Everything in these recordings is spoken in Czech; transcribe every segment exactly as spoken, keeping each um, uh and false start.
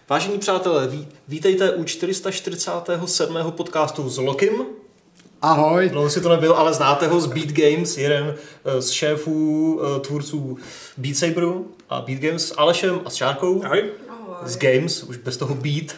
Vážení přátelé, ví, vítejte u čtyři sta čtyřicátého sedmého podcastu s Lokim. Ahoj. Dlouho si to nebyl, ale znáte ho z Beat Games, jeden z šéfů, tvůrců Beat Saberu a Beat Games s Alešem a s Šárkou. Ahoj. Ahoj. Z Games, už bez toho Beat.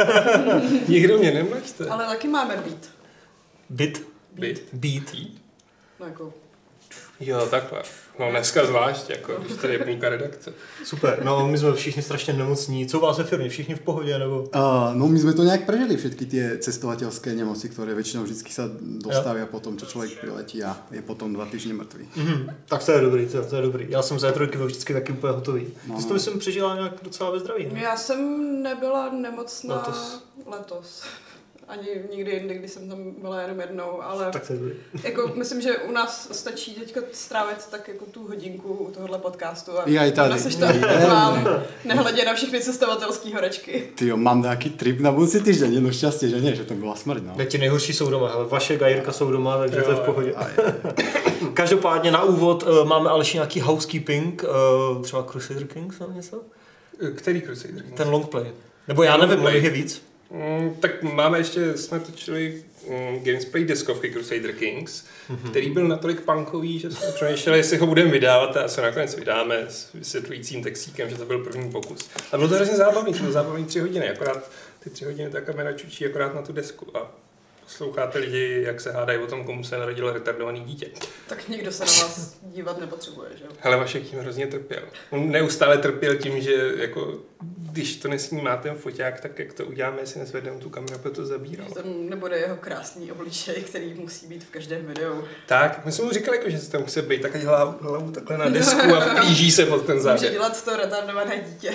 Nikdo mě nemlačte. Ale taky máme Beat. Bit? Beat. Beat. No jako... Jo, takhle. No dneska zvlášť, jako, když tady je půlka redakce. Super, no my jsme všichni strašně nemocní. Co u vás ve firmě? Všichni v pohodě, nebo? Uh, no my sme to nejak prežili, všetky tie cestovateľské nemoci, ktoré väčšinou vždycky sa dostavia po tom, čo človek priletí a je potom dva týždne mŕtvý. Mm-hmm. Tak to je dobrý, to, to je dobrý. Já jsem za trojky byl vždycky taky úplně hotový. No, Ty jsi to myslím přežila nějak docela ve zdraví, ne? Já jsem nebyla nemocná Letos. letos. Ani nikdy jindy, když jsem tam byla jenom jednou, ale Tak to je dobrý. jako myslím, že u nás stačí teďka strávit tak jako tu hodinku u tohohle podcastu a Já i tady. neseš to vám, nehledě na všechny cestovatelský horečky. Tyjo, mám nejaký trip na budúci týždeň, jedno šťastie, že nie, že to byla smrť, no. Ne, ti nejhorší jsou doma, ale Vašek a Jirka jsou doma, takže Jo, to je v pohodě. Aj, aj. Každopádně na úvod uh, máme Aleši nějaký housekeeping, uh, třeba Crusader Kings nebo něco? Který Crusader? Ten longplay. Nebo já nevím, nevím, je víc. Mm, tak máme ještě, jsme točili mm, gamesplay deskovky Crusader Kings, mm-hmm. který byl natolik punkový, že jsme přemýšleli, jestli ho budeme vydávat a se nakonec vydáme s vysvětlujícím textíkem, že to byl první pokus. A bylo to hrozně zábavný, to bylo zábavný tři hodiny, akorát ty tři hodiny ta kamera čučí akorát na tu desku a posloucháte lidi, jak se hádají o tom, komu se narodilo retardovaný dítě. Tak nikdo se na vás dívat nepotřebuje, že jo? Hele, Vašek tím hrozně trpěl. On neustále trpěl tím, že jako, když to nesnímá ten foťák, tak jak to uděláme, jestli nezvedneme tu kameru, aby to zabíral. Že to nebude jeho krásný obličej, který musí být v každém videu. Tak, my jsme mu říkali, jako, že se tam chce být, tak ať hlavu, hlavu takhle na desku a plíží se pod ten Může záběr. dělat to retardované dítě.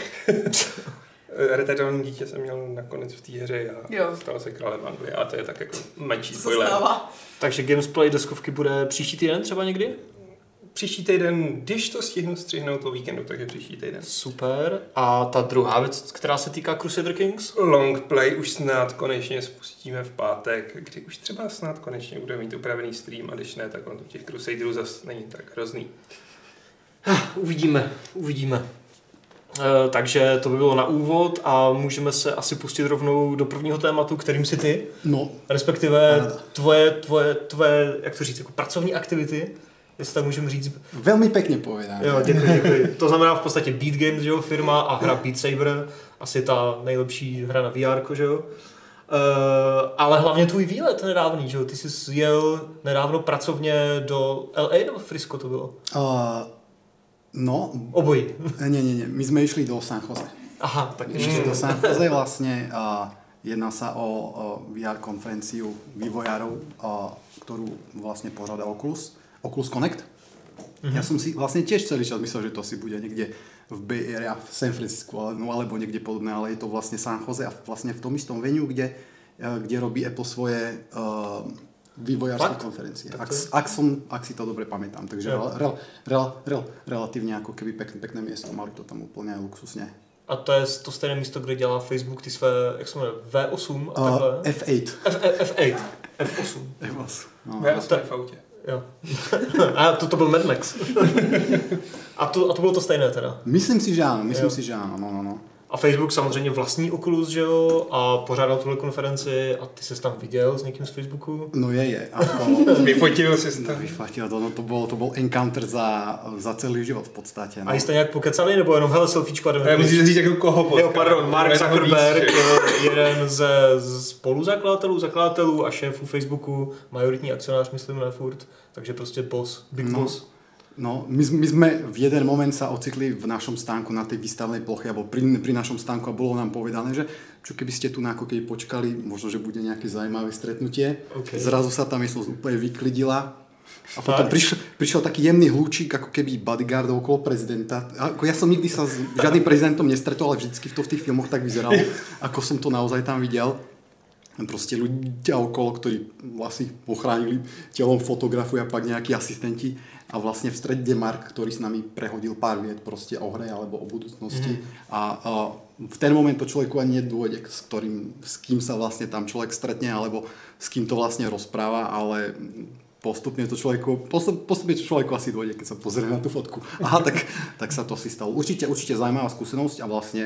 Retardované dítě jsem měl nakonec v té hře a Jo. stal se králem Anglie a to je tak jako menší Co se spoiler. stává? Takže gamesplay deskovky bude příští týden třeba někdy? Příští týden, když to stihnu střihnout o víkendu, takže příští týden. Super. A ta druhá věc, která se týká Crusader Kings? Long play už snad konečně spustíme v pátek, kdy už třeba snad konečně budeme mít upravený stream a když ne, tak on to těch Crusaderů zase není tak hrozný. Uvidíme, uvidíme. E, takže to by bylo na úvod a můžeme se asi pustit rovnou do prvního tématu, kterým si ty, No, respektive tvoje, tvoje, tvoje, jak to říct, jako pracovní aktivity, jestli tak můžeme říct. veľmi pekne povedané. Jo, děkuji, děkuji. To znamená v podstatě Beat Games, že jo, firma a hra Beat Saber, asi ta nejlepší hra na V R, že jo. E, ale hlavně tvůj výlet nedávný, že jo, ty jsi jel nedávno pracovně do L A nebo Frisco to bylo? Uh, no, Obojí. nie, nie, nie, my sme išli do San Jose. Aha, tak Ešte do San Jose vlastne uh, jedná sa o, o V R konferenciu vývojárov, uh, ktorú vlastne pořádá Oculus, Oculus Connect. Mm-hmm. Ja som si vlastne tiež celý čas myslel, že to si bude niekde v Bay Area, v San Francisco, ale, no, alebo niekde podobné, ale je to vlastne San Jose a vlastne v tom istom venue, kde, uh, kde robí Apple svoje uh, vývojárske konferencie. Ak, ak, som, ak si to dobre pamätám, takže rel, rel, rel, rel, relatívne ako keby pekné, pekné miesto, mali to tam úplne luxusne. A to je to stejné místo, kde dělá Facebook ty své, jak se jmenuje, V osm a Uh, takhle? F osm. F, F, F8. F osm. F osm. No. Já jsem v autě. Jo. A to, to byl Mad Max. a, to, a to bylo to stejné teda? Myslím si, že áno, myslím Jo. si, že áno, no, no, no. A Facebook samozřejmě vlastní Oculus, že jo? A pořádal tuhle konferenci a ty ses tam viděl s někým z Facebooku? No je, je. Ako, Vyfotil si to. vyfatil to, no to bol, to bol encounter za, za celý život v podstate. No. A jste nějak pokecali, nebo jenom hele selfiečko a jdeme? Já musíš říct jako koho potkat. Jo, pardon, Mark Je toho Zuckerberg, víc, že? jeden ze spoluzakladatelů, zakladatelů a šéfů Facebooku, majoritní akcionář, myslím, ne furt, takže prostě boss, big No. boss. No, my, my sme v jeden moment sa ocitli v našom stánku na tej výstavnej ploche, alebo pri, pri našom stánku a bolo nám povedané, že čo keby ste tu na ako keby počkali, možno, že bude nejaké zaujímavé stretnutie. Okay. Zrazu sa tá miestnosť úplne vyklidila. A potom prišiel, prišiel taký jemný hľúčik, ako keby bodyguard okolo prezidenta. Ako ja som nikdy sa s žiadnym prezidentom nestretol, ale vždycky to v tých filmoch tak vyzeralo, ako som to naozaj tam videl. Proste ľudia okolo, ktorí vlastne ochránili telom fotografu a pak nejakí asistenti a vlastne v strede Mark, ktorý s nami prehodil pár viet proste o hre alebo o budúcnosti mm. a, a v ten moment to človeku ani nedôjde, s ktorým, s kým sa vlastne tam človek stretne alebo s kým to vlastne rozpráva, ale postupne to človeku, postup, postupne to človeku asi dôjde, keď sa pozrie na tú fotku. Aha, tak, tak sa to asi stalo. Určite, určite zaujímavá skúsenosť a vlastne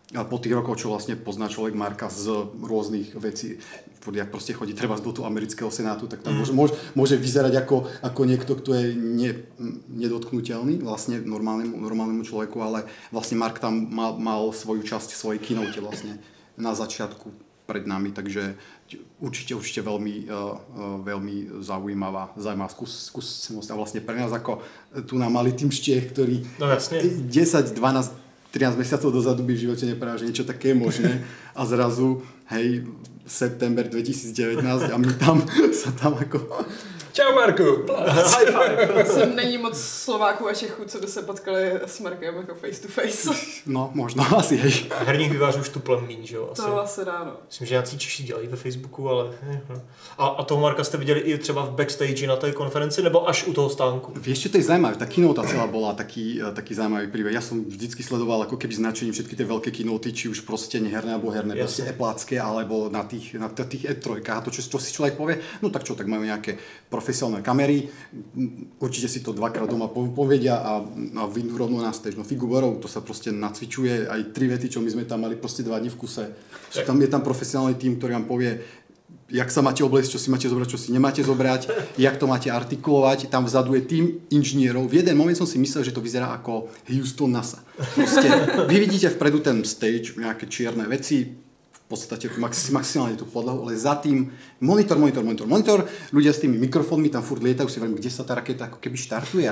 a po tých rokoch, čo vlastne pozná človek Marka z rôznych vecí, jak proste chodí treba do toho amerického senátu, tak tam môže, môže, môže vyzerať ako, ako niekto, kto je ne, nedotknutelný vlastne normálnemu, normálnemu človeku, ale vlastne Mark tam mal, mal svoju časť svojej keynote vlastne na začiatku pred nami, takže určite, určite veľmi, uh, uh, veľmi zaujímavá, zaujímavá skús, skúsenosť a vlastne pre nás ako tu nám mali tým Štiech, ktorý no, desať, dvanásť, trinásť mesiacov dozadu by v živote nepravil, že niečo také je možné a zrazu, hej, september dvetisícdevätnásť a my tam sa tam ako... Čau Marku! High five! Jsem není moc Slováků a Čechů, co by se potkali s Markem jako face to face. No, možno, asi hej. Herních vývářů už tuplem míň, že jo? Asi. To asi ráno. Myslím, že nějací Češi dělají ve Facebooku, ale... A, a toho Marka jste viděli i třeba v backstage na té konferenci, nebo až u toho stánku? Vieš, čo to je zaujímavé? Tá keynote celá bola taký, taký zaujímavý príbeh. Ja som vždycky sledoval ako keby značením všetky tie veľké keynoty, či už proste neherné alebo herné, Jasne. proste Appleácké, alebo na tých, na tých E tri. A to, čo, čo si človek povie, no tak čo, tak majú nejaké profesionálne kamery, určite si to dvakrát doma povedia a, a vyjdú rovno na stage. No figuborov, to sa proste nacvičuje, aj tri vety, čo my sme tam mali proste dva dní v kuse. Sú tam, je tam profesionálny tím, ktorý vám povie, jak sa máte obliecť, čo si máte zobrať, čo si nemáte zobrať, jak to máte artikulovať. Tam vzadu je tým inžinierov. V jeden moment som si myslel, že to vyzerá ako Houston NASA. Proste, vy vidíte vpredu ten stage, nejaké čierne veci, v podstate maximálne tú podlahu, ale za tým monitor, monitor, monitor, monitor, ľudia s tými mikrofónmi tam furt lietajú, si hovorím, kde sa tá raketa ako keby štartuje.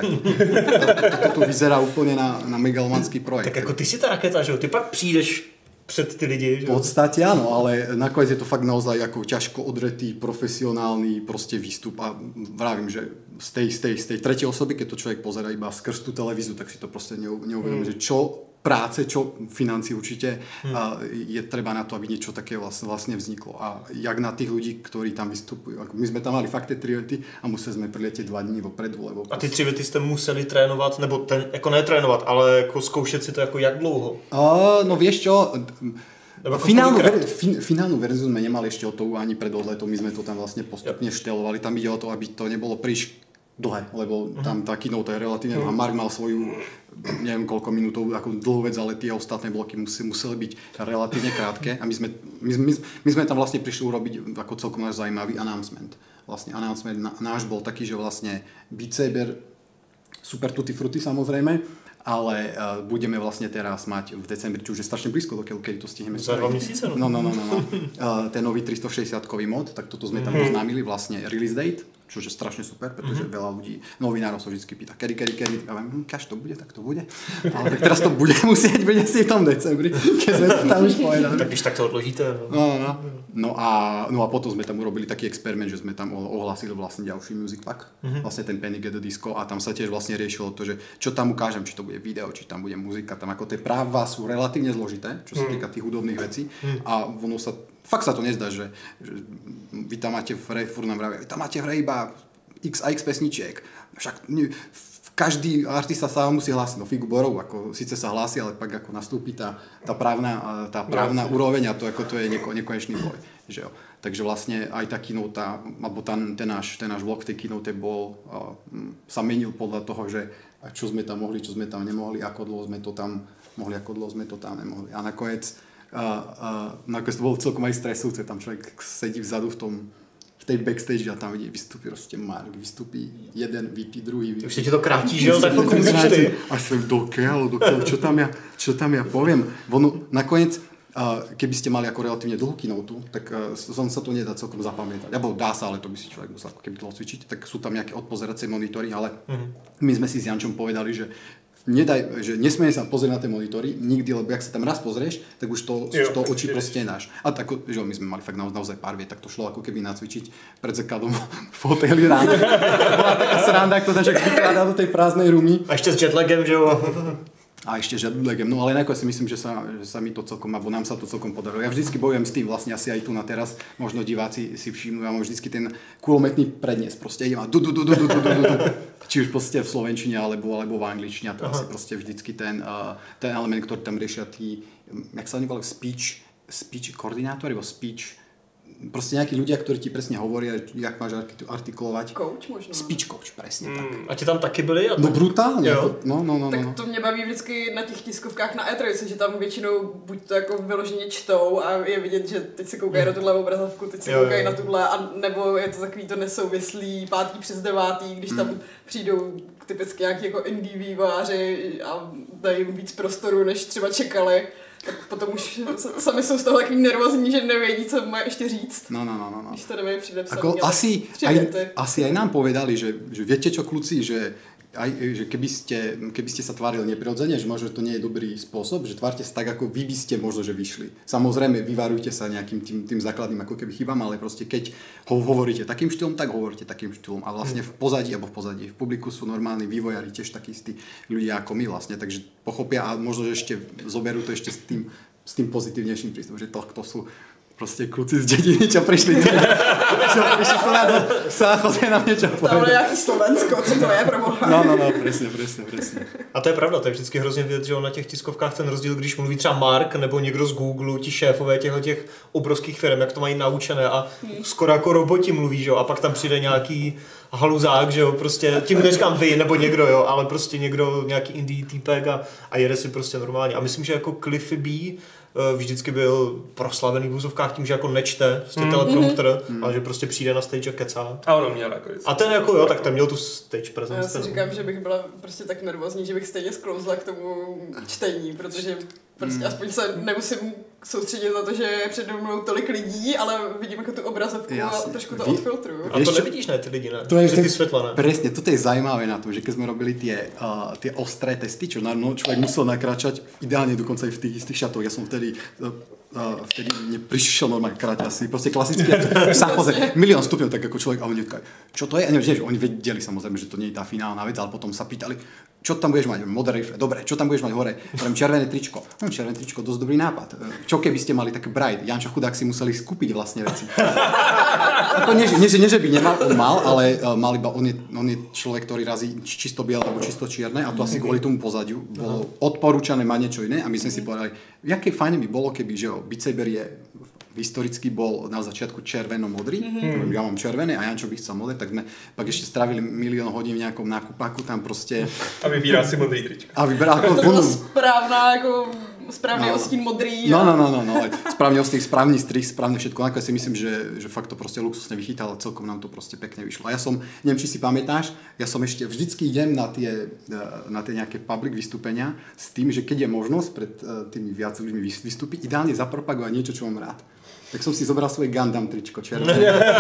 Toto tu vyzerá úplne na, na megalomanský projekt. Tak jako ty si ta raketa, že jo? Ty pak přijdeš před ty lidi, že v podstate áno, ale nakoniec je to fakt naozaj ako ťažko odretý, profesionálny proste výstup a vravím, že z tej, z tej, z tej tretej osoby, keď to človek pozerá iba skrz tú televízu, tak si to proste neuvedomí, mm. že čo práce, čo financí určite hmm. a je treba na to, aby niečo také vlastne, vlastne vzniklo. A jak na tých ľudí, ktorí tam vystupujú. My sme tam mali fakt tie tri vety a museli sme priletieť dva dní vopredu. Lebo a ty tři vety jste museli trénovat, nebo ten, jako ne trénovat, ale jako zkoušet si to jako jak dlouho? A, no vieš čo, finálnu, ver, fin, finálnu verziu sme nemali ešte o to ani pred odletom, my sme to tam vlastne postupne yep. štelovali. Tam ide o to, aby to nebolo príliš dlhé, lebo tam tá keynote je relatívne dlhá. Mark mal svoju, neviem koľko minútov, ako dlhú vec, ale tie ostatné bloky museli, museli byť relatívne krátke. A my sme, my, my, my sme tam vlastne prišli urobiť ako celkom náš zaujímavý announcement. Vlastne announcement náš bol taký, že vlastne Beat Saber, super tutti frutti samozrejme, ale uh, budeme vlastne teraz mať v decembri, čo už je strašne blízko, dokiaľ keď to stihneme. Za dva měsíce, no? No, no, no, no, no. Uh, ten nový tristošesťdesiatkový mod, tak toto sme tam oznámili, vlastne release date, čo je strašne super, pretože mm-hmm. veľa ľudí, novinárov sa vždy pýta, kedy, kedy, kedy, a viem, hm, kaž to bude, tak to bude. Ale tak teraz to bude musieť byť asi v tom decembri, keď sme to tam už povedali. Tak když tak to odložíte. No, no, no. a, no a potom sme tam urobili taký experiment, že sme tam ohlasili vlastne ďalší music pack, mm-hmm. vlastne ten Panic at the Disco a tam sa tiež vlastne riešilo to, že čo tam ukážem, či to bude video, či tam bude muzika, tam ako tie práva sú relatívne zložité, čo sa týka tých hudobných vecí a ono sa, fakt sa to nezdá, že, že vy tam máte v hre, furt nám vravia, vy tam máte v hre iba x a x pesničiek, však každý artista sa musí hlásiť do figuborov, ako síce sa hlási, ale pak ako nastúpi tá, tá právna, tá právna úroveň a to, ako to je neko, nekonečný boj. Že jo. Takže vlastne aj tá keynote, alebo ten, ten, náš, ten náš blok tej keynote bol, uh, sa menil podľa toho, že čo sme tam mohli, čo sme tam nemohli, ako dlho sme to tam mohli, ako dlho sme to tam nemohli. A nakoniec, uh, uh, nakoniec to bolo celkom aj stresujúce, tam človek sedí vzadu v tom v tej backstage a tam vidí, vystupí prostě Mark, vystupí jeden, vypí, druhý, vypí. Už ti to krátí, že jo, tak to musíš ty. A som dokiaľ, dokiaľ, čo tam ja, čo tam ja poviem. Ono, nakoniec, uh, keby ste mali ako relatívne dlhú keynote, tak uh, som sa to nedá celkom zapamätať. Alebo dá sa, ale to by si človek musel ako keby dlho cvičiť, tak sú tam nejaké odpozeracie monitory, ale mm-hmm. my sme si s Jančom povedali, že nedaj, že nesmieme sa pozrieť na tie monitory nikdy, lebo ak sa tam raz pozrieš, tak už to, jo, to oči proste nedáš. A tak, že my sme mali fakt naozaj, naozaj pár viet, tak to šlo ako keby nacvičiť pred zrkadlom v hoteli ráno. Bola taká sranda, ak to tak vykladá do tej prázdnej rumy. A ešte s jetlagem, že jo? A ešte jetlegem, no ale nakoniec si myslím, že sa, že sa mi to celkom, alebo nám sa to celkom podarilo. Ja vždycky bojujem s tým, vlastne asi aj tu na teraz, možno diváci si všimnú, ja mám vždycky ten kulometný prednes, proste idem a du, du, du, du, du, du, du, du. Či už proste v slovenčine, alebo, alebo v angličtine, to asi proste vždycky ten, uh, ten element, ktorý tam riešia tí, jak sa oni volajú, speech, speech koordinátori, alebo speech proste nejakí ľudia, ktorí ti presne hovoria, jak máš artikulovať. Coach možná. Speech coach, presne mm. tak. A ti tam taky byli? A no brutálně. Jako, no, no, no, tak no. to mě baví vždycky na těch tiskovkách na E tři, že tam většinou buď to jako vyloženě čtou a je vidět, že teď se koukají mm. na tuhle obrazovku, teď se jo, koukají jo. na tuhle, a nebo je to takový to nesouvislý pátý přes devátý, když mm. tam přijdou typicky nějaký jako indie vývojáři a dají jim víc prostoru, než třeba čekali. Tak potom už sami jsou z toho takový nervózní, že nevědí, co má ještě říct. No, no, no, no. Když to nevědí přijde psaný. Ako asi, aj, asi aj nám povedali, že, že viete čo, kluci, že, aj, že keby, ste, keby ste sa tvárili neprirodzene, že možno to nie je dobrý spôsob, že tvárte sa tak, ako vy by ste možno, že vyšli. Samozrejme, vyvarujte sa nejakým tým, tým základným ako keby chybám, ale proste keď ho hovoríte takým štýlom, tak hovoríte takým štýlom. A vlastne v pozadí, alebo v pozadí, v publiku sú normálni vývojári, tiež takí istí ľudia ako my vlastne, takže pochopia a možno, že ešte zoberú to ešte s tým, s tým pozitívnejším prístupom, že to, to sú proste kluci z dediny, čo prišli čo prišli tu na do Sáchoře nám niečo povedať. Tam nějaký Slovensko, co to je pro boha. No, no, no, presne, presne, presne. A to je pravda, to je vždycky hrozně vidět, že na těch tiskovkách ten rozdíl, když mluví třeba Mark nebo někdo z Google, ti šéfové těchto těch obrovských firm, jak to mají naučené a hmm. skoro jako roboti mluví, že jo, a pak tam přijde nějaký haluzák, že jo, prostě, tím neříkám vy nebo někdo, jo, ale prostě někdo, nějaký indie týpek a, a jede si prostě normálně. A myslím, že jako Cliffy B vždycky byl proslavený v úzovkách tím, že jako nečte prostě mm. teleprompter, mm. ale že prostě přijde na stage a kecá. A ono měl jako A ten jako jo, tak ten měl tu stage prezentaci. Já si říkám, že bych byla prostě tak nervózní, že bych stejně sklouzla k tomu čtení, protože prostě mm. aspoň se nemusím soustředit na to, že je přede mnou tolik lidí, ale vidím jako tu obrazovku Jasne. a trošku to Vy, odfiltruju. A to nevidíš, ne, ty lidi, ne? To je ty světla, ne? Presne, toto je zaujímavé na tom, že keď sme robili tie, uh, tie ostré testy, čo na no, človek musel nakráčať ideálne dokonca aj v tých istých šatoch. Ja som vtedy uh, uh, vtedy mne prišiel normálne kráťať asi, proste klasicky Sáchoře, milión stupňov, tak ako človek, a oni říkajú, čo to je? A neviem, že oni vedeli samozrejme, že to nie je tá finálna vec, ale potom sa pýtali, čo tam budeš mať? Modré rifle, dobre, čo tam budeš mať hore? Poviem, červené tričko. Hm, červené tričko, dosť dobrý nápad. Čo keby ste mali také bright? Janča chudák si museli skúpiť vlastne veci. Ako nie, nie, nie, že by nemal, on mal, ale uh, mal iba, on je, on je človek, ktorý razí čisto biele alebo čisto čierne a to asi kvôli tomu pozadiu bolo odporúčané mať niečo iné a my sme si povedali, jaké fajné by bolo, keby, že Beat Saber je historicky bol na začiatku červeno-modrý, mm-hmm. ja mám červené a Jančo by chcel modré, tak sme pak ešte strávili milión hodín v nejakom nákupáku, tam proste... A vybíral si modrý tričko. A vybíral ako... To byla správná, jako správný no. ostín modrý. No, no, no, no, no, správny ostín, správny strih, správne všetko. Nakoniec si myslím, že, že fakt to proste luxusne vychytal, celkom nám to proste pekne vyšlo. A ja som, neviem, či si pamätáš, ja som ešte vždycky idem na tie, na tie nejaké public vystúpenia s tým, že keď je možnosť pred tými viac ľuďmi vystúpiť, ideálne zapropagovať niečo, čo mám rád. Tak som si zobral svoje Gundam tričko červené.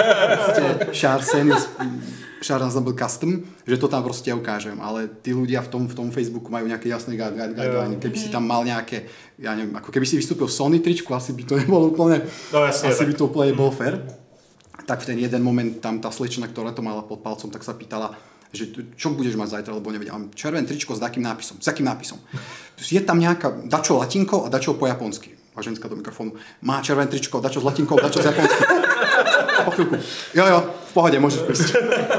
Sharsen, Char Ensemble Custom, že to tam proste ukážem. Ale tí ľudia v tom, v tom Facebooku majú nejaké jasné guideliny. Keby si tam mal nejaké, ja neviem, ako keby si vystúpil v Sony tričku, asi by to nebolo úplne, no, jasne, asi by to úplne bol fér. Tak v ten jeden moment tam tá slečna, ktorá to mala pod palcom, tak sa pýtala, že čo budeš mať zajtra, lebo nevedia. Mám červené tričko s takým nápisom. S akým nápisom? Je tam nejaká, dačo latinkou a dačo po japonsky. A ženská do mikrofónu. Má červené tričko, dačo s latinkou, dačo s japonsky. Po chvíľku. Jo, jo, v pohode, môžeš prísť.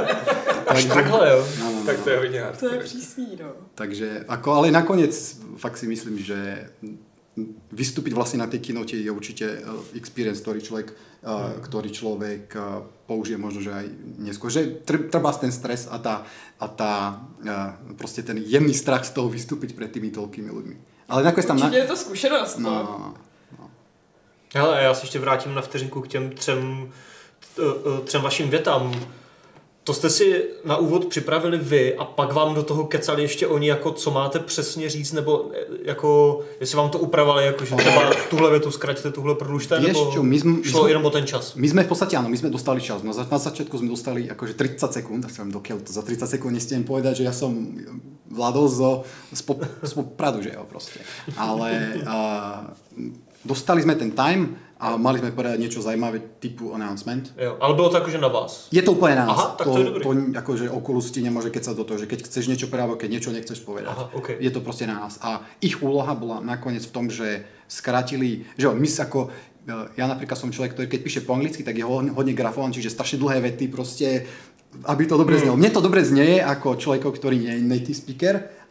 Až takhle, jo. No, no, tak to je hodně hard. To je přísný, no. Takže, ako, ale nakoniec fakt si myslím, že vystúpiť vlastne na tej kinote je určite experience, ktorý človek, hmm. ktorý človek použije možno, že aj neskôr. Že treba ten stres a tá, a tá proste ten jemný strach z toho vystúpiť pred tými toľkými ľuďmi. Ale nakonec tam... Určitě na... je to zkušenost. No, no, no. Hele, já se ještě vrátím na vteřinku k těm třem, třem vašim větám. To jste si na úvod připravili vy a pak vám do toho kecali ještě oni, jako co máte přesně říct, nebo jako, jestli vám to upravili, jako, že třeba tuhle větu zkraťte, tuhle prodlužte, nebo čo, my sme, šlo my jenom o ten čas? My sme v podstate, áno, my sme dostali čas. Na, na začiatku sme dostali akože tridsať sekúnd, tak sa vám dokiaľ to za tridsať sekúnd nestiem povedať, že ja som vládol zo, z, pop, z Popradu, že jo, proste. Ale uh, dostali sme ten time a mali sme povedať niečo zajímavé typu announcement. Jo, ale bylo to akože na vás? Je to úplne na nás. Aha, tak to, to je dobrý. To akože Oculus ti nemôže kecať do toho, že keď chceš niečo povedať, keď niečo nechceš povedať. Aha, okay. Je to proste na nás. A ich úloha bola nakoniec v tom, že skrátili, že my ako, ja napríklad som človek, ktorý keď píše po anglicky, tak je hodne grafovaný, čiže strašne dlhé vety, proste, aby to dobre znelo. Mne to dobre znieje ako človekov, ktorý nie je native speaker,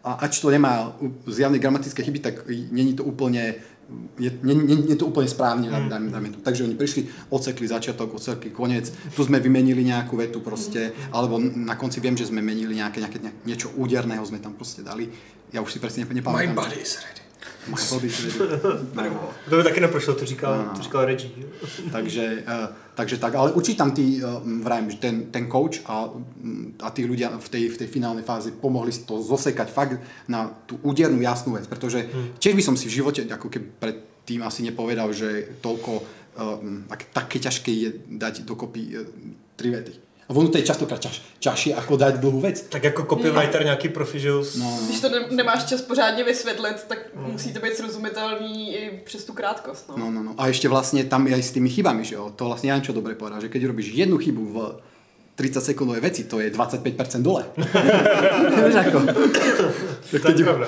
a ač to nemá zjavné gramatické chyby, tak není to úplne je, nie, nie, nie to úplne správne, mm. dáme, dáme tu. Takže oni prišli, odsekli začiatok, odsekli koniec, tu sme vymenili nejakú vetu proste, alebo na konci viem, že sme menili nejaké, nejaké niečo úderného sme tam proste dali. Ja už si presne nepamätám. My body is ready. My body is ready. No. To by taky neprošlo, to říkal, no, no. to říkal Reggie. takže, uh, takže tak, ale určite tam tí, uh, vrajím, že ten, ten coach a, a tí ľudia v tej, v tej finálnej fáze pomohli to zosekať fakt na tú údernú jasnú vec, pretože hmm. tiež by som si v živote ako keby predtým asi nepovedal, že toľko uh, tak, také ťažké je dať dokopy uh, tri vety. A ono to je častokrát čaš, čašie, ako dať dlhú vec. Tak jako copywriter no. nějaký profi, že no. Když to ne, nemáš čas pořádně vysvětlit, tak mm. musí to být srozumitelný i přes tu krátkost. No. No, no, no. A ešte vlastne tam aj s tými chybami, že jo. To vlastne ja neviem, čo dobre povedal, že keď robíš jednu chybu v tridsaťsekundovej veci, to je dvadsaťpäť percent dole. Vieš ako? Tak to je pravda.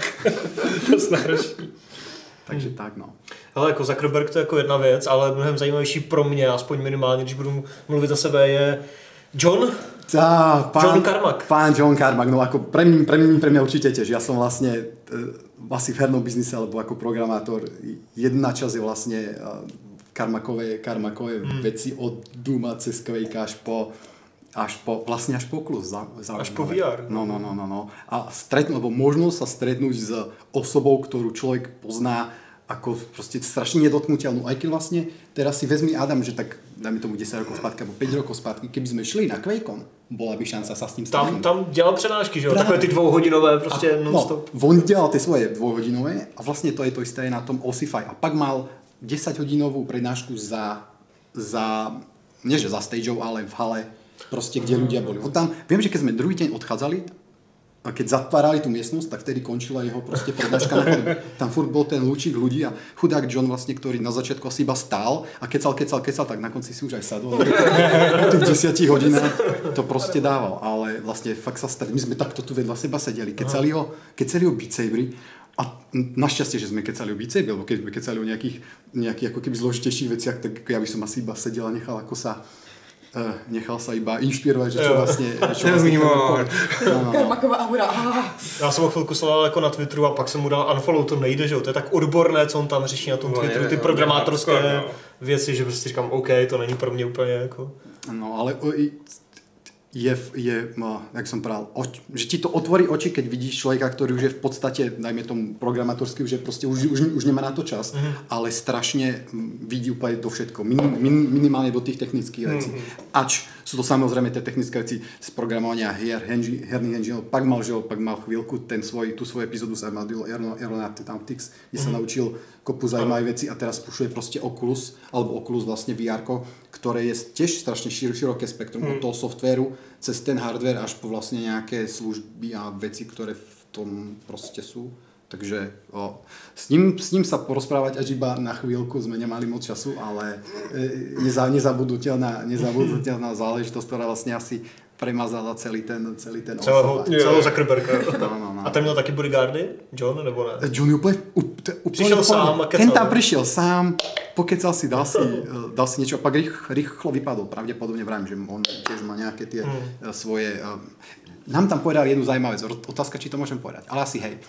To je strašný. Takže tak, no. Ale jako Zuckerberg to je jako jedna věc, ale mnohem zajímavější pro mě, aspoň minimálně, když budu mluvit za sebe, je John. Tá, pán, John Carmack. Pán John Carmack, no ako pre mňa, pre mňa, pre mňa určite tiež. Ja som vlastne uh, asi v hernom biznise, alebo ako programátor, jedna časť je vlastne uh, Carmackové, Carmackové hmm. veci od Duma cez Quake až po až po, vlastne až po Oculus. Za, za, až po vé er. No, no, no, no, no. A stretnúť, alebo možnosť sa stretnúť s osobou, ktorú človek pozná ako proste strašne nedotknuteľnú. Aj keď vlastne teraz si vezmi Adam, že tak dajme tomu desať rokov spátky, alebo päť rokov spátky, keby sme šli na QuakeCon, bola by šanca sa s ním stretnúť. Tam, tam dělal přednášky, že jo? Takové ty dvouhodinové prostě non-stop. No, on dělal ty svoje dvouhodinové a vlastne to je to isté na tom Ossify. A pak mal desaťhodinovú prednášku za, za, nie že za stageou, ale v hale, proste kde ľudia boli. On tam, viem, že keď sme druhý deň odchádzali, a keď zatvárali tú miestnosť, tak vtedy končila jeho proste prednáška. Tam furt bol ten lúčik ľudí a chudák John vlastne, ktorý na začiatku asi iba stál a kecal, kecal, kecal, tak na konci si už aj sadol. Po tých desiatich hodinách to proste dával. Ale vlastne fakt sa stretli. My sme takto tu vedľa seba sedeli. Kecali ho, kecali ho Beat Sabery. A našťastie, že sme kecali o Beat Sabery, lebo keď sme kecali o nejakých, nejakých ako keby zložitejších veciach, tak ja by som asi iba sedel a nechal ako sa Uh, nechal sa iba inšpirovať, že čo vlastne... Čo vlastne no, no. Carmacková aura. Já jsem ho chvilku sledoval jako na Twitteru a pak jsem mu dal unfollow, to nejde, že jo? To je tak odborné, co on tam řeší na tom no, Twitteru, ty programátorské no. věci, že prostě říkám, OK, to není pro mě úplně jako... No, ale je, je jak som povedal, že ti to otvorí oči, keď vidíš človeka, ktorý už je v podstate, dajme tomu programátorský, že proste už, už, už nemá na to čas, mm-hmm. ale strašne vidí úplne do všetko, minim, min, minimálne do tých technických vecí. Mm-hmm. Ač sú to samozrejme tie technické veci z programovania hier, herných engineov, pak mal, že pak mal chvíľku ten svoj, tú svoju epizódu sa mal Aeronautics, kde sa mm-hmm. naučil kopu zaujímavé veci a teraz pušuje proste Oculus, alebo Oculus vlastne vé erko, ktoré je tiež strašne široké spektrum hmm. od toho softvéru cez ten hardware až po vlastne nejaké služby a veci, ktoré v tom proste sú. Takže o, s, ním, s ním sa porozprávať až iba na chvíľku sme nemali moc času, ale e, neza, nezabudnutelná, nezabudnutelná záležitosť, ktorá vlastne asi premazala celý ten celý ten celou, celou Zuckerberga. No, no, no. A ten měl taky bodyguardy? John nebo ne? John úplně, úplně přišel sám a kecal. Ten tam prišiel sám, pokecal si, dal si, dal si niečo a pak rých, rýchlo vypadol. Pravdepodobne vrajím, že on tiež má nejaké tie hmm. svoje... Nám tam povedal jednu zaujímavú vec, otázka, či to môžem povedať, ale asi hej.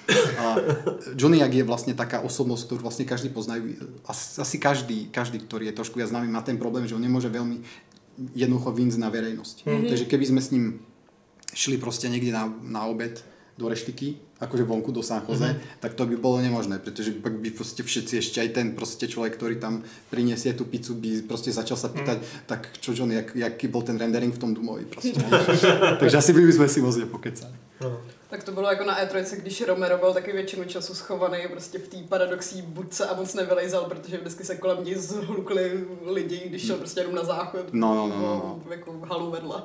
Johnny Jak je vlastne taká osobnosť, ktorú vlastne každý poznajú, asi každý, každý, ktorý je trošku viac známy, má ten problém, že on nemôže veľmi jednoducho výjsť na verejnosť. Mm-hmm. Takže keby sme s ním šli proste niekde na, na obed do reštiky, akože vonku do San Jose, mm-hmm. tak to by bolo nemožné, pretože by proste všetci, ešte aj ten proste človek, ktorý tam priniesie tú pizzu, by proste začal sa pýtať, mm. tak čo John, jak, jaký bol ten rendering v tom Dumovi proste. Takže asi by sme si moc nepokecali. No. Tak to bylo jako na E tři, když Romero byl taky většinu času schovaný prostě v té paradoxní budce a moc nevylejzal, protože vždycky se kolem něj zhlukli lidi, když šel prostě jenom na záchod. No, no, no, no. Jako halu vedla.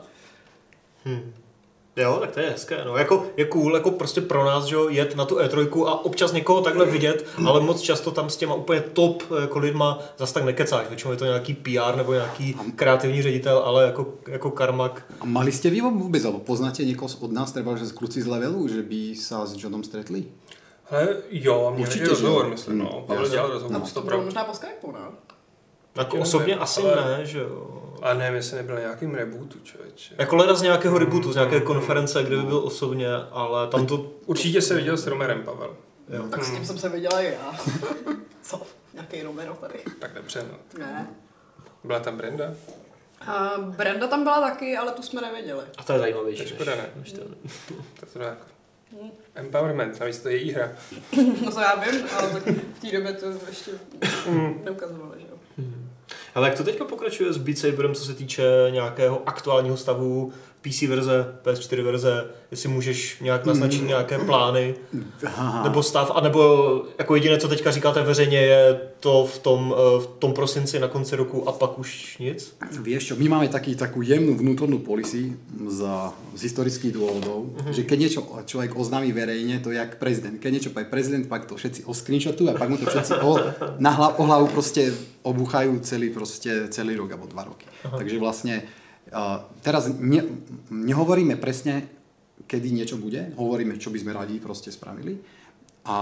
Hmm. Jo, tak to je hezké, no. Jako, je cool, jako prostě pro nás, že jo, jet na tu E tři a občas někoho takhle vidět, ale moc často tam s těma úplně top jako lidma zas tak nekecáš. Většinou je to nějaký P R nebo nějaký kreativní ředitel, ale jako, jako Carmack. A mali ste vy vôbec, alebo poznáte niekoho od nás, treba, že z kluci z levelu, že by sa s Johnom stretli? Hele, jo, měli rozhovor, myslím, no. Pavel dělal rozhovor, no. to bylo možná po Skypeu, no? Jako osobně asi ale... ne, že jo. A nevím, jestli nebyl nějakým rebootu, člověče. Jako leda z nějakého rebootu, z nějaké konference, kde by byl osobně, ale tam to... Určitě se viděl s Romerem, Pavel. Jo. Tak s tím jsem se viděla i já. Co? Nějaký Romero tady. Tak dobře, no. Ne. Byla tam Brenda? Uh, Brenda tam byla taky, ale tu jsme neviděli. A to je zajímavější. To škoda, ne? Než to... to je jako... Empowerment, navíc to je její hra. No to já vím, ale tak v té době to ještě neukazovali, že jo. Hmm. Ale jak to teďka pokračuje s Beat Saberem, co se týče nějakého aktuálního stavu, P C verze, P S čtyři verze, jestli můžeš nějak naznačit mm. nějaké plány, Aha. nebo stav, anebo jako jediné, co teďka říkáte veřejně, je to v tom, v tom prosinci na konci roku a pak už nic? Vieš čo, my máme taký, takú jemnú vnútornú policy z, z historických dôvodov, mm-hmm. že keď niečo človek oznámí verejne, to je jak prezident. Keď niečo povie prezident, pak to všetci oscreenshotujú a pak mu to všetci o, na hlav, o hlavu proste obúchajú celý, proste, celý rok alebo dva roky. Aha. Takže vlastne Uh, teraz ne, nehovoríme presne, kedy niečo bude, hovoríme, čo by sme radi proste spravili. A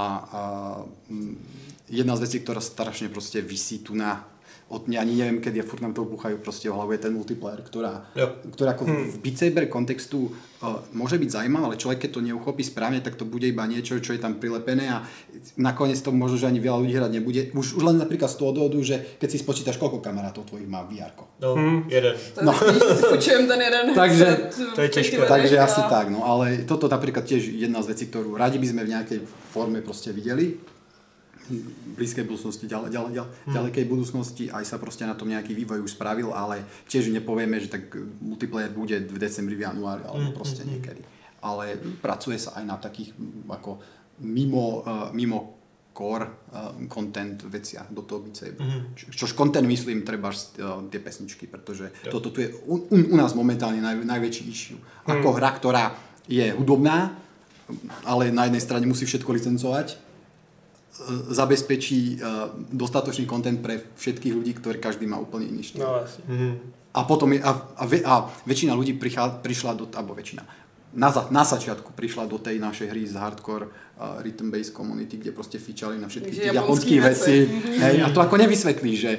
uh, jedna z vecí, ktorá strašne proste visí tu na od mňa, ani neviem, kedy ja furt nám to obúchajú proste o hlavu, je ten multiplayer, ktorá, ktorá ako hmm. v Beat Saber kontextu uh, môže byť zaujímavá, ale človek, keď to neuchopí správne, tak to bude iba niečo, čo je tam prilepené a nakoniec to možno, že ani veľa ľudí hrať nebude. Už, už len napríklad z toho dôvodu, že keď si spočítaš, koľko kamarátov tvojich má vé erko. No, hmm. jeden. No. Počujem ten jeden. Takže, to je ťažko. Takže asi tak, no, ale toto napríklad tiež jedna z vecí, ktorú radi by sme v nejakej forme proste videli. Blízkej budúcnosti, ďale, ďale, ďale, hmm. ďalekej budúcnosti, aj sa proste na tom nejaký vývoj už spravil, ale tiež nepovieme, že tak multiplayer bude v decembri, v januári, alebo hmm. proste niekedy. Ale pracuje sa aj na takých ako mimo, uh, mimo core uh, content veciach do toho Beat Saber. Hmm. Čož content myslím treba uh, tie pesničky, pretože yep. toto tu je u, u nás momentálne naj, najväčší issue. Hmm. Ako hra, ktorá je hudobná, ale na jednej strane musí všetko licencovať, zabezpečí uh, dostatočný content pre všetkých ľudí, ktorí každý má úplne iný štýl. No, asi. Mm-hmm. A potom je, a, a, ve, a väčšina ľudí prichá, prišla do, alebo väčšina, na, na začiatku prišla do tej našej hry z hardcore uh, rhythm-based community, kde proste fičali na všetky tie japonské veci. Hej, a to ako nevysvetlí, že,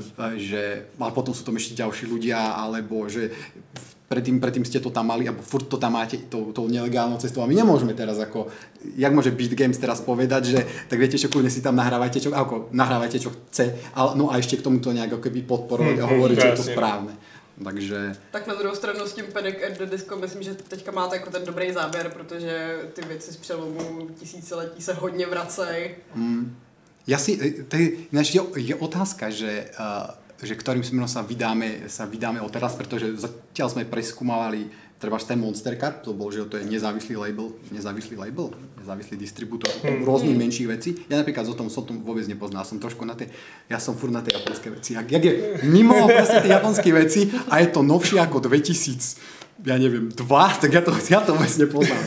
že a potom sú tam ešte ďalší ľudia, alebo že predtým, predtým ste to tam mali, alebo furt to tam máte tou, tou nelegálnou cestou. A my nemôžeme teraz ako, jak môže Beat Games teraz povedať, že tak viete čo, kľudne si tam nahrávajte čo, ako nahrávajte čo chce, ale, no a ešte k tomu to nejak ako keby podporovať a hovoriť, že je to správne. Takže... Tak na druhou stranu s tím Panic at the Disco myslím, že teďka máte jako ten dobrý záběr, protože ty věci z přelomu tisíciletí se hodně vracejí. Mm. Ja si, to je, je, je otázka, že uh, že ktorým smerom sa vydáme, sa vydáme odteraz, pretože zatiaľ sme preskúmavali treba ten Monster Card, to bol, že to je nezávislý label, nezávislý label, nezávislý distribútor mm. rôznych menších vecí. Ja napríklad o tom som tom vôbec nepoznal, som trošku na tej, ja som furt na tej japonské veci. Jak, jak je mimo proste tie japonské veci a je to novšie ako dvetisíc, ja neviem, dva, tak ja to, ja to vôbec nepoznám.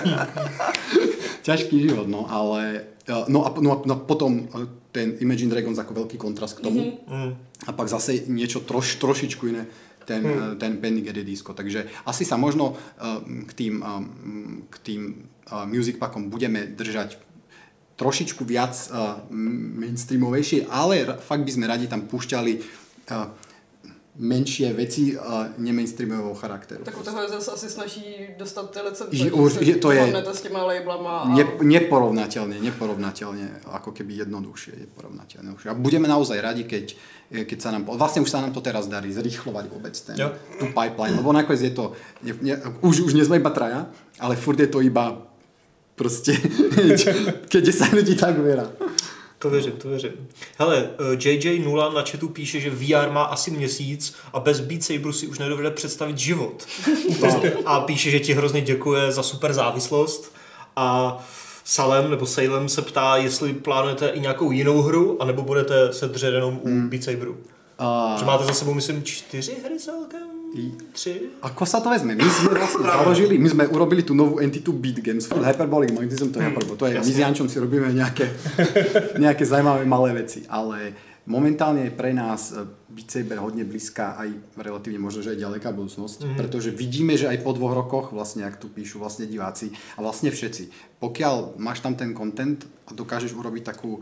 Ťažký život, no, ale no a, no a no potom ten Imagine Dragons ako veľký kontrast k tomu. Mm-hmm. A pak zase niečo troš, trošičku iné, ten, mm. ten Panic at the Disco. Takže asi sa možno uh, k tým, um, k tým uh, music packom budeme držať trošičku viac uh, mainstreamovejšie, ale fakt by sme radi tam púšťali uh, menšie veci uh, nemainstreamového charakteru. Tak u toho je zase asi snaží dostat ty licence, že už je, to je s těma labelama. A... Ne, neporovnateľne, neporovnateľne, ako keby jednoduchšie, neporovnateľne. A budeme naozaj radi, keď, keď sa nám, vlastne už sa nám to teraz darí, zrýchlovať vôbec ten, tú pipeline, lebo nakoniec je to, ne, ne, už, už nie sme iba traja, ale furt je to iba proste, keď desať ľudí tak veľa. To věřím, to věřím. Hele, J J nula na chatu píše, že V R má asi měsíc a bez Beat Saberu si už nedovede představit život. A píše, že ti hrozně děkuje za super závislost. A Salem nebo Salem se ptá, jestli plánujete i nějakou jinou hru, anebo budete se držet jenom u hmm. Beat Saberu. Uh... Že máte za sebou, myslím, čtyři hry celkem? Tři? Ako sa to vezme? My sme vlastne založili, my sme urobili tú novú entitu Beat Games, Hyperbolic Magnetism, to je Hyperbolic, to je, my s Jančom si robíme nejaké, nejaké zaujímavé malé veci, ale momentálne je pre nás Beat Saber hodne blízka aj relatívne možno, že aj ďaleká budúcnosť, mm-hmm. pretože vidíme, že aj po dvoch rokoch, vlastne, ak tu píšu vlastne diváci a vlastne všetci, pokiaľ máš tam ten content a dokážeš urobiť takú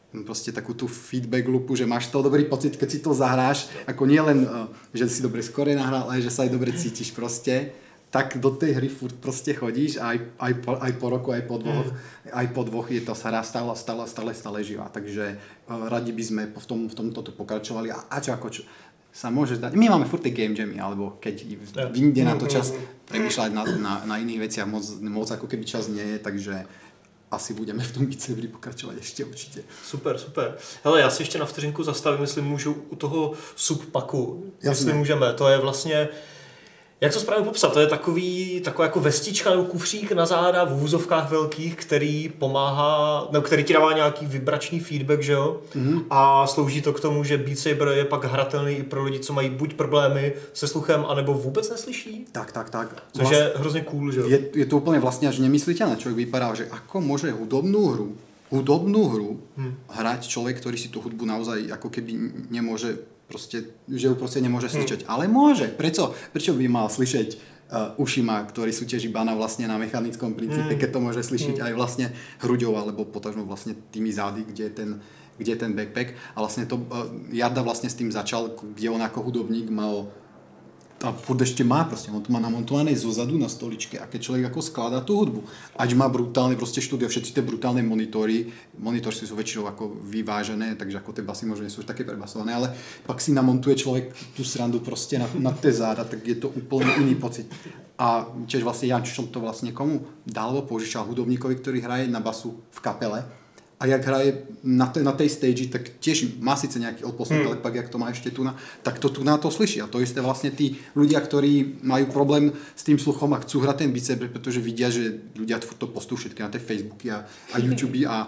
proste takú tú feedback loopu, že máš to dobrý pocit, keď si to zahráš, ako nie len, že si dobre skore nahral, ale že sa aj dobre cítiš proste, tak do tej hry furt proste chodíš a aj, aj, po, aj po roku, aj po dvoch, mm. aj po dvoch je to hra stále, stále, stále, stále živá, takže radi by sme v, tom, v tomto pokračovali a, a čo ako čo sa môže zdať. My máme furt tie game jammy, alebo keď vyjde na to čas premýšľať na, na, na iných veciach, moc, moc ako keby čas nie je, takže asi budeme v tom Beat Saberi pokračovať ešte určite. Super, super. Hele, já si ještě na vteřinku zastavím, jestli můžu u toho subpaku, jestli můžeme, to je vlastně, jak to správně popsat, to je takový, taková jako vestička nebo kufřík na záda v úzovkách velkých, který pomáhá, nebo který ti dává nějaký vibrační feedback, že jo? Mm-hmm. A slouží to k tomu, že Beat Saber je pak hratelný i pro lidi, co mají buď problémy se sluchem, anebo vůbec neslyší. Tak, tak, tak. Což Vlast... je hrozně cool, že jo? Je, je to úplně vlastně až nemysliteľné, člověk vypadá, že ako môže hudobnú hru, hudobnú hru hmm. hrať človek, ktorý si tú hudbu naozaj ako keby nemôže proste, že ju proste nemôže slyšať. Hmm. Ale môže. Prečo? Prečo by mal slyšať uh, ušima, ktorí sú tiež iba na, vlastne na mechanickom princípe, hmm. keď to môže slyšiť hmm. aj vlastne hruďou, alebo potažmo vlastne tými zády, kde je ten, kde je ten backpack. A vlastne to uh, Jarda vlastne s tým začal, kde on ako hudobník mal a furt ešte má proste, on to má namontované zozadu na stoličke a keď človek ako skladá tú hudbu, ať má brutálne proste štúdio, všetci tie brutálne monitory, monitory sú väčšinou ako vyvážené, takže ako tie basy možno nie sú už také prebasované, ale pak si namontuje človek tú srandu proste na, na tie záda, tak je to úplne iný pocit. A tiež vlastne Jančo to vlastne komu dal, požičal hudobníkovi, ktorý hraje na basu v kapele. A jak hraje na, te, na tej stage, tak tiež má síce nejaký odposluch, hmm. ale pak jak to má ešte tu na, tak to tu na to slyší. A to isté vlastne tí ľudia, ktorí majú problém s tým sluchom a chcú hrať ten Beat Saber, pretože vidia, že ľudia to postujú všetky na tie Facebooky a, a YouTube a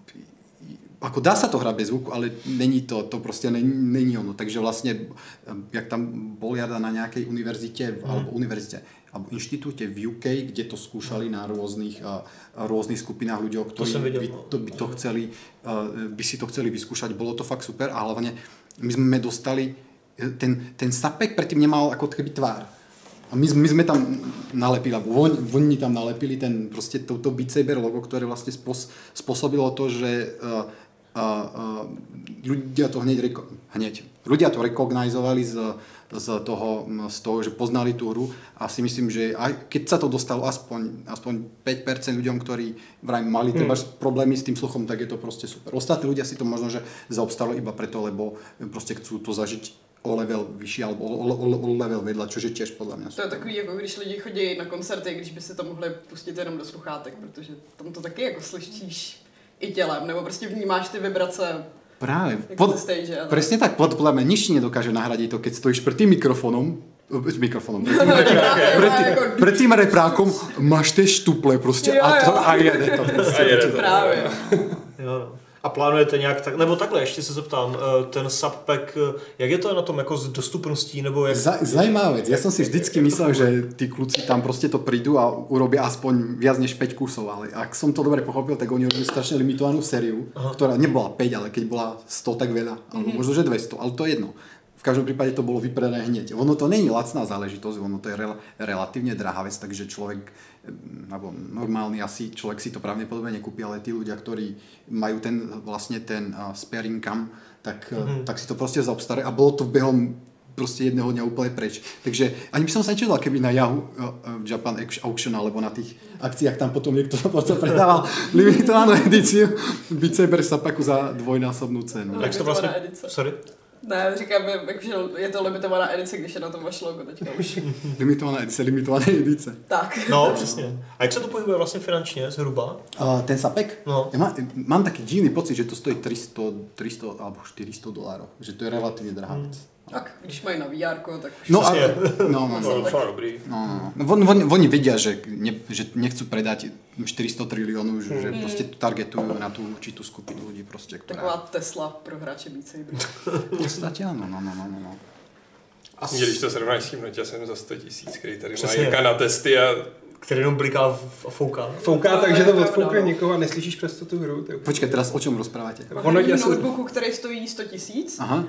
ako dá sa to hrať bez zvuku, ale není to, to proste není, není ono. Takže vlastne, jak tam bol Jarda na nejakej univerzite, hmm. alebo univerzite, alebo inštitúte v ú ká, kde to skúšali na rôznych, uh, rôznych skupinách ľudí, ktorí by to, by, to chceli, uh, by si to chceli vyskúšať. Bolo to fakt super a hlavne my sme dostali, ten, ten sapek predtým nemal ako keby tvár. A my, my sme tam nalepili, alebo oni, oni tam nalepili ten proste to, to Beat Saber logo, ktoré vlastne spos, spôsobilo to, že uh, uh, uh, ľudia to hneď, reko, hneď ľudia to rekognizovali z Z toho, z toho, že poznali tú hru a si myslím, že aj keď sa to dostalo aspoň, aspoň päť percent ľuďom, ktorí vraj mali hmm. problémy s tým sluchom, tak je to proste super. Ostatní ľudia si to možno, že zaobstalo iba preto, lebo proste chcú to zažiť o level vyšší alebo o, o, o level vedľa, což je tiež podľa mňa super. To je takový, jako když lidi chodí na koncerty, když by si to mohli pustit jenom do sluchátek, protože tam to taky jako slyšíš i tělem, nebo prostě vnímáš ty vibrace. Práve. Pod, stage, ale... Presne tak, podľa mňa nič nedokáže nahradiť to, keď stojíš pred tým mikrofónom, s mikrofónom, pred tým, pred tým, pred tým reprákom, máš tie štuple proste jo, jo. a to a jede to. Proste. A jede to. Právě. Jo. A plánujete nějak tak, nebo takhle, ještě se zeptám, ten subpack, jak je to na tom jako s dostupností, nebo jak... Za, zajímavá vec, ja som si vždycky myslel, že tí kluci tam proste to prídu a urobia aspoň viac než päť kusov, ale ak som to dobre pochopil, tak oni robili strašne limitovanú sériu, Aha. ktorá nebola päť, ale keď bola sto, tak veľa, alebo mm-hmm. možno, že dvesto, ale to je jedno. V každom prípade to bolo vypredané hneď. Ono to není lacná záležitosť, ono to je rel- relatívne drahá vec, takže človek, alebo normálny asi človek si to pravdepodobne nekúpi, ale tí ľudia, ktorí majú ten vlastne ten uh, spare income, tak, mm-hmm. tak si to proste zaobstarajú a bolo to behom proste jedného dňa úplne preč. Takže ani by som sa nečudal, keby na Yahoo uh, Japan Auction alebo na tých akciách tam potom niekto predával limitovanú edíciu Beat Saber Sapaku za dvojnásobnú cenu. Jak to vlastne... Sorry? Ne, říkám, že je to limitovaná edice, když je na tom vaše logo teďka už. Limitovaná edice, limitované edice. Tak. No, přesně. A jak se to pohybuje vlastně finančně, zhruba? Uh, ten sapek? No. Ja má, mám taký divný pocit, že to stojí tristo, tristo alebo štyristo dolárov. Že to je relatívne drahá vec. Hmm. Tak, když mají na vé erko, tak už... No, a, no, no, no, no, dobrý. No, no, no. Von, von, oni vedia, že, ne, že nechcú predať štyristo triliónov, že, mm. že proste targetujú na tú určitú skupinu ľudí proste, ktorá... Taková Tesla pro hráče Beat Saber. V podstate áno, no, no, no, no. As... Když to srovnáš s tím noťasem za sto tisíc, který tady má Jirka na testy a... Který jenom bliká a fouká. Fouká, no, takže to odfoukne někoho a neslyšíš přesto tu hru. Tak... Počkej, teraz o čom rozprávate? Mám notebooku, který stojí sto tisíc. Aha.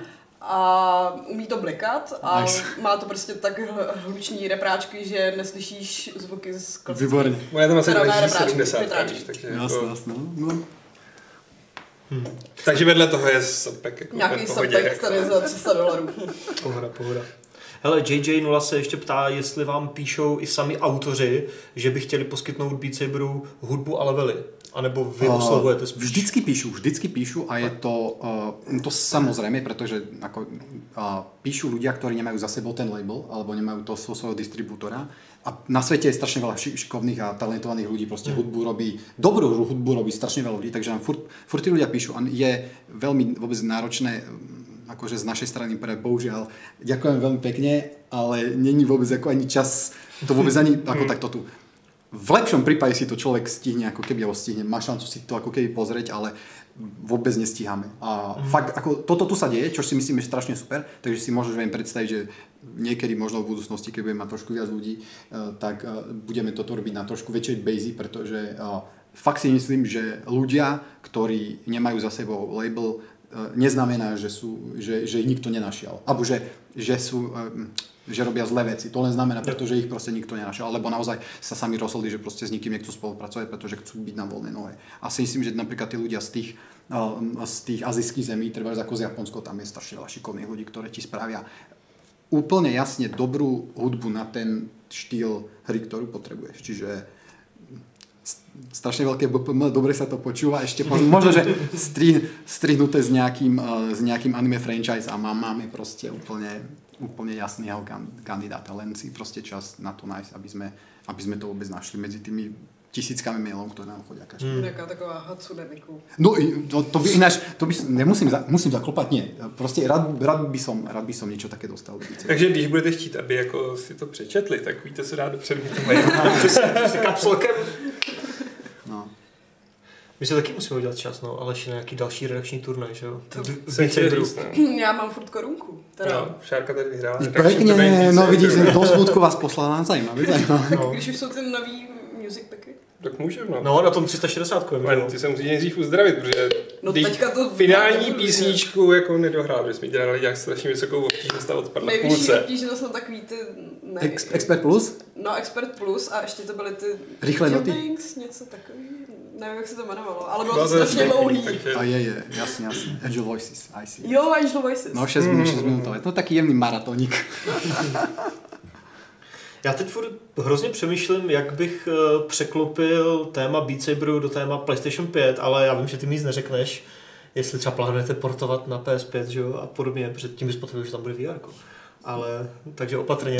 A umí to blikat a nice. Má to prostě tak hluční repráčky, že neslyšíš zvuky z klasických. Výborně. Moje tam asi dvě tisíce sedmdesát, takže jasno, jako... jasno. No. Hmm. Takže vedle toho je sapek. Jako nějaký sapek tady za tři sta dolarů. Pohoda, pohoda. Hele, J J nula se ještě ptá, jestli vám píšou i sami autoři, že by chtěli poskytnout Beat Saberu hudbu a levely. A nebo vy uh, oslovujete spíš? Vždycky píšu, vždycky píšu a je to, uh, to samozrejme, pretože ako, uh, píšu ľudia, ktorí nemajú za sebou ten label, alebo nemajú to svojho distribútora. A na svete je strašne veľa šikovných a talentovaných ľudí, proste mm. hudbu robí, dobrú hudbu robí strašne veľa ľudí, takže nám furt, furt tí ľudia píšu a je veľmi vôbec náročné, akože z našej strany pre bohužiaľ, ďakujem veľmi pekne, ale není vôbec ako ani čas, to vôbec ani ako takto tu. V lepšom prípade si to človek stihne, ako keby ho stihne, má šancu si to ako keby pozrieť, ale vôbec nestíhame. A mm. fakt, ako toto tu sa deje, čo si myslím je strašne super, takže si môžeš viem predstaviť, že niekedy možno v budúcnosti, keď budeme mať trošku viac ľudí, tak budeme toto robiť na trošku väčšej bázi, pretože fakt si myslím, že ľudia, ktorí nemajú za sebou label, neznamená, že, sú, že, že ich nikto nenašiel. Alebo že, že sú... že robia zlé veci. To len znamená, pretože ich proste nikto nenašiel, alebo naozaj sa sami rozhodli, že proste s nikým nechcú spolupracovať, pretože chcú byť na voľnej nohe. A si myslím, že napríklad tí ľudia z tých, z tých azijských zemí, treba ako z Japonsko, tam je strašne veľa šikovných ľudí, ktoré ti spravia úplne jasne dobrú hudbu na ten štýl hry, ktorú potrebuješ. Čiže strašne veľké B P M, dobre sa to počúva, ešte možno, že stri, strihnuté s nejakým, s nejakým anime franchise a máme proste úplne úplne jasného kandidáta, len si proste čas na to nájsť, aby sme, aby sme to vôbec našli medzi tými tisíckami mailov, ktoré nám chodia každý. Hmm. Nejaká taková Hatsune Miku. No, to, to by ináč, to by, nemusím, za, musím zaklopať, nie. Proste rád, rád, by som, rád by som niečo také dostal. Takže když budete chtít, aby jako si to přečetli, tak víte se dát dopředu to mail. S kapslkem. No. My se taky musíme udělat čas, no, ale ještě na nějaký další redakční turnaj, že jo? Já mám furt korunku. Teda. No, Šárka tady vyhrála. Pěkně, no vidíš, do smutku vás poslala na zajímavý, zajímavý. No. Když už jsou ty nový music packy. Tak můžeme, no. No, na tom tři sta šedesát. No, ty se musíš nejdřív uzdravit, protože no, teďka to finální písničku jako nedohrál, protože jsme dělali nějak strašně vysokou obtížnost a odpadla v půlce. Nejvyšší obtížnost jsou takový ty... Ne, Ex, Expert Plus? No, Expert Plus a ještě to byly ty... Rychlé noty? Něco takový. Nevím, jak se to jmenovalo, ale bylo to strašně dlouhý. A je, je, jasně, jasně. Angel Voices, I see. Jo, Angel Voices. No, šest minut, šest minutové. To je taky jemný maratoník. Já teď furt hrozně přemýšlím, jak bych překlopil téma Beat Saberu do téma PlayStation pět, ale já vím, že ty mi nic neřekneš, jestli třeba plánujete portovat na P S pět, že jo, a podobně, protože tím bys potvrdil, že tam bude V R. Ale, takže opatrně.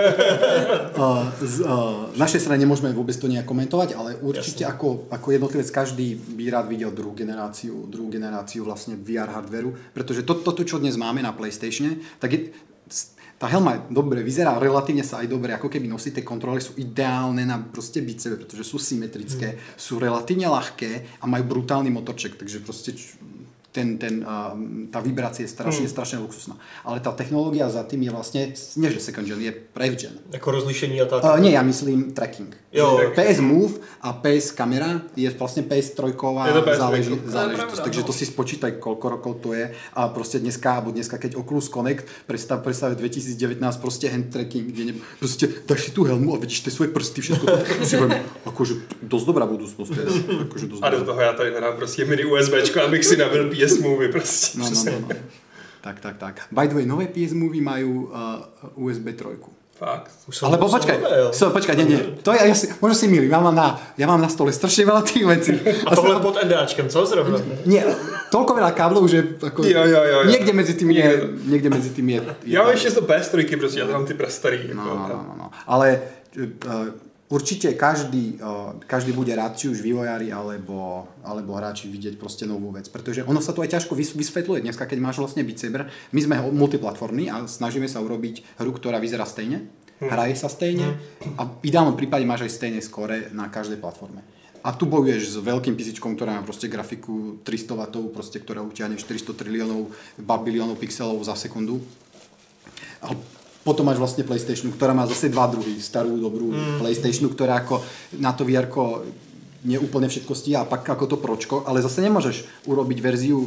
Z našej strany nemôžeme vôbec to nejak komentovať, ale určite ako, ako jednotlivec každý by rád videl druhú generáciu, druhú generáciu vlastne V R hardwareu, pretože to, toto, čo dnes máme na PlayStatione, tak je, tá helma dobre vyzerá, relatívne sa aj dobre, ako keby nosí, tie kontroly sú ideálne na proste Beat Saber, pretože sú symetrické, mm. sú relatívne ľahké a majú brutálny motorček, takže proste ten, ten, uh, tá vibrácia je strašne, hmm. strašne luxusná. Ale tá technológia za tým je vlastne, nie že second gen, je prv gen. Jako rozlišení a tak? Uh, nie, ja myslím tracking. Jo. P S Move a P S kamera je vlastne P S tri záleži, záležitosť. Takže to si spočítaj, koľko rokov to je. A proste dneska, alebo dneska, keď Oculus Connect predstav, predstav dvetisíc devätnásť proste hand tracking, kde ne, proste dáš si tú helmu a vidíš tie svoje prsty, všetko to. Si poviem, akože dosť dobrá budúcnosť. Je, akože dosť a do toho ja tady hľadám proste mini USBčko, abych si nabil P S Movie proste. No, no, no, no. Tak, tak, tak. By the way, nové P S Movie majú uh, U S B tri. Fakt? Alebo počkaj, so, počkaj, nie, nie. To je, ja si, možno si milím, ja mám na, ja mám na stole strašne veľa tých vecí. A tohle pod NDAčkem, co zrovna? Nie, toľko veľa káblov, že ako, jo, jo, jo, jo. niekde medzi tým je, niekde medzi tým je. je ja mám ešte to P S tri, proste, ja tam ty prastarý. No, no, no, no. Ale uh, určite každý, uh, každý bude rád, či už vývojári alebo, alebo hráči vidieť proste novú vec, pretože ono sa to aj ťažko vysvetľuje. Dneska, keď máš vlastne Beat Saber, my sme multiplatformní a snažíme sa urobiť hru, ktorá vyzerá stejne, hmm. hraje sa stejne hmm. a v ideálnom prípade máš aj stejné skóre na každej platforme. A tu bojuješ s veľkým písičkom, ktorá má proste grafiku tristo wattov, proste, ktorá utiahne štyristo triliónov, dva biliónov pixelov za sekundu. A potom máš vlastne PlayStationu, ktorá má zase dva druhy. Starú, dobrú mm. PlayStationu, ktorá ako na to vé erko nie úplne všetko stíha a pak ako to pročko, ale zase nemôžeš urobiť verziu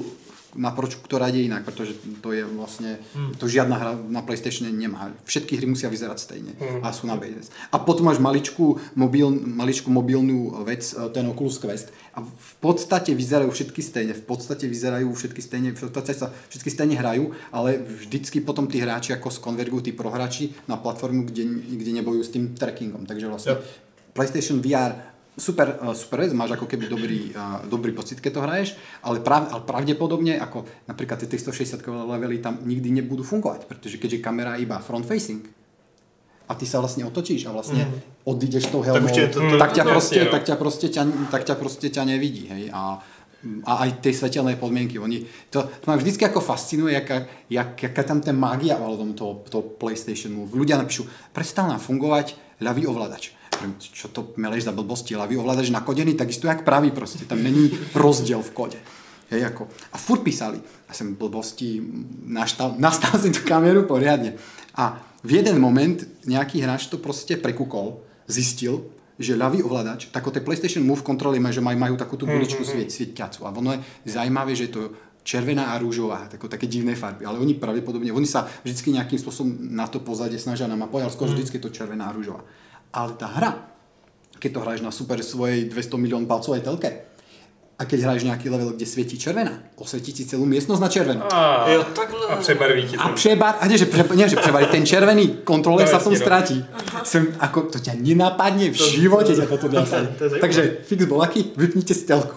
na proč, ktorá ide inak, pretože to je vlastne, to žiadna hra na PlayStation nemá. Všetky hry musia vyzerať stejne a sú na bé es. A potom máš maličkú, mobil, maličkú mobilnú vec, ten Oculus Quest a v podstate vyzerajú všetky stejne, v podstate vyzerajú všetky stejne, v podstate sa všetky stejne hrajú, ale vždycky potom tí hráči ako skonvergujú tí prohráči na platformu, kde, kde nebojujú s tým trackingom. Takže vlastne yep. PlayStation vé er super, super vec, máš ako keby dobrý, uh, dobrý pocit, keď to hraješ, ale, prav, ale pravdepodobne, ako napríklad tie tristošesťdesiatkové levely tam nikdy nebudú fungovať, pretože keďže kamera je iba front facing a ty sa vlastne otočíš a vlastne mm. odídeš tou helmou, tak, to, to, tak, ťa proste, tak, ťa proste ťa, tak ťa proste ťa nevidí, hej, a a aj tej svetelné podmienky. Oni, to, to ma vždycky ako fascinuje, jaká, jak, jaká tam ten mágia ohľadom toho, toho PlayStation Move. Ľudia napíšu, prestal nám fungovať ľavý ovládač. Čo to meleš za blbosti? Ľavý ovládač nakodený, takisto jak pravý proste. Tam není rozdiel v kode. Hej, ako. A furt písali. Ja som blbosti, nastal si tú kameru poriadne. A v jeden moment nejaký hráč to proste prekúkol, zistil, že ľavý ovládač, tako tie PlayStation Move kontroly majú, že majú, majú takú tú buličku mm-hmm. svietiacu. A ono je zaujímavé, že je to červená a rúžová, tako, také divné farby. Ale oni pravdepodobne, oni sa vždycky nejakým spôsobom na to pozadie snažia namapovať, ale skôr mm. vždycky je to červená a rúžová. Ale tá hra, keď to hráš na super svojej dvesto milión palcovej telke, a keď hráš nejaký level, kde svietí červená, osvietí ti celú miestnosť na červenú. A, jo, a prebarví ti to. A prebar, a nie, že, pre, nie, že prebarví, ten červený kontroler no, sa v tom stratí. Sem, ako, to ťa nenapadne, v to, živote ťa toto napadne. Takže fix bol aký? Vypnite stelku.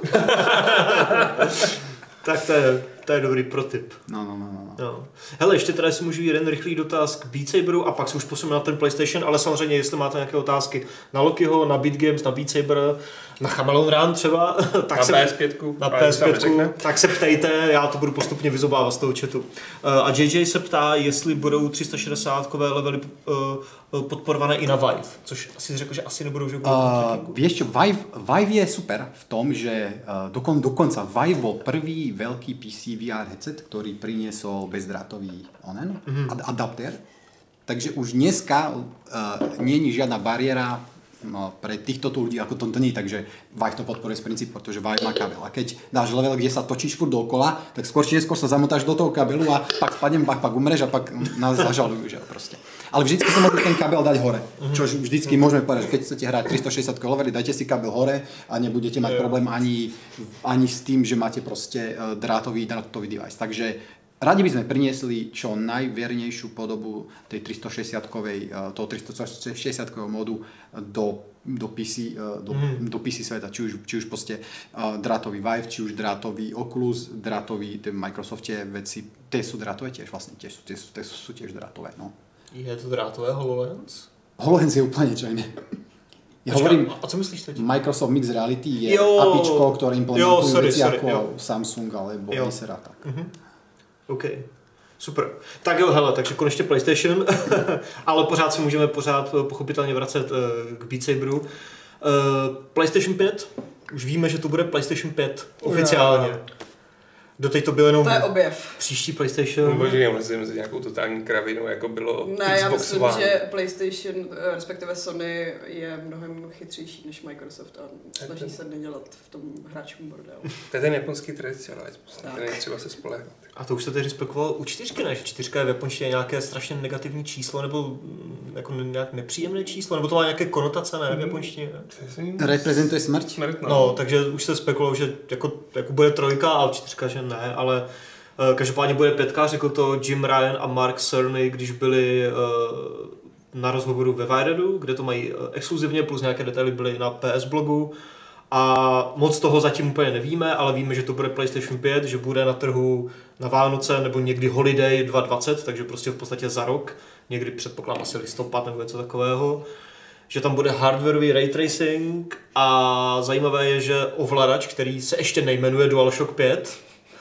Tak to je, to je dobrý protip. No, no, no, no. no. Hele, ještě tady si můžu jeden rychlý dotaz k Beat Saberu a pak se už posuneme na ten PlayStation, ale samozřejmě, jestli máte nějaké otázky na Lokiho, na Beat Games, na Beat Saber, na Chameleon Run třeba, tak na se, P S pět, na P S pět, tak se ptejte, já to budu postupně vyzobávat z toho chatu. A J J se ptá, jestli budou tři sta šedesátkové levely podporované i na Vive, což asi řekl, že asi nebudou, že budou uh, Vieš čo, Vive, Vive je super v tom, že uh, dokon, dokonca Vive bol prvý veľký P C V R headset, ktorý priniesol bezdrátový onen, mm-hmm. ad, adapter. Takže už dneska uh, nie je žiadna bariéra no, pre týchto tu ľudí, ako to, to nie je tak, že Vive to podporuje z princípu, pretože Vive má kabel. A keď dáš level, kde sa točíš furt dokola, tak skôr či neskôr sa zamotáš do toho kabelu a pak spadnem, pak, pak umreš a pak nás zažalujú, že proste. Ale vždycky sa môže ten kabel dať hore, čo vždycky môžeme povedať, že keď chcete hrať tristošesťdesiat levely, dajte si kabel hore a nebudete mať problém ani, ani s tým, že máte proste drátový, drátový device. Takže radi by sme priniesli čo najviernejšiu podobu tej tristošesťdesiatkovej, toho tristošesťdesiatkového módu do, do, P C, do, mm. do P C sveta, či už, či už proste drátový Vive, či už drátový Oculus, drátový Microsoftie veci, tie sú drátové tiež, vlastne tiež sú, tie sú, tie sú tiež drátové, no. Je to drátové HoloLens? HoloLens je úplne niečo iné. Ja hovorím, a co myslíš teď? Microsoft Mixed Reality je jo, apičko, ktoré implementujú jo, sorry, veci sorry, ako jo. Samsung alebo Acer a tak. Mm-hmm. OK. Super. Tak jo, hele, takže konečně PlayStation, ale pořád si můžeme pořád pochopitelně vracet uh, k Beat Saberu. Uh, PlayStation pět, už víme, že to bude PlayStation pět oficiálně. Yeah. Doteď to bylo jenom to je objev. Příští PlayStation. Bože, já myslím, že nějakou totální kravinu, jako bylo ne, já myslím, že PlayStation, respektive Sony, je mnohem chytřejší než Microsoft a snaží se nedělat v tom hráčům bordel. To je ten japonský tradicionalismus, ten je třeba se spoléhat. A to už se teď spekuloval u čtyřky, ne? Že čtyřka je v japonštině nějaké strašně negativní číslo, nebo jako nějak nepříjemné číslo, nebo to má nějaké konotace, ne? V japonštině. Reprezentuje smrt? smrt no. no, takže už se spekulovalo, že jako, jako bude trojka a čtyřka, že ne, ale uh, každopádně bude pětka, řekl to Jim Ryan a Mark Cerny, když byli uh, na rozhovoru ve Wiredu, kde to mají uh, exkluzivně, plus nějaké detaily byly na P S blogu. A moc toho zatím úplně nevíme, ale víme, že to bude PlayStation pět, že bude na trhu na Vánoce nebo někdy Holiday dvacet dvacet, takže prostě v podstatě za rok, někdy předpokládám asi listopad nebo něco takového, že tam bude hardwareový ray tracing a zajímavé je, že ovladač, který se ještě nejmenuje DualShock pět,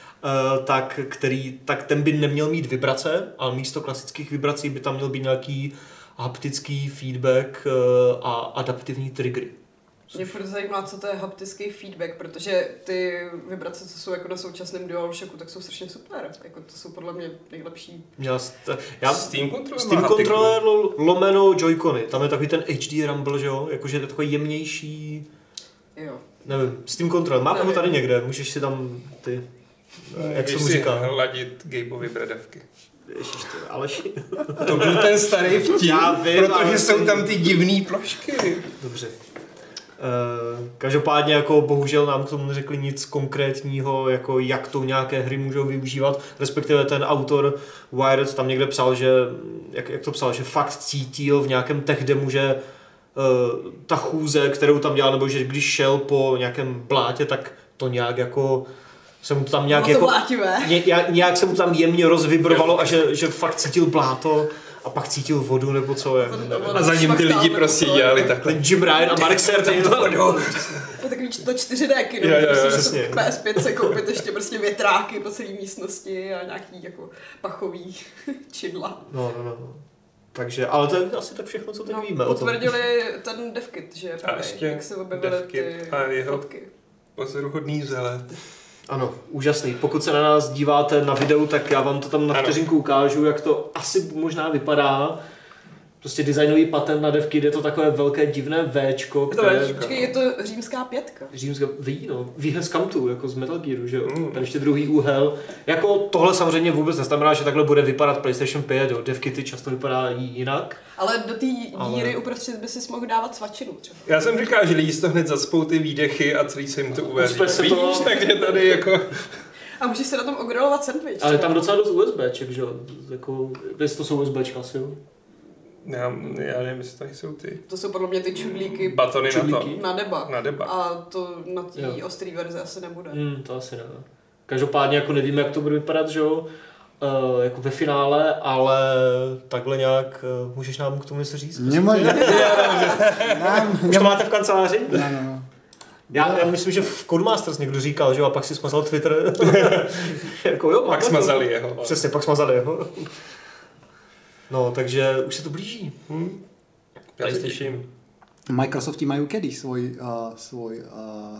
tak, který, tak ten by neměl mít vibrace, ale místo klasických vibrací by tam měl být nějaký haptický feedback a adaptivní triggery. Mě furt zajímá, co to je haptický feedback, protože ty vibrace, co jsou jako na současném DualShocku, tak jsou strašně super. Jako to jsou podle mě nejlepší. Já, já Steam Controller, Steam Controller lomeno Joy-Cony. Tam je takový ten H D rumble, že jo? Jakože je takový jemnější. Jo. Nevím, Steam Controller. Máme ho tady někde, můžeš si tam ty... jak se mu si říká? hladit Gabeovi bradavky. Ježiš, to, Aleši. To byl ten starý vtip, Já vím, protože ale- jsou tam ty divný plošky. Dobře. Uh, každopádně jako bohužel nám k tomu neřekli nic konkrétního, jako jak to nějaké hry můžou využívat, respektive ten autor Wired tam někde psal, že jak, jak to psal, že fakt cítil v nějakém tech demu, že uh, ta chůze, kterou tam dělal, nebo že když šel po nějakém blátě, tak to nějak jako se mu to tam nějak Bylo to jako blátivé. ně, nějak se mu tam jemně rozvibrovalo a že, že fakt cítil bláto a pak cítil vodu nebo co je. A za ním ty lidi prostě dělali takhle. Jim Ryan a Mark Cerny. To je takový to čtyři dé kino, Jo, jo, jo, prostě přesně. v P S pět se koupit ještě prostě větráky po celé místnosti a nějaký jako pachový čidla. No, no, no. Takže, ale to je asi tak všechno, co teď No, víme o tom. potvrdili ten devkit, že právě, ještě jak se objevily devkit ty a jeho- fotky. Pozoruhodný vzhled. Ano, úžasný. Pokud se na nás díváte na videu, tak já vám to tam na Ano. vteřinku ukážu, jak to asi možná vypadá. Prostě designový patent na devkit, je to takové velké divné Včko, Je to které... Včko. Počkej, je to římská pětka. Římská, ví, no, výhez kamtu, jako z Metal Gearu, že jo, Mm. ten ještě druhý úhel. Jako tohle samozřejmě vůbec neznamená, že takhle bude vypadat PlayStation pět, jo, devkity často vypadají jinak. Ale do té Ale- díry uprostřed by si mohl dávat svačinu třeba. Já jsem říkal, že lidi z toho hned zacpou ty výdechy a celý se jim to uvaří. Ucpe se Víš, to. takže tady jako... A můžeš si na tom ogrilovat sandwich. Ale je třeba. tam docela dost USBček, že jo, jako, jestli to jsou USBčka asi, jo. Já, já nevím, jestli to nejsou ty To jsou podle mě ty čudlíky batony na to. Čudlíky? na deba. Na deba. A to na té Jo. ostrý verzi asi nebude. Hmm, to asi ne. Každopádně jako nevíme, jak to bude vypadat, že jo, uh, jako ve finále, ale takhle nějak, uh, můžeš nám k tomu něco říct? Nemoj, nám, Už to máte v kanceláři? no, no, no. Já, já myslím, že v Codemasters někdo říkal, že jo, a pak si smazal Twitter. jako jo, Pak máme to. smazali jeho. Přesně, pak smazali jeho. No, takže už se to blíží. Hm? Já se těším. Microsofti majú kedy svoj, uh, svoj uh,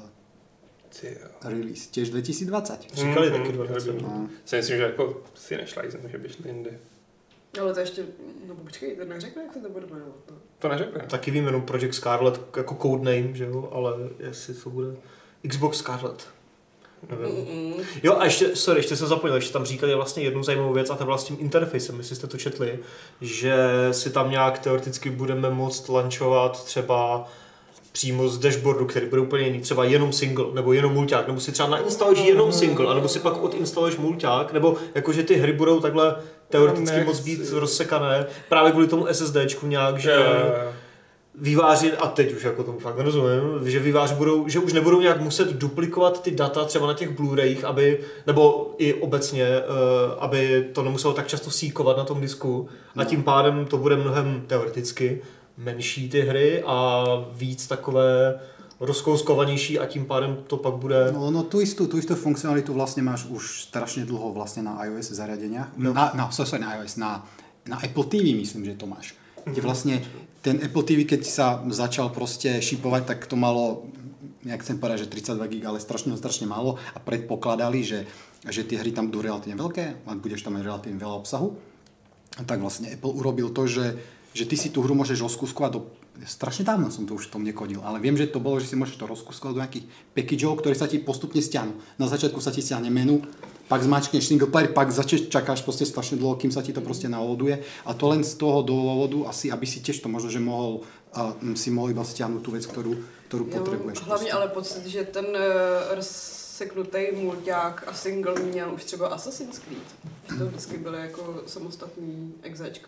Ty jo. release? Tiež dvetisícdvadsať. Říkali Mhm, taky dvacet. No. Si myslím, že jako si nešla jízem, že by šli jindy. Ale to ještě, no počkej, to neřekne, jak se to bude jmenovat. No. To neřekne. Taky vím jenom Project Scarlet jako codename, že jo, ale jestli to bude Xbox Scarlet. Nevím. Mm-mm. Jo a ještě, sorry, ještě jsem zapomněl, ještě tam říkali vlastně jednu zajímavou věc a to byla s tím interfejsem, jestli jste to četli, že si tam nějak teoreticky budeme moct launchovat třeba přímo z dashboardu, který bude úplně jiný, třeba jenom single, nebo jenom mulťák, nebo si třeba nainstaluješ jenom single, anebo si pak odinstaluješ mulťák, nebo jakože ty hry budou takhle teoreticky Nechci. moc být rozsekané, právě kvůli tomu SSDčku nějak, že... Jo, Výváři, a teď už jako tomu fakt nerozumím, že výváři budou, že už nebudou nějak muset duplikovat ty data třeba na těch Blu-rayích, aby, nebo i obecně, uh, aby to nemuselo tak často síkovat na tom disku a tím pádem to bude mnohem teoreticky menší ty hry a víc takové rozkouskovanější a tím pádem to pak bude... No, no tú istú, tú istú funkcionalitu vlastne máš už strašne dlho vlastne na iOS zariadeniach. No. Na, no, sorry, na iOS, na, na Apple té vé myslím, že to máš. Kde vlastne ten Apple té vé, keď sa začal proste šipovať, tak to malo, nejak chcem povedať, že tridsaťdva gig, ale strašne, strašne málo a predpokladali, že, že tie hry tam budú relatívne veľké a budeš tam mať relatívne veľa obsahu. A tak vlastne Apple urobil to, že, že ty si tú hru môžeš rozkúskovať do... Strašne dávno som to už v tom nekodil, ale viem, že to bolo, že si môžeš to rozkúskovať do nejakých packageov, ktoré sa ti postupne stiahnu. Na začiatku sa ti stiahne menu, pak zmačkneš single player, pak začneš, čakáš proste strašne dlho, kým sa ti to proste navoduje. A to len z toho dôvodu, asi aby si tiež to možno, že mohol, uh, si mohol iba stiahnuť tú vec, ktorú, ktorú Já mám potrebuješ. hlavně proste. ale pocit, že ten uh, rozseknutý mulťák a single měl už třeba Assassin's Creed. Že to vždycky byly jako samostatný exéčka.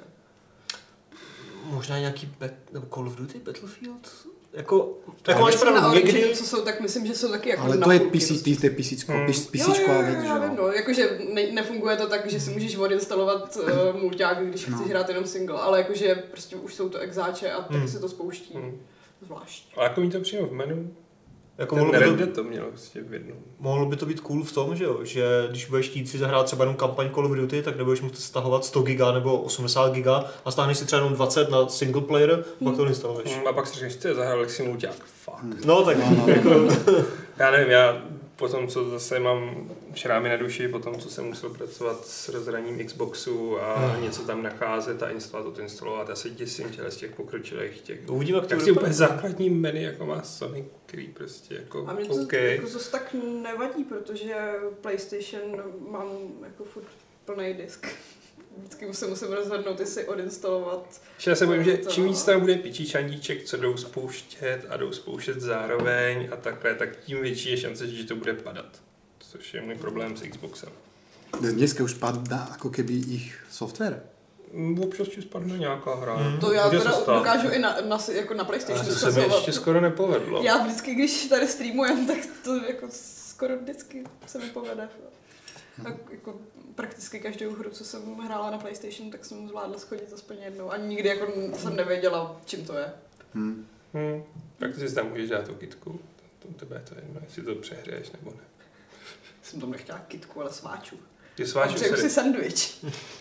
Možná nějaký bet, nebo Call of Duty, Battlefield? Jako, To jako je máš Myslím, na pravdu, Originu, někdy... co jsou, tak myslím, že jsou taky jako Ale na to je půlky P C, prostě. to je PCčko, Hmm. PCčko jo, a jo, vec, jo, že já vím, jo. no. Jakože ne, nefunguje to tak, že si můžeš odinstalovat uh, mulťák, když No. chceš hrát jenom single, ale jakože prostě už jsou to exáče a taky Hmm. se to spouští. Hmm. Zvlášť. Ale jako mi to přímo v menu. Jako Ten mohlo, by Red to, Dead to mělo prostě v jednom. mohlo by to být cool v tom, že jo, že když budeš chtít si zahrát třeba jenom kampaň Call of Duty, tak nebudeš muset stahovat sto giga nebo osmdesát giga a stáhneš si třeba jenom dvacet na single player, pak to instaluješ. Hmm, a pak si řekneš, ty zahrál si mulťák. Fuck. No tak No, no. jako, Já nevím, já potom, co zase mám šrámy na duši, potom, co jsem musel pracovat s rozhraním Xboxu a hmm. něco tam nacházet a instalovat, instalovat. Já se děsím těle z těch pokročilých těch. Uvidíme, tak si úplně základní menu, jako má Sony, který prostě jako a mě to okay. jako zase tak nevadí, protože PlayStation mám jako furt plný disk. Vždycky se musím rozhodnout, jestli odinstalovat. Já se bojím, že čím víc tam bude pičí čandíček, co jdou spouštět a jdou spouštět zároveň a takhle, tak tím větší je šance, že to bude padat. Což je můj problém s Xboxem. Dneska už padá jako keby ich software. Občas ti spadne nějaká hra. Hmm. To já teda dokážu i na, na, jako na PlayStation. To se mi ještě skoro nepovedlo. Já vždycky, když tady streamujem, tak to jako skoro vždycky se mi povede. Tak jako prakticky každou hru, co jsem hrála na PlayStation, tak jsem zvládla schodit aspoň jednou. A nikdy jako jsem nevěděla, čím to je. Hmm. Hmm. Prakticky si tam můžeš dát tu kitku. To tebe to je jedno, jestli to přehraješ nebo ne. Jsem tam nechtěla kitku, ale sváču. Ty sváču a přeju si sandwich.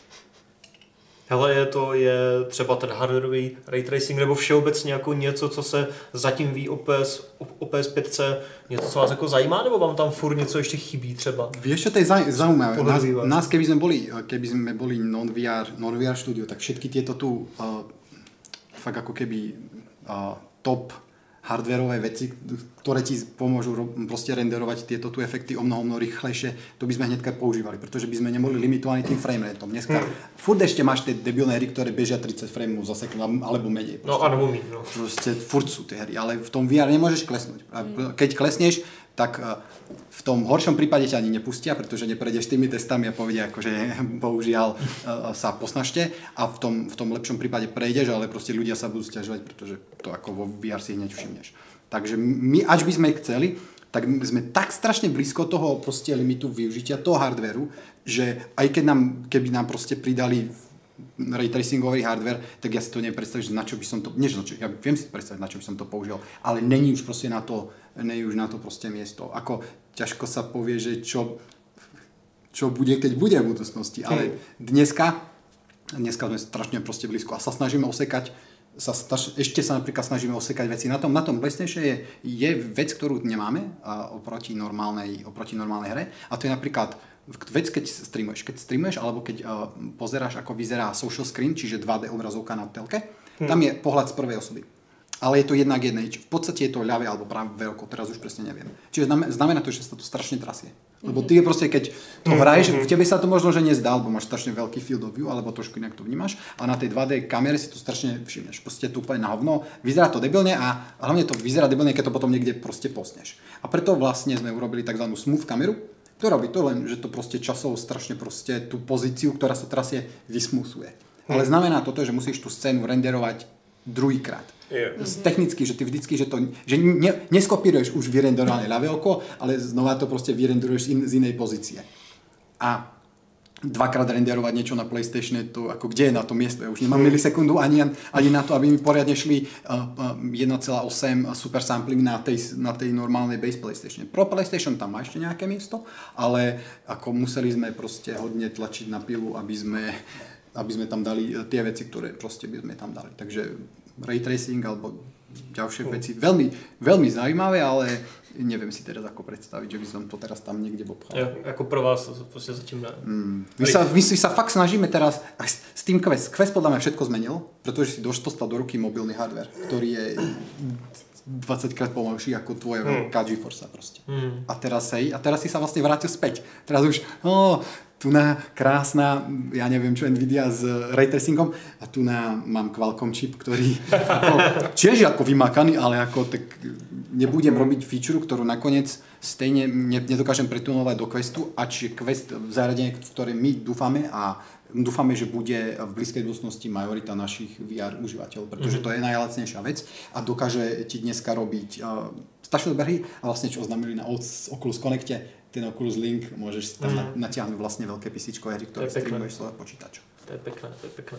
Hele, je to je třeba ten hardwareový ray tracing nebo všeobecně jako něco, co se zatím ví o, P S, o P S pět, něco, co vás jako zajímá, nebo vám tam furt něco ještě chybí třeba? Vieš, čo to je zaujímavé? Nás, nás keby sme boli, keby sme boli non-vé er, non-vé er štúdio, tak všetky tieto tu uh, fakt ako keby uh, top hardwareové veci, ktoré ti pomôžu proste renderovať tieto tu efekty o mnoho, mnoho rýchlejšie, to by sme hneďka používali, pretože by sme neboli limitovaní tým frame-rateom. Dneska hmm. furt ešte máš tie debilné hry, ktoré bežia tridsať frameov za sekundu, alebo menej. Proste, no, alebo míň, no. Proste furt sú tie hry, ale v tom vé er nemôžeš klesnúť. Hmm. Keď klesneš, tak v tom horšom prípade ťa ani nepustia, pretože neprejdeš tými testami a povedia, akože bohužiaľ sa posnažte, a v tom, v tom lepšom prípade prejdeš, ale proste ľudia sa budú sťažovať, pretože to ako vo vé er si hneď všimneš. Takže my, až by sme chceli, tak sme tak strašne blízko toho proste limitu využitia toho hardwareu, že aj keď nám, keby nám proste pridali ray tracingový hardware, tak ja si to neviem predstaviť, že na čo by som to, nie že na čo, ja viem si predstaviť, na čo by som to použil, ale není už proste na to, není už na to proste miesto. Ako ťažko sa povie, že čo, čo bude, keď bude v budúcnosti, ale dneska, dneska sme strašne proste blízko a sa snažíme osekať, sa staž, ešte sa napríklad snažíme osekať veci. Na tom, na tom PlayStation je, je vec, ktorú nemáme a, oproti, normálnej, oproti normálnej hre, a to je napríklad vec, keď streamuješ. Keď streamuješ alebo keď uh, pozeráš, ako vyzerá social screen, čiže dva dé obrazovka na telke, hmm. tam je pohľad z prvej osoby. Ale je to jednak jednej. V podstate je to ľavé alebo pravé oko, teraz už presne neviem. Čiže znamená to, že sa to strašne trasie. Lebo ty je proste, keď to hraješ, v tebe sa to možno, že nezdá, alebo máš strašne veľký field of view, alebo trošku inak to vnímaš, a na tej dva dé kamere si to strašne všimneš. Proste to úplne na hovno, vyzerá to debilne a hlavne to vyzerá debilne, keď to potom niekde proste posneš. A preto vlastne sme urobili tzv. Smooth kameru, ktorá robí to len, že to proste časovo strašne proste tú pozíciu, ktorá sa trasie, vysmúsuje. Ale znamená toto, že musíš tú scénu renderovať druhýkrát. Yeah. Technicky, že ty vždycky, že to, že ne, neskopíruješ už vyrenderované ľavé oko, ale znova to proste vyrenderuješ in, z inej pozície. A dvakrát renderovať niečo na PlayStatione, to ako kde je na to miesto? Ja už nemám milisekundu ani, ani na to, aby mi poriadne šli uh, uh, jeden celá osem super sampling na tej, na tej normálnej base PlayStation. Pro PlayStation tam má ešte nejaké miesto, ale ako museli sme proste hodne tlačiť na pilu, aby sme, aby sme tam dali tie veci, ktoré proste by sme tam dali. Takže ray tracing alebo ďalšie veci. Veľmi, veľmi zaujímavé, ale neviem si teraz ako predstaviť, že by som to teraz tam niekde obchal. Jo, ako pro vás to proste zatím ne. Mm. My, sa, my si sa fakt snažíme teraz, s, s tým Quest, Quest podľa mňa všetko zmenil, pretože si dostal do ruky mobilný hardware, ktorý je dvadsaťkrát pomalší ako tvoja veľká mm. GeForce proste. Mm. A teraz hej, a teraz si sa vlastne vrátil späť. Teraz už, oh, tu na krásna, ja neviem čo, Nvidia s ray tracingom, a tu na mám Qualcomm čip, ktorý ako, tiež je ako vymakaný, ale ako tak nebudem robiť feature, ktorú nakoniec stejne nedokážem pretunovať do Questu, ač je Quest v zariadení, v ktoré my dúfame a dúfame, že bude v blízkej budúcnosti majorita našich vé er užívateľov, pretože to je najlacnejšia vec a dokáže ti dneska robiť uh, strašné dobré hry a vlastne čo oznámili na Oculus Connecte, ten Oculus Link, môžeš si tam mm. natiahnuť vlastne veľké písičkové hry, ktoré streamuješ svojho počítača. To je pekné, to je pekné.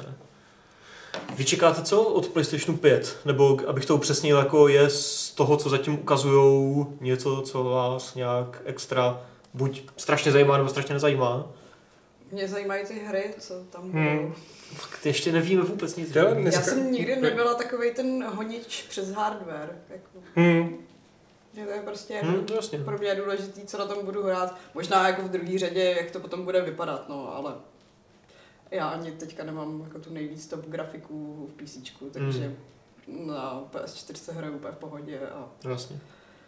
Vy čekáte co od PlayStationu pět? Nebo abych to upřesnil, jako je z toho, co zatím ukazujou, něco, co vás nějak extra buď strašně zajímá, nebo strašně nezajímá? Mě zajímají ty hry, co tam budou. Hmm. Fakt ještě nevíme vůbec nic. Já jsem nikdy nebyla takovej ten honič přes hardware. Jako. Hmm. Je to je prostě Hmm, jasně. pro mě důležitý, co na tom budu hrát. Možná jako v druhé řadě, jak to potom bude vypadat, no, ale já ani teďka nemám jako tu nejvíc top grafiku v PCčku, takže hmm. na P S čtyři se hraju úplně v pohodě a... Vlastně.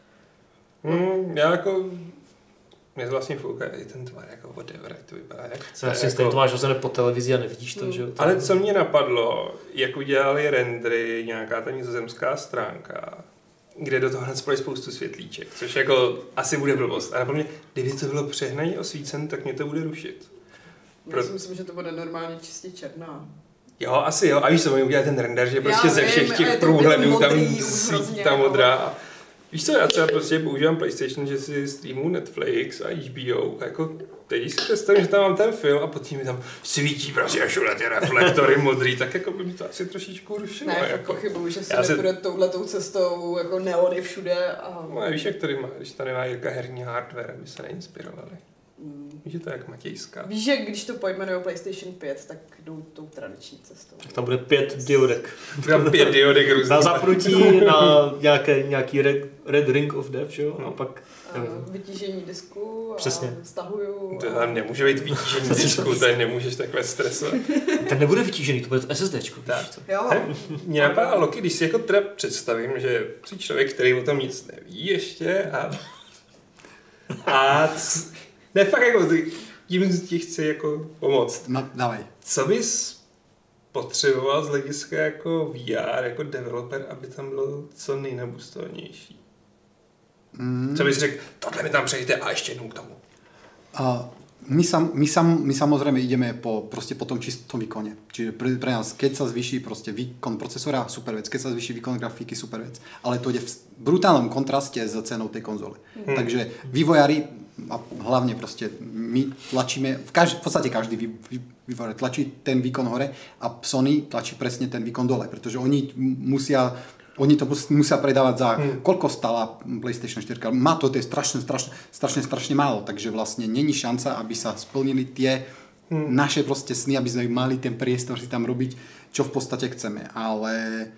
Hmm, já jako... Mě to vlastně fouká i ten tvar, jako whatever, jak to vypadá, jak chce. Vlastně jako... to máš hozené po televizi a nevidíš to, Hmm. že jo? Ale co mě napadlo, jak udělali rendery nějaká ta nizozemská stránka, kde do toho hned spali spoustu světlíček, což jako asi bude blbost. A napadlo mě, kdyby to bylo přehnaně osvícen, tak mě to bude rušit. Já si myslím, že to bude normálně čistě černá. Jo, asi jo. A víš co, oni udělali ten render, že prostě Já ze vím, všech a je těch to průhledů modrý, tam už svítí hrozně, ta jako- modrá. A víš co, já třeba prostě používám PlayStation, že si streamuju Netflix a H B O. A jako teď si představím, že tam mám ten film a potom mi tam svítí prostě všude ty reflektory modrý, tak jako by mi to asi trošičku rušilo. Ne, fakt jako. pochybuju, že se Já se- nepůjde touhletou cestou, jako neony všude a... No a víš, jak tady má, když tady má Jirka herní hardware, aby se neinspirovali. Mm. Víš, že to je jak Matějská. Víš, že když to pojmenujou PlayStation pět, tak jdou tou tradiční cestou. Tak tam bude pět diodek. Tam pět diodek různých. Na zapnutí, na nějaké, nějaký red, red ring of death, že jo? A pak... A vytížení disku a Přesně. stahuju. To a... tam nemůže být vytížení disku, tady nemůžeš takhle stresovat. Ten nebude vytížený, to bude SSDčko, Tak. víš co? Jo. Mě napadá Loki, když si jako teda představím, že jsi člověk, který o tom nic neví ještě a... A... c... Ne, fakt jako, ty- tím ti chci jako pomoct. No, dávaj. Co bys potřeboval z hlediska jako V R, jako developer, aby tam bylo co nejnabustovanější? Mm. Co bys řekl, tohle mi tam přejte a ještě jednou k tomu. A my, sam, my, sam, my samozrejme ideme po, proste po tom čistom výkone. Čiže pre, pre nás, keď sa zvýši proste výkon procesora, super vec. Keď sa zvýši výkon grafiky, super vec. Ale to ide v brutálnom kontraste s cenou tej konzole. Hmm. Takže vývojári, a hlavne proste my tlačíme, v, kaž, v podstate každý vý, vý, vývojár tlačí ten výkon hore a Sony tlačí presne ten výkon dole, pretože oni musia Oni to musia predávať za hmm. koľko stala PlayStation štyri. Má to, to je strašne, strašne, strašne, strašne málo, takže vlastne není šanca, aby sa splnili tie hmm. naše proste sny, aby sme mali ten priestor si tam robiť, čo v podstate chceme. Ale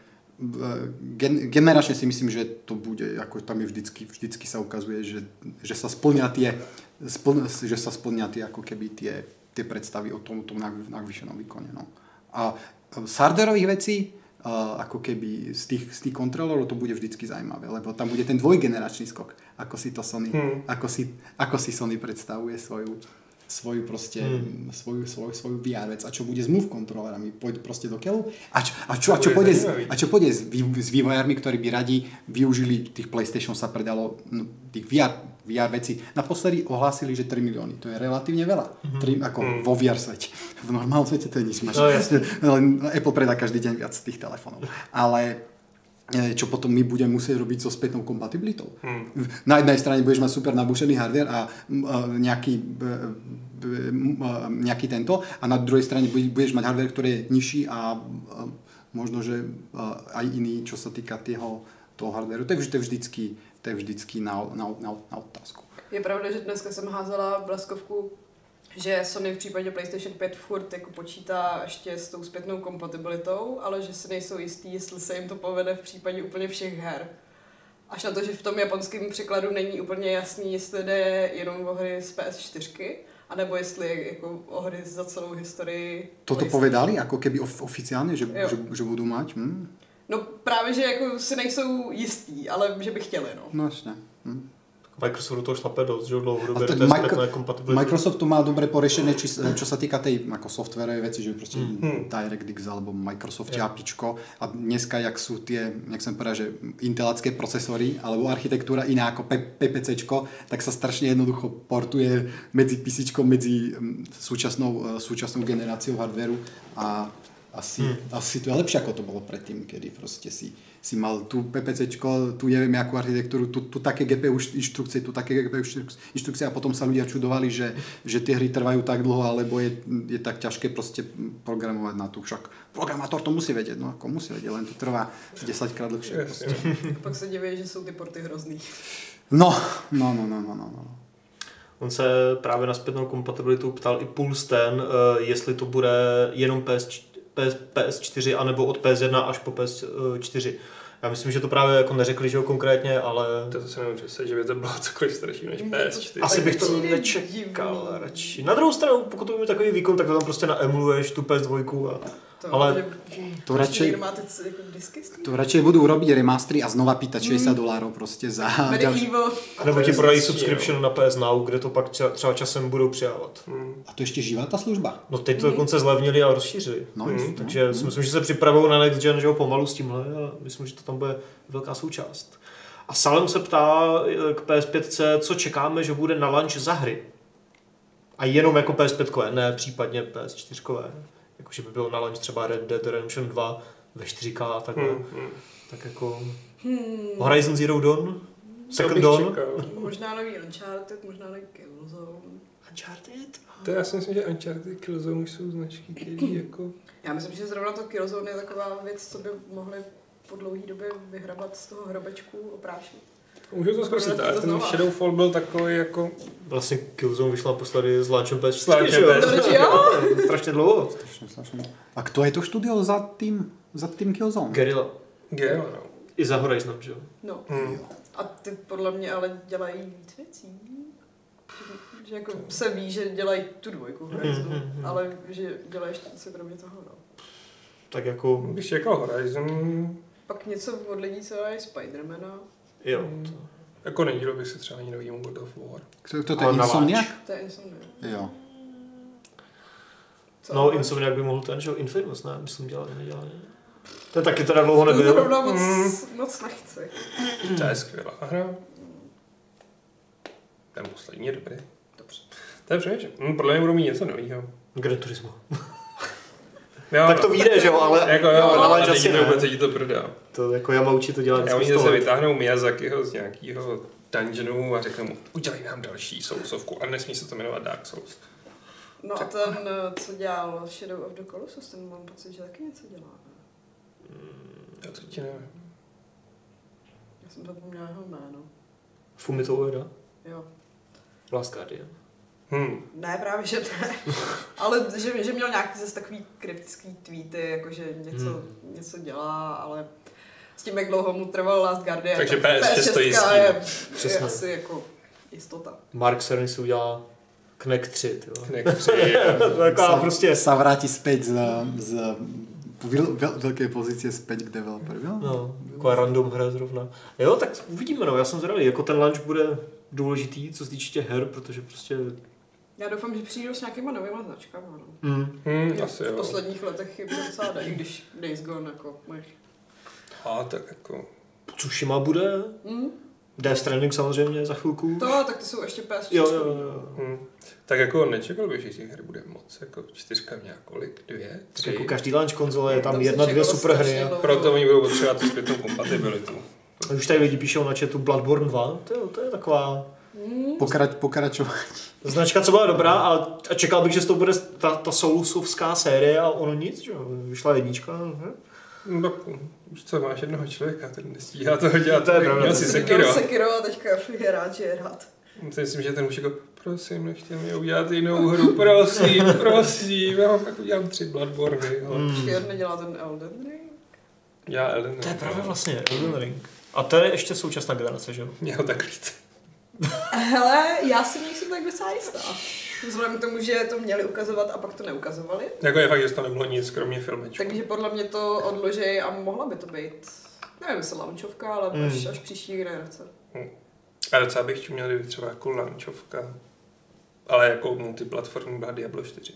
gen, generačne si myslím, že to bude, ako tam je vždycky, vždycky sa ukazuje, že, že sa splnia tie, spl, že sa splnia tie, ako keby tie, tie predstavy o tom, tom navýšenom výkone. No. A z hardwareových vecí Uh, ako keby z tých, z tých kontrolorov to bude vždycky zaujímavé, lebo tam bude ten dvojgeneračný skok, ako si to Sony, hmm. ako, si, ako si Sony predstavuje svoju, svoju proste, hmm. svoju, svoju, svoju vé er vec a čo bude s Move kontrolerami, pôjde proste do keľu a čo, a čo, a čo, pôjde, s, a čo pôjde s, vý, s vývojármi, ktorí by radi využili tých PlayStation, sa predalo no, tých vé er, vé er veci. Naposledy ohlásili, že tri milióny. To je relatívne veľa. Mm-hmm. tri, ako mm. vo vé er svete. V normálnom svete to je nič. No, Apple predá každý deň viac tých telefónov. Ale čo potom my budeme musieť robiť so spätnou kompatibilitou. Hmm. Na jednej strane budeš mať super nabušený hardware a nejaký, nejaký tento a na druhej strane budeš mať hardware, ktorý je nižší a možno, že aj iný, čo sa týka toho, toho hardwareu. To je vždycky, to je vždycky na, na, na, na otázku. Je pravda, že dneska jsem házela bleskovku, že Sony v případě PlayStation pět furt jako počítá ještě s tou zpětnou kompatibilitou, ale že si nejsou jistý, jestli se jim to povede v případě úplně všech her. Až na to, že v tom japonském překladu není úplně jasný, jestli jde jenom o hry z P S čtyři, anebo jestli jako o hry za celou historii. Toto povedali jako keby of, oficiálně, že, že, že budou mať? Hm? No právě, že jako si nejsou jistý, ale že by chtěli, no. No jasně. Hm. Microsoft to šlape dosť, že dlouhodobě to do té Micro, zpětné kompatibility. Microsoft to má dobre porešené, či, čo sa týka tej ako softwarové veci, že proste hmm. DirectX alebo Microsoft yeah. APIčko a dneska, jak sú tie, jak som povedal, že intelacké procesory alebo architektúra iná ako PPCčko, tak sa strašne jednoducho portuje medzi PCčkom, medzi súčasnou, súčasnou generáciou hardwareu a asi, hmm. asi to je lepšie, ako to bolo predtým, kedy proste si si mal tu PPCčko, tu neviem akú architektúru, tu, tu také G P U inštrukcie, tu také G P U inštrukcie a potom sa ľudia čudovali, že, že tie hry trvajú tak dlho, alebo je, je tak ťažké proste programovať na tú. Však programátor to musí vedieť, no ako musí vedieť, len to trvá desaťkrát dlhšie. Pak se diví, že jsou ty porty hrozný. No, no, no, no, no, no. On se právě na zpětnou kompatibilitu ptal i Pulsten, jestli to bude jenom P S čtyři, P S čtyři anebo od P S jedna až po P S čtyři. Já myslím, že to právě jako neřekli, že jo, konkrétně, ale... To se nemůžu představit, že by to bylo cokoliv staršího než P S čtyři. Asi bych to nečekal radši. Na druhou stranu, pokud to bude takový výkon, tak to tam prostě naemuluješ tu P S dva a... To, ale že, to radšej, máte jako disky to radšej budú robiť remastery a znova pýtať šesťdesiat dolárov prostě za... Medieval. Nebo ti prodají subscription na P S Now, kde to pak třeba časem budou přidávat. Hmm. A to ještě živá ta služba? No teď to dokonce zlevnili a rozšířili. No, hmm. no, Takže no. si myslím, že se připravují na next gen, že jo, pomalu s tímhle a myslím, že to tam bude velká součást. A Salem se ptá k P S pět, co čekáme, že bude na launch za hry. A jenom jako P S pět, ne případně P S čtyři. Jakože by bylo na launch třeba Red Dead Redemption dva ve čtyři ká a takhle. Hmm, hmm. Tak jako hmm. Horizon Zero Dawn, Second Dawn. Možná nový Uncharted, možná nový Killzone. Uncharted? To já si myslím, že Uncharted a Killzone jsou značky, které jako... Já myslím, že zrovna to Killzone je taková věc, co by mohli po dlouhé době vyhrabat z toho hrobečku, oprášit. Můžu to zkusit, ale ten Shadowfall byl takový jako... Vlastně Killzone vyšla naposledy s launchem P S čtyři, že jo? Strašně dlouho. Strašně, strašně. A kdo je to studio za tím, za tím Killzone? Guerrilla. Guerrilla, no. I za Horizonem, že jo? No. Hmm. A ty podle mě ale dělají víc věcí. Že jako se ví, že dělají tu dvojku Horizonu, mm-hmm. ale že dělají ještě něco kromě toho, no. Tak jako... Bych čekal Horizon... Pak něco od lidí, co dělají Spidermana. Jo. To... Jako nedílo bych se třeba ani novýmu God of War. To, to, to je Insomniac? To je Insomniac. Jo. Co? No, Insomniac by mohl ten, že jo, Infamous, ne? Myslím, dělali, nedělali. Ten taky teda dlouho nebyl. To zrovna moc, mm. moc nechci. To je skvělá hra. Ten poslední je dobrý. Dobře. To je přemýšlím. Hm, podle mě budou mít něco novýho. Gran Turismo. Jo, tak to vyjde, že jo, ale... Jako jo, no, ale teď to vůbec to prodá. To jako Yamauchi to dělá vždycky. Já oni zase vytáhnou Miyazakiho z nějakého dungeonu a řeknou mu, udělej nám další Soulsovku a nesmí se to jmenovat Dark Souls. No tak. A ten, co dělal Shadow of the Colossus, ten mám pocit, že taky něco dělá. Hmm, já to ti nevím. Já jsem zapomněla jeho jméno. Fumito Ueda? Jo. Last Guardian. Hmm. Ne, právě že ne. Ale že, že měl nějaký zase takový kryptický tweety, jakože něco, hmm. něco dělá, ale s tím, jak dlouho mu trval Last Guardian, takže tak P S šest to jistý. Je, je asi jako jistota. Mark Cerny si udělá Knek tři, tyjo. Knek tři. Taková prostě... Sa vráti zpět z, z velké pozice zpět k developeru. No, taková random hra zrovna. Jo, tak uvidíme, no, já jsem zvědavý, jako ten launch bude důležitý, co se týče těch her, protože prostě... Já doufám, že přijdou s nějakýma novýma značkama, no. Mm. Mm, asi v jo. posledních letech je bylo docela dají, když Days Gone jako máš. A tak jako... Tsushima bude, mm. Death Stranding samozřejmě za chvilku. To, tak ty jsou ještě P S čtyři. Jo, jo, jo. Mm. Tak jako nečekal bych, že těch her bude moc, jako čtyřka měla kolik, dvě, tři. Tak jako každý launch konzole je tam, tam jedna, dvě super hry. Proto oni budou potřebovat tu zpětnou kompatibilitu. A už tady lidi píšou na chatu Bloodborne dva, to je, to je taková... Mm. Pokrač, pokračování. Značka, co byla dobrá a, a čekal bych, že to bude ta, ta Soulusovská série a ono nic, že vyšla jednička. Ne? No, už co, máš jednoho člověka, ten nestíhá toho dělat. To je pravda. Měl si Sekiro. Sekiro a teďka je rád, že je rád. Myslím, že ten už jako, prosím, nechtě mi udělat jinou hru, prosím, prosím, já pak udělám tři Bloodborny. Hmm. Počkej, on nedělá ten Elden Ring? Já Elden Ring. To je právě vlastně Elden Ring. A to je ještě současná generace, že jo? Mě ho tak líct. Hele, já si nejsem tak docela jistá. Vzhledem k tomu, že to měli ukazovat a pak to neukazovali. Jako je fakt, že to nebylo nic, kromě filmečku. Takže podle mě to odloží a mohla by to být, nevím, jestli launchovka, ale mm. až, až příští generace. Hmm. A docela bych čuměl, kdyby třeba jako launchovka, ale jako multiplatformní byla Diablo čtyři.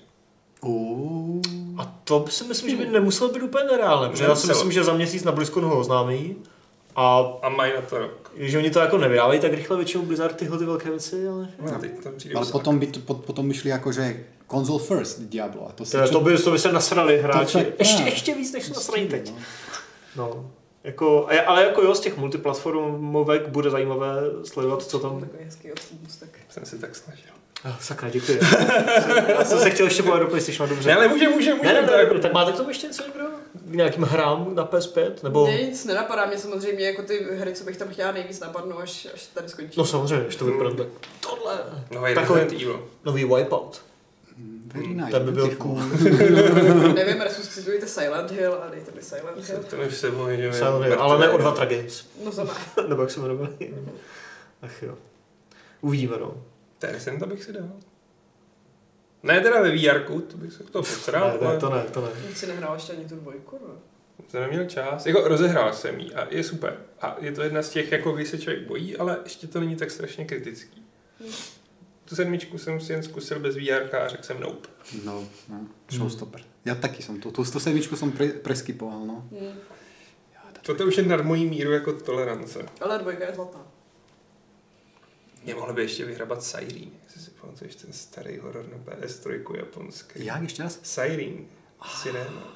Uh. A to si myslím, že by nemuselo být úplně nereálné, protože já si myslím, že za měsíc na BlizzConu ho oznámí. A, a mají na to rok. Že oni to jako nevydávají tak rychle většinou Blizzard tyhle ty velké věci, ale... No, teď tam ale potom by, to, potom by šli jako, že console first Diablo. A to, to, to, by, to by se nasrali hráči. Tak, ještě, ještě víc, než se nasraní teď. No. No. Jako, ale jako jo, z těch multiplatformovek bude zajímavé sledovat, co tam... Takový hezký tak jsem si tak snažil. Oh, sakra, děkuji. Já jsem se chtěl ještě bavit do PlayStation, dobře. Ne, ale může, může, může. Ne, ne, ne, ne, tak máte k tomu ještě něco někdo? K nějakým hrám na P S pět? Nebo... Ne, nic nenapadá mě samozřejmě, jako ty hry, co bych tam chtěla nejvíc napadnout, až, až tady skončí. No samozřejmě, až to vypadá tak tohle. Nový Resident Evil. Nový Wipeout. Very nice, Ten by byl beautiful. cool. Nevím, resuscitujte Silent Hill a dejte mi Silent Hill. To už se bojí, že Silent Hill, ale ne od Vatra Games. No to ne. Nebo jak se jmenovali. Ach jo. Uvidíme, no. Ten to bych si dal. Ne teda ve vé erku, to bych se to posral. Ne, ne, to ne, to ne. Nic si nehrál ještě ani tu dvojku, no. Jsem neměl čas. Jako rozehrál jsem jí a je super. A je to jedna z těch, jako kdy se člověk bojí, ale ještě to není tak strašně kritický. Hmm. Tu sedmičku jsem si jen zkusil bez vé erka a řekl jsem nope. No, no, showstopper. Hmm. Já taky jsem to, tu sto sedmičku jsem pre, preskipoval, no. Hmm. Toto už je nad mojí míru jako tolerance. Ale dvojka je zlatá. Mě mohlo by ještě vyhrabat Siren, jestli si pamatuješ ten starý horor na P S tři japonský. Jak ještě raz? Siren. Sirena.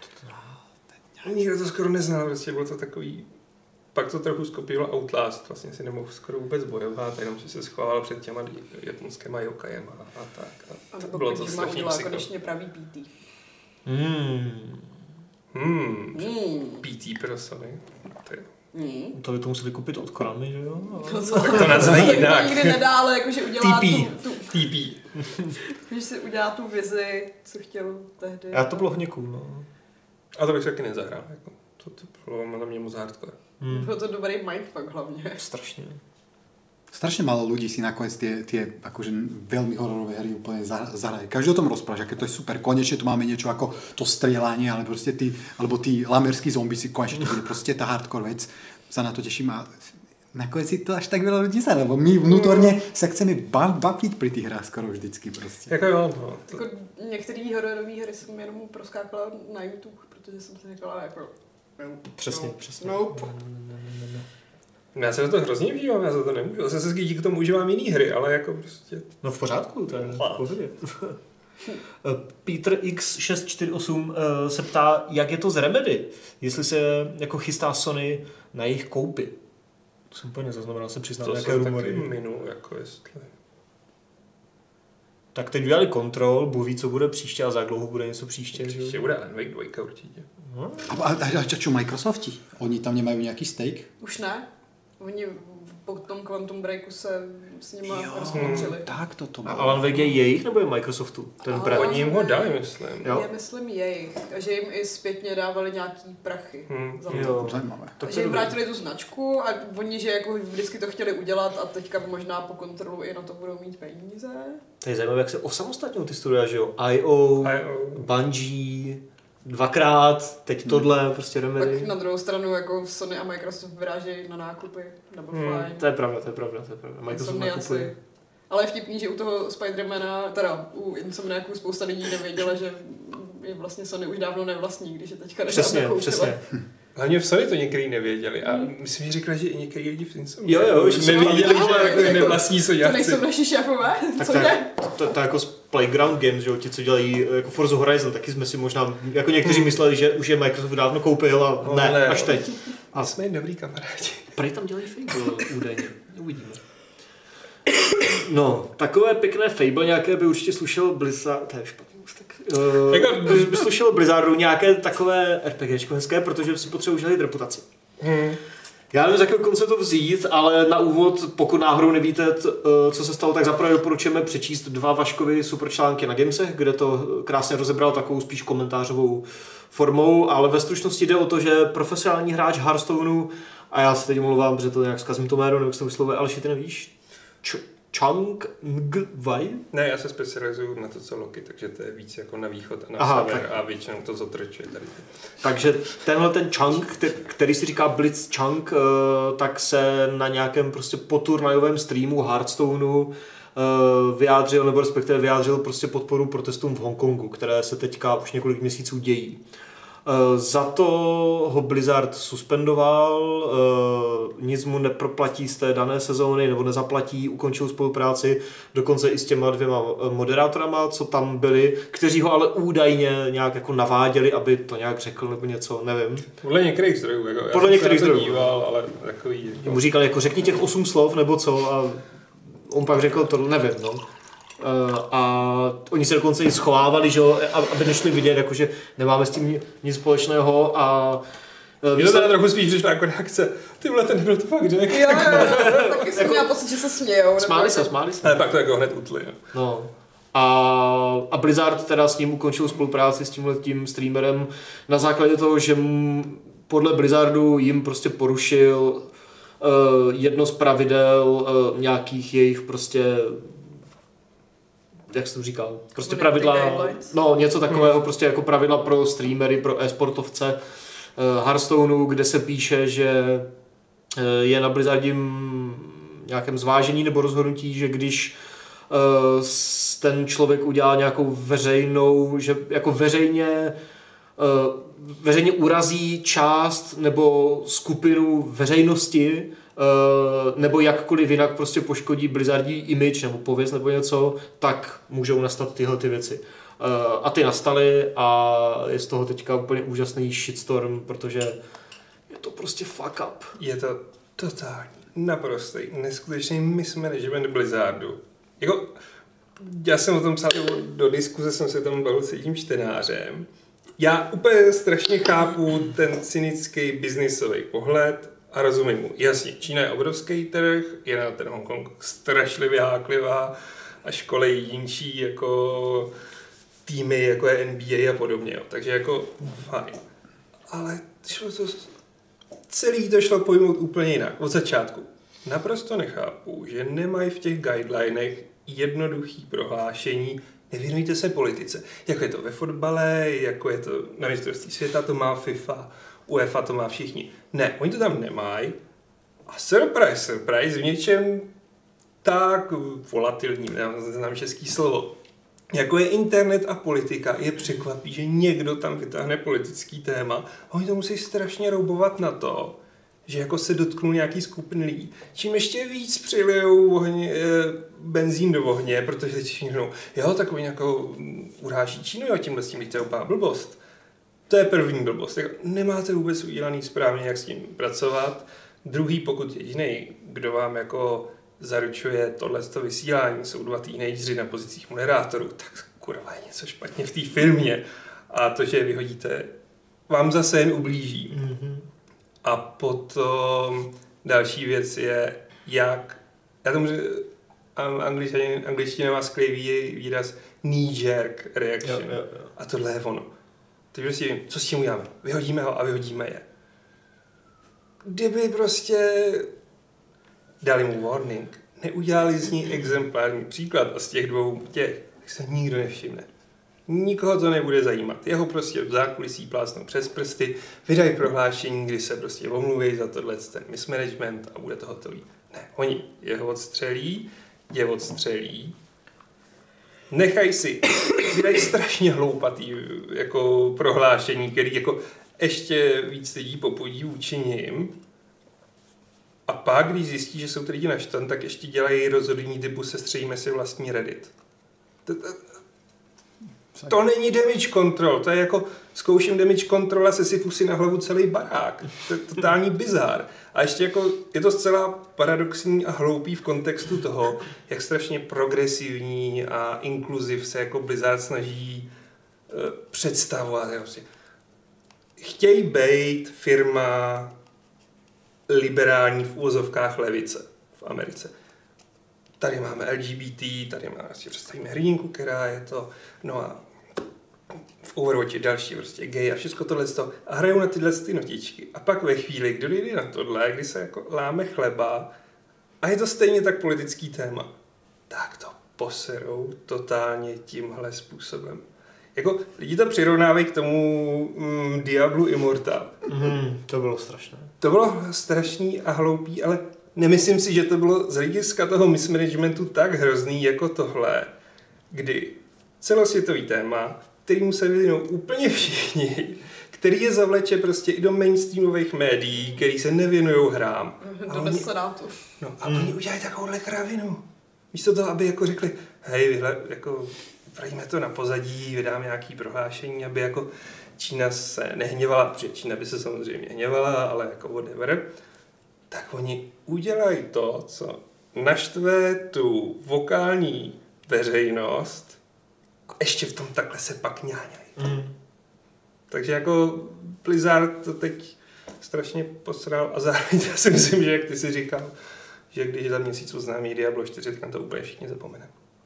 Nikdo to skoro neznal, prostě bylo to takový... Pak to trochu skopioval Outlast, vlastně si nemohl skoro vůbec bojovat, jenom si se schoval před těma japonskýma yokajema a tak. A to bylo to strašně udělal konečně pravý P T. Hmm. Hmm. Hmm. P T pro Sony. To, hmm. to by to museli koupit od Konami, že jo? No, tak to nazvají jinak. To nikdy nedá, ale jakože udělá T P. tu... tu T P. Když si udělá tu vizi, co chtěl tehdy. Já to bylo hodně cool, no. A to bych taky nezahrál, jako. To, to bylo na mě moc hardcore. Hmm. Bylo to dobrý mindfuck hlavně. Strašně. Strašne málo ľudí si nakoniec tie, tie akože veľmi hororové hry úplne zahraje. Každý o tom rozpráva, aké to je super. Konečne tu máme niečo ako to strieľanie, ale proste tí, alebo tí lamerskí zombi si konečne to bude proste tá hardcore vec. Sa na to teším a nakoniec si to až tak veľa ľudí sa, lebo my vnútorne sa chceme baviť pri tých hrách skoro vždycky proste. Jako jo, no. To... Jako některé hororové hry jsem jenom proskákala na YouTube, protože jsem si říkala jako... Přesně, no, přesně. Nope. Já se na to hrozně užívám, já za to nemůžu. Zase se díky tomu užívám jiný hry, ale jako prostě... No v pořádku, to je v pohodě. Peter X šest čtyři osm se ptá, jak je to z Remedy, jestli se jako chystá Sony na jejich koupy. To jsem úplně nezaznamenal, jsem přiznal nějaké rumory. To jsem taky minul, jako jestli... Tak teď udělali Control, Bůh ví, co bude příště a za jak dlouho bude něco příště. Příště že? bude Alan Wake dva určitě. A, a, a, a čo Microsofti? Oni tam nemajú nejaký stake? Už ne. Oni po tom Quantum Breaku se s nima rozkouřili. Tak to to A Alan Wake je jejich nebo je Microsoftu? Ten Ale brand? Oni jim ho dali, myslím. Jo. Je, myslím, jejich. A že jim i zpětně dávali nějaký prachy. Hmm. Za to. Jo. Zajímavé. Tak že jim vrátili tu značku a oni, že jako vždycky to chtěli udělat a teďka možná po kontrolu i na to budou mít peníze. To je zajímavé, jak se osamostatňují ty studia, že jo? I O, I O. Bungie, dvakrát, teď tohle, prostě Remedy. Pak na druhou stranu jako Sony a Microsoft vyrážejí na nákupy, nebo Hmm, fajn. to je pravda, to je pravda, to je pravda. Microsoft Sony nakupuje. asi. Ale je vtipný, že u toho Spidermana, teda u Insomniacu spousta lidí nevěděla, že je vlastně Sony už dávno nevlastní, když je teďka Přesně, přesně. Hlavně v Sony to některý nevěděli a myslím, že řekla, že i některý lidi v Insomni. Jo, jo, že jsem nevěděli, to že jako jako- nevlastní To soďáci. nejsou naši šéfové, Tak co to, je? je, to, to, je jako z Playground Games, že jo, ti, co dělají jako Forza Horizon, taky jsme si možná, jako někteří mysleli, že už je Microsoft dávno koupil a No, ne, ne. až teď. A jsme dobrý kamarádi. Prej tam dělají Fable údajně, uvidíme. No, takové pěkné Fable nějaké by určitě slušel Blizzard, to je špatný ústek. Uh, Jako- by, by slušel Blizzardu nějaké takové RPGčko hezké, protože si potřebuji udělat reputaci. Hmm. Já nevím, z jakého konce to vzít, ale na úvod, pokud náhodou nevíte, t, co se stalo, tak zaprvé doporučujeme přečíst dva Vaškovy super články na Gamesech, kde to krásně rozebral takovou spíš komentářovou formou, ale ve stručnosti jde o to, že profesionální hráč Hearthstoneu, a já se teď omlouvám, protože to nějak zkazím to jméno, nebo jak se to vyslovuje, Alši, ty nevíš? Č- Chang Ngwai? Ne, já se specializuju na to, co Loki, takže to je víc jako na východ a na Aha, sever tak. a většinou to zotročuje tady. Takže tenhle ten Chang, který, který si říká Blitz Chang, tak se na nějakém prostě poturnajovém streamu Hearthstoneu vyjádřil, nebo respektive vyjádřil prostě podporu protestům v Hongkongu, které se teďka už několik měsíců dějí. Za to ho Blizzard suspendoval, nic mu neproplatí z té dané sezóny nebo nezaplatí, ukončil spolupráci dokonce i s těma dvěma moderátorama, co tam byli, kteří ho ale údajně nějak jako naváděli, aby to nějak řekl nebo něco, nevím. Podle některých zdrojů, jako Podle já některých jsem se na to zdrojů. díval, ale takový... Mu říkali jako řekni těch osm slov nebo co a on pak řekl to, nevím, no. Uh, a oni se dokonce i schovávali, že jo, aby nešli vidět, jakože nemáme s tím nic společného a Mně to teda trochu spíš přišlo jako reakce, ty vole, ten byl to fakt řek. Jo, jo, jo, taky jsem měla pocit, že se smějou. Smáli se, smáli se. Ale pak to jako hned utli, jo. No. A, a Blizzard teda s ním ukončil spolupráci s tímhletím streamerem na základě toho, že m, podle Blizzardu jim prostě porušil uh, jedno z pravidel uh, nějakých jejich prostě, jak jsem říkal, prostě pravidla, no něco takového, hmm. prostě jako pravidla pro streamery, pro e-sportovce uh, Hearthstoneu, kde se píše, že uh, je na Blizzardím nějakém zvážení nebo rozhodnutí, že když uh, ten člověk udělá nějakou veřejnou, že jako veřejně uh, veřejně urazí část nebo skupinu veřejnosti uh, nebo jakkoliv jinak prostě poškodí Blizzardí image nebo pověst nebo něco, tak můžou nastat tyhle ty věci. Uh, a ty nastaly a je z toho teďka úplně úžasný shitstorm, protože je to prostě fuck up. Je to totální, naprostý, neskutečný mismanagement Blizzardu. Jako, já jsem o tom psal do diskuze, jsem se tam bavil s jedním čtenářem. Já úplně strašně chápu ten cynický biznisový pohled a rozumím mu. Jasně, Čína je obrovský trh, je na ten Hongkong strašlivě háklivá a školej jinčí jako týmy, jako je N B A a podobně. Jo. Takže jako fajn. Ale šlo to, celý to šlo pojmout úplně jinak, od začátku. Naprosto nechápu, že nemají v těch guidelinech jednoduchý prohlášení, nevěnujte se politice. Jako je to ve fotbale, jako je to na mistrovství světa, to má FIFA, UEFA to má všichni. Ne, oni to tam nemají. A surprise, surprise, v něčem tak volatilním, neznám český slovo, jako je internet a politika, je překvapí, že někdo tam vytáhne politický téma a oni to musí strašně roubovat na to, že jako se dotknul nějaký skupiny lidí. Čím ještě víc přilijou ohně, e, benzín do ohně, protože teď všichni řeknou, jo, tak oni jako uráží Čínu, jo, tímhle s tím to je úplná blbost. To je první blbost. Tak nemáte vůbec udělaný správně, jak s tím pracovat. Druhý, pokud jedinej, kdo vám jako zaručuje tohleto vysílání, jsou dva teenageři na pozicích moderátorů, tak kurva je něco špatně v té firmě. A to, že je vyhodíte, vám zase jen ublíží. Mm-hmm. A potom další věc je, jak, já tomu angličtina má skvělý výraz knee-jerk reaction. Jo, jo, jo. A tohle je ono. Teď prostě vím, co s tím uděláme? Vyhodíme ho a vyhodíme je. Kdyby prostě dali mu warning, neudělali z ní exemplární příklad a z těch dvou těch, tak se nikdo nevšimne. Nikoho to nebude zajímat. Jeho prostě v zákulisí plásnou přes prsty, vydají prohlášení, kdy se prostě omluví za tohle ten mismanagement a bude to hotový. Ne, oni jeho odstřelí, je odstřelí, nechají si, vydají strašně hloupatý jako prohlášení, který jako ještě víc lidí popudí vůči nim. A pak, když zjistí, že jsou ty lidi naštvaní, tak ještě dělají rozhodnutí typu sestřelíme si vlastní Reddit. To není damage control, to je jako zkouším damage control a sesypu si na hlavu celý barák. To je totální bizár. A ještě jako je to zcela paradoxní a hloupý v kontextu toho, jak strašně progresivní a inkluziv se jako Blizzard snaží uh, představovat. Chtějí být firma liberální v úvozovkách levice v Americe. Tady máme L G B T, tady máme, si představíme hrdinku, která je to, no a v Overwatchi další prostě gay a všechno tohle a hrajou na tyhle ty notičky. A pak ve chvíli, kdo jde na tohle, kdy se jako láme chleba a je to stejně tak politický téma, tak to poserou totálně tímhle způsobem. Jako lidi to přirovnávají k tomu mm, Diablu Immortal. Mm, to bylo strašné. To bylo strašný a hloupý, ale nemyslím si, že to bylo z hlediska toho mismanagementu tak hrozný jako tohle, kdy celosvětový téma, kterýmu se věnují úplně všichni, který je zavleče prostě i do mainstreamových médií, který se nevěnují hrám. Do oni, senátu. No a mm. oni udělají takovouhle kravinu. Místo toho, aby jako řekli, hej, vyhle, jako vrajíme to na pozadí, vydáme nějaký prohlášení, aby jako Čína se nehněvala, protože Čína by se samozřejmě hněvala, ale jako whatever, tak oni udělají to, co naštve tu vokální veřejnost a ještě v tom takhle se pak ňáňají. Mm. Takže jako Blizzard to teď strašně posral a zároveň já si myslím, že jak ty si říkal, že když za měsíc oznámí Diablo čtyři, tak to úplně všichni zapomeneme.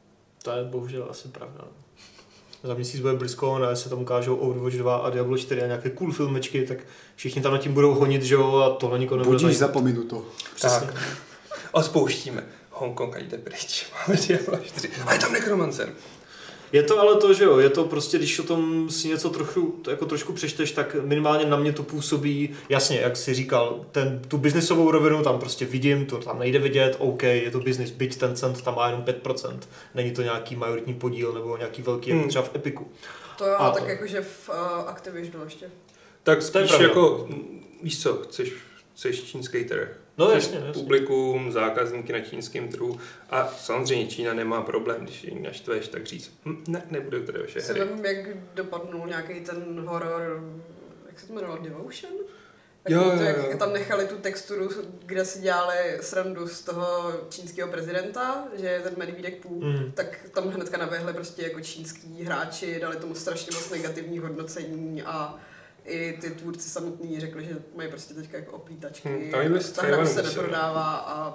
To je bohužel asi pravda. Za měsíc bude BlizzCon a se tam ukážou Overwatch dva a Diablo čtyři a nějaké cool filmečky, tak všichni tam nad tím budou honit, že jo, a tohle nikoho nebude Budíš zapomenu to. Přesně. Tak. A spouštíme. Hongkong a jde pryč. Máme Diablo čtyři. A je tam Necromancer. Je to ale to, že jo, je to prostě, když o tom si něco trochu, to jako trošku přečteš, tak minimálně na mě to působí, jasně, jak jsi říkal, ten, tu biznisovou rovinu tam prostě vidím, to tam nejde vidět, OK, je to business, byť ten cent tam má jenom pět procent, není to nějaký majoritní podíl nebo nějaký velký, hmm. jako třeba v Epiku. To jo, A tak to. jakože v uh, Activisionu ještě. Tak spíš jako, víš co, chceš, chceš čínský trh. No jasně, jasně. Publikum, zákazníky na čínském trhu a samozřejmě Čína nemá problém, když ji naštveš, tak říct, hm, ne, nebudou tady vaše hry. Nevím, jak dopadnul nějaký ten horor, jak se to jmenoval, Devotion? Jo, to, jo, jak jo. tam nechali tu texturu, kde si dělali srandu z toho čínského prezidenta, že je ten medvídek půl, Mm. tak tam hnedka naběhli prostě jako čínský hráči, dali tomu strašně moc negativní hodnocení a i ty tvůrci samotní řekli, že mají prostě teďka jako oplítačky, Hmm, a jim ta hra se musí, neprodává a,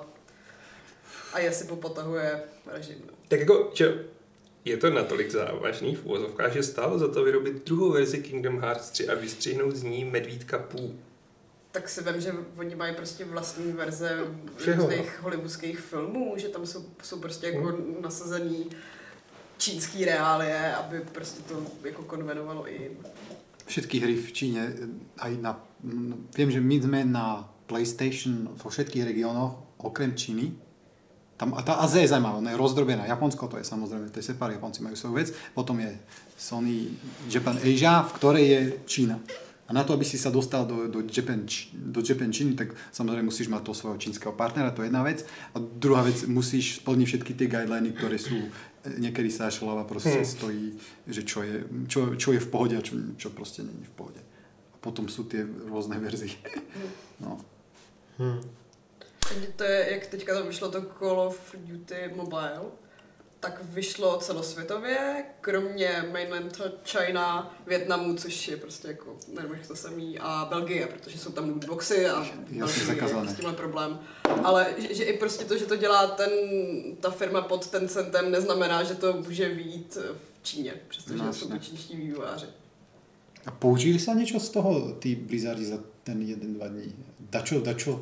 a je si popotahuje režim. No. Tak jako, že je to natolik závažný v uvozovkách, že stálo za to vyrobit druhou verzi Kingdom Hearts tři a vystřihnout z ní medvídka půl. Tak si vem, že oni mají prostě vlastní verze Všeho. různých hollywoodských filmů, že tam jsou, jsou prostě jako hmm. nasazený čínský reálie, aby prostě to jako konvenovalo i jim. Všetky hry v Číne, aj na, viem, že my sme na PlayStation vo všetkých regiónoch, okrem Číny, tam, a tá Ázia je zaujímavá, ona je rozdrobená. Japonsko to je samozrejme, to je separé, Japonci majú svoju vec, potom je Sony Japan Asia, v ktorej je Čína. A na to, aby si sa dostal do, do, Japan, do Japan Číny, tak samozrejme musíš mať toho svojho čínskeho partnera, to je jedna vec. A druhá vec, musíš splniť všetky tie guideliny, ktoré sú, niekedy sa až hlava proste hmm. stojí, že čo je, čo, čo je v pohode a čo, čo proste nie je v pohode. A potom sú tie rôzne verzie. No. Hmm. To je, jak teďka to vyšlo to Call of Duty Mobile, tak vyšlo celosvětově, kromě mainland China, Vietnamu, což je prostě jako, nevím, jak to samý, a Belgie, protože jsou tam lootboxy a Belgie je s tímhle problém. Ale že, že i prostě to, že to dělá ten, ta firma pod Tencentem, neznamená, že to může vyjít v Číně, přestože no, jsou to čínští vývojáři. A použili sa niečo z toho, tí Blizzardi za ten jeden, dva dní? Dačo, dačo?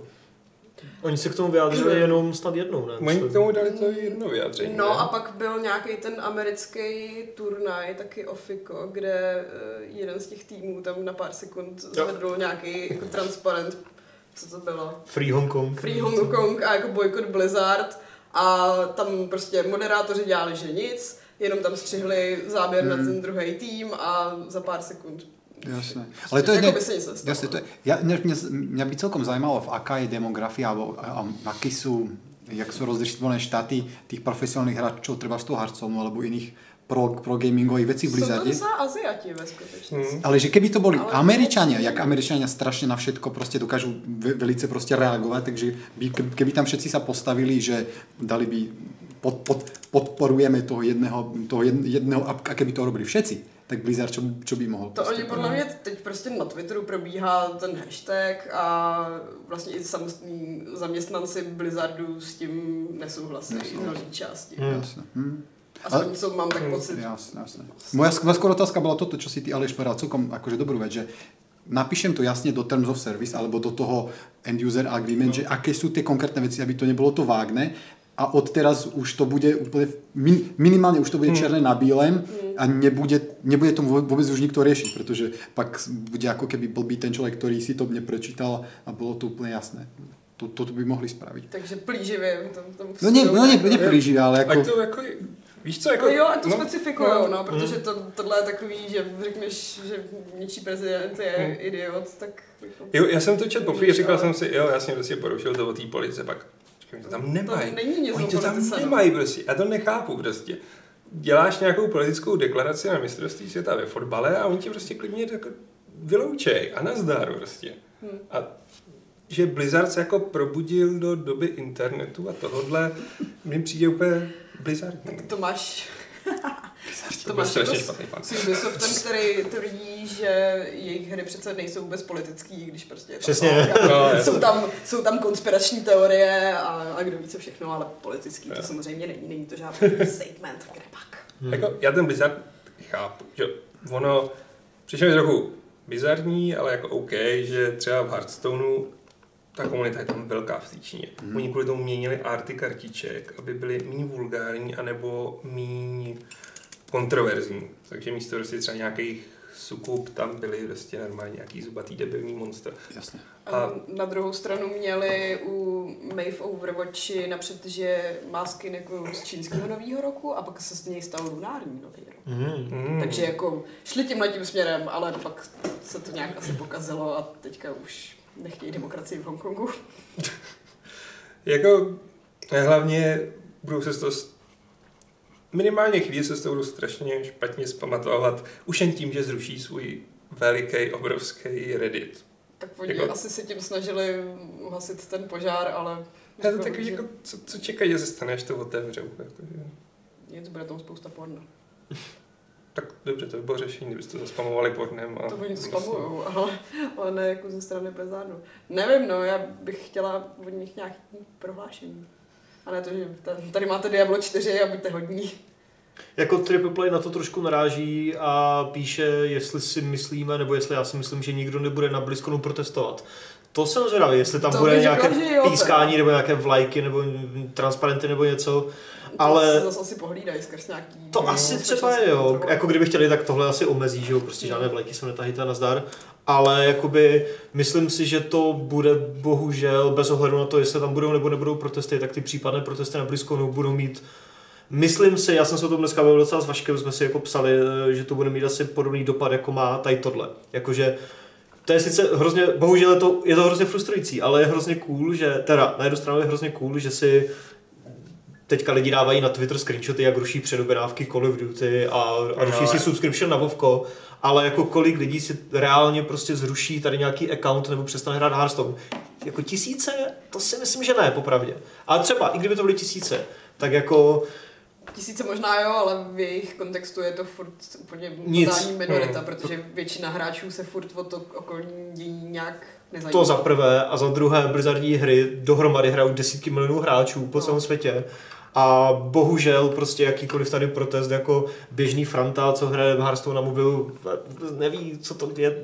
Oni se k tomu vyjádřili jenom snad jednou, ne? Oni k tomu dali to jedno vyjádření. No ne? a pak byl nějaký ten americký turnaj, taky Ofiko, kde jeden z těch týmů tam na pár sekund zvedl nějaký jako transparent, co to bylo? Free Hong Kong. Free Hong Kong a jako boycott Blizzard a tam prostě moderátoři dělali, že nic, jenom tam střihli záběr hmm. na ten druhý tým a za pár sekund. Jasné. Ale to je, jako ne, by se nic nestalo. jasné, to je, ja, mňa, mňa by celkom zaujímalo, v aká je demografia, alebo a, a, aký sú, jak sú rozdistribuované štáty tých profesionálnych hráčov, treba z toho Hearthstoneu alebo iných pro, pro gamingových vecí v Blizzarde. Sú to docela Aziati ve skutečnosti. Hmm. Ale že keby to boli ale Američania, jak Američania strašne na všetko proste dokážu ve, velice proste reagovať, takže by, keby tam všetci sa postavili, že dali by pod, pod, podporujeme toho jedného, toho jedného a keby to robili všetci, tak Blizzard, čo, čo by mohl? To oni podle mě teď prostě na Twitteru probíhá ten hashtag a vlastně i samotní zaměstnanci Blizzardu s tím nesouhlasí v velké části. Hmm. Jasne. Hmm. Aspoň co mám tak pocit. Jasne, jasne. Moja, moja skôr otázka bola toto, čo si ty Aleš povedal, celkom akože dobrú vec, že napíšem to jasne do Terms of Service alebo do toho End User Agreement, no. Že aké sú tie konkrétne veci, aby to nebolo to vágne. A od teraz už to bude úplne, minimálne už to bude černé na bílém a nebude, nebude to vôbec už nikto riešiť, pretože pak bude ako keby blbý ten človek, ktorý si to neprečítal a bolo to úplne jasné. To, to by mohli spraviť. Takže plíživě tam, tam No nie, no nie, ne plíživě, ale jako... Ať to jako, víš co, jako... No jo, ať to no, specifikujou, no, no, protože to, tohle je takový, že řekneš, že něčí prezident je hmm. idiot, tak... Jako, jo, já jsem to četl poprvé, říkal jsem si, jo, jasně, prostě porušil to o té police, pak oni to tam nemají. To není nic Oni to tam nemají prostě. Já to nechápu prostě. Děláš nějakou politickou deklaraci na mistrovství světa ve fotbale a oni tě prostě klidně jako vyloučej a nazdar prostě. Hmm. A že Blizzard se jako probudil do doby internetu a tohodle mi přijde úplně Blizzardní. Tak to máš... to máš strašně špatný pan. S Ubisoftem, který tvrdí, že jejich hry přece nejsou vůbec politický, když prostě... Přesně. No, jsou, tam, jsou tam konspirační teorie a, a kdo ví co všechno, ale politický to samozřejmě není. Není to žádný statement, krepak. Hmm. Jako, já ten Blizzard chápu, že ono přišlo mi trochu bizarní, ale jako OK, že třeba v Hearthstoneu ta komunita je tam velká v té Číně. Hmm. Oni kvůli tomu měnili arty kartiček, aby byly méně vulgární, anebo méně kontroverzní. Takže místo prostě třeba nějakých sukub tam byly prostě normálně nějaký zubatý debilní monster. Jasně. A na druhou stranu měli u Maeve Overwatchi napřed, že má skin jako z čínského nového roku a pak se z něj stal lunární nový rok. Mm. Takže jako šli tímhletím směrem, ale pak se to nějak asi pokazilo a teďka už nechtějí demokracii v Hongkongu. Jako hlavně budou se z toho minimálně chvíli se z toho budou strašně špatně zpamatovat už jen tím, že zruší svůj veliký, obrovský Reddit. Tak oni jako... asi se tím snažili uhasit ten požár, ale... Já to takový, že... jako, co, co čekají, že se stane, až to otevřou. Protože... Nic, bude tam spousta porna. Tak dobře, to by bylo řešení, kdybyste to spamovali pornem. A to oni to spamujou, ale, ale ne jako ze strany Blizzardu. Nevím, no, já bych chtěla od nich nějaký prohlášení. A ne to, že tady máte Diablo čtyři a buďte hodní. Jako Triple Play na to trošku naráží a píše, jestli si myslíme, nebo jestli já si myslím, že nikdo nebude na BlizzConu protestovat. To jsem zvědavý, jestli tam to bude nějaké řekla, pískání, nebo nějaké vlajky, nebo transparenty, nebo něco. To ale zase asi pohlídají skrz nějaký... To asi třeba je, jo. Jako kdyby chtěli, tak tohle asi omezí, že jo. Prostě žádné vlajky se netahíte nazdar. Ale jakoby myslím si, že to bude bohužel bez ohledu na to, jestli tam budou nebo nebudou protesty, tak ty případné protesty na BlizzConu budou mít. Myslím si, já jsem se o tom dneska bavil docela s Vaškem, jsme si jako psali, že to bude mít asi podobný dopad, jako má tady tohle. Jakože to je sice hrozně, bohužel je to, je to hrozně frustrující, ale je hrozně cool, že, teda na jednu stranu je hrozně cool, že si teďka lidi dávají na Twitter screenshoty, jak ruší předobědávky Call of Duty a, a ruší si subscription na Vovko, ale jako kolik lidí si reálně prostě zruší tady nějaký account nebo přestane hrát Hearthstone. Jako tisíce? To si myslím, že ne, popravdě. Ale třeba, i kdyby to byly tisíce, tak jako... Tisíce možná jo, ale v jejich kontextu je to furt úplně totální minorita, hmm. protože většina hráčů se furt o to okolní dění nějak nezajímá. To za prvé a za druhé Blizzardní hry dohromady hrajou desítky milionů hráčů po celém no. světě. A bohužel prostě jakýkoliv tady protest jako běžný Franta, co hraje Hearthstone na mobilu, neví, co to je.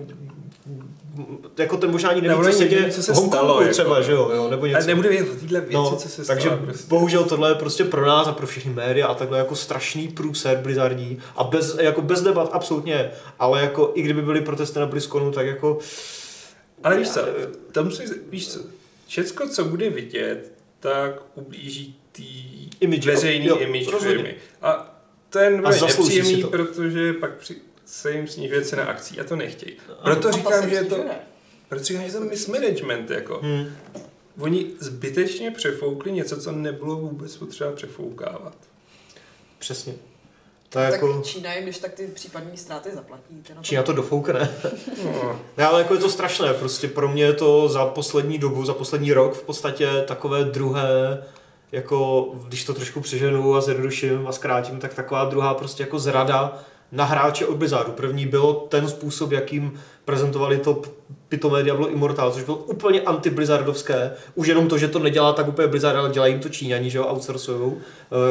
Jako ten možná ani neví, co se děje v Hongkongu třeba, jako, že jo, jo, nebo něco. A nebude vědět o téhle věci, no, co se stalo. Takže prostě. bohužel tohle je prostě pro nás a pro všechny média a takhle jako strašný průser Blizzardní a bez, jako bez debat absolutně, ale jako i kdyby byly protesty na BlizzConu, tak jako... Ale víš co, tam si, víš co, všecko, co bude vidět, tak ublíží tý image, veřejný jo, image rozhodně. Firmy. A ten bude nepříjemný, protože pak při, se jim snižuje cena akcí a to nechtějí. Proto říkám, že je to, proto říkám, že je to mismanagement. Jako. Hmm. Oni zbytečně přefoukli něco, co nebylo vůbec potřeba přefoukávat. Přesně. To tak jako... Čína jim, když tak ty případné ztráty zaplatí. Čína to dofoukne. No. Ne, ale jako je to strašné. Prostě pro mě je to za poslední dobu, za poslední rok v podstatě takové druhé, jako když to trošku přeženu a zjednoduším a zkrátím, tak taková druhá prostě jako zrada na hráče od Blizzardu. První bylo ten způsob, jakým prezentovali to pitomé Diablo Immortal, což bylo úplně anti-blizzardovské. Už jenom to, že to nedělá tak úplně Blizzard, ale dělají jim to Číňani, že jo, outsourcujou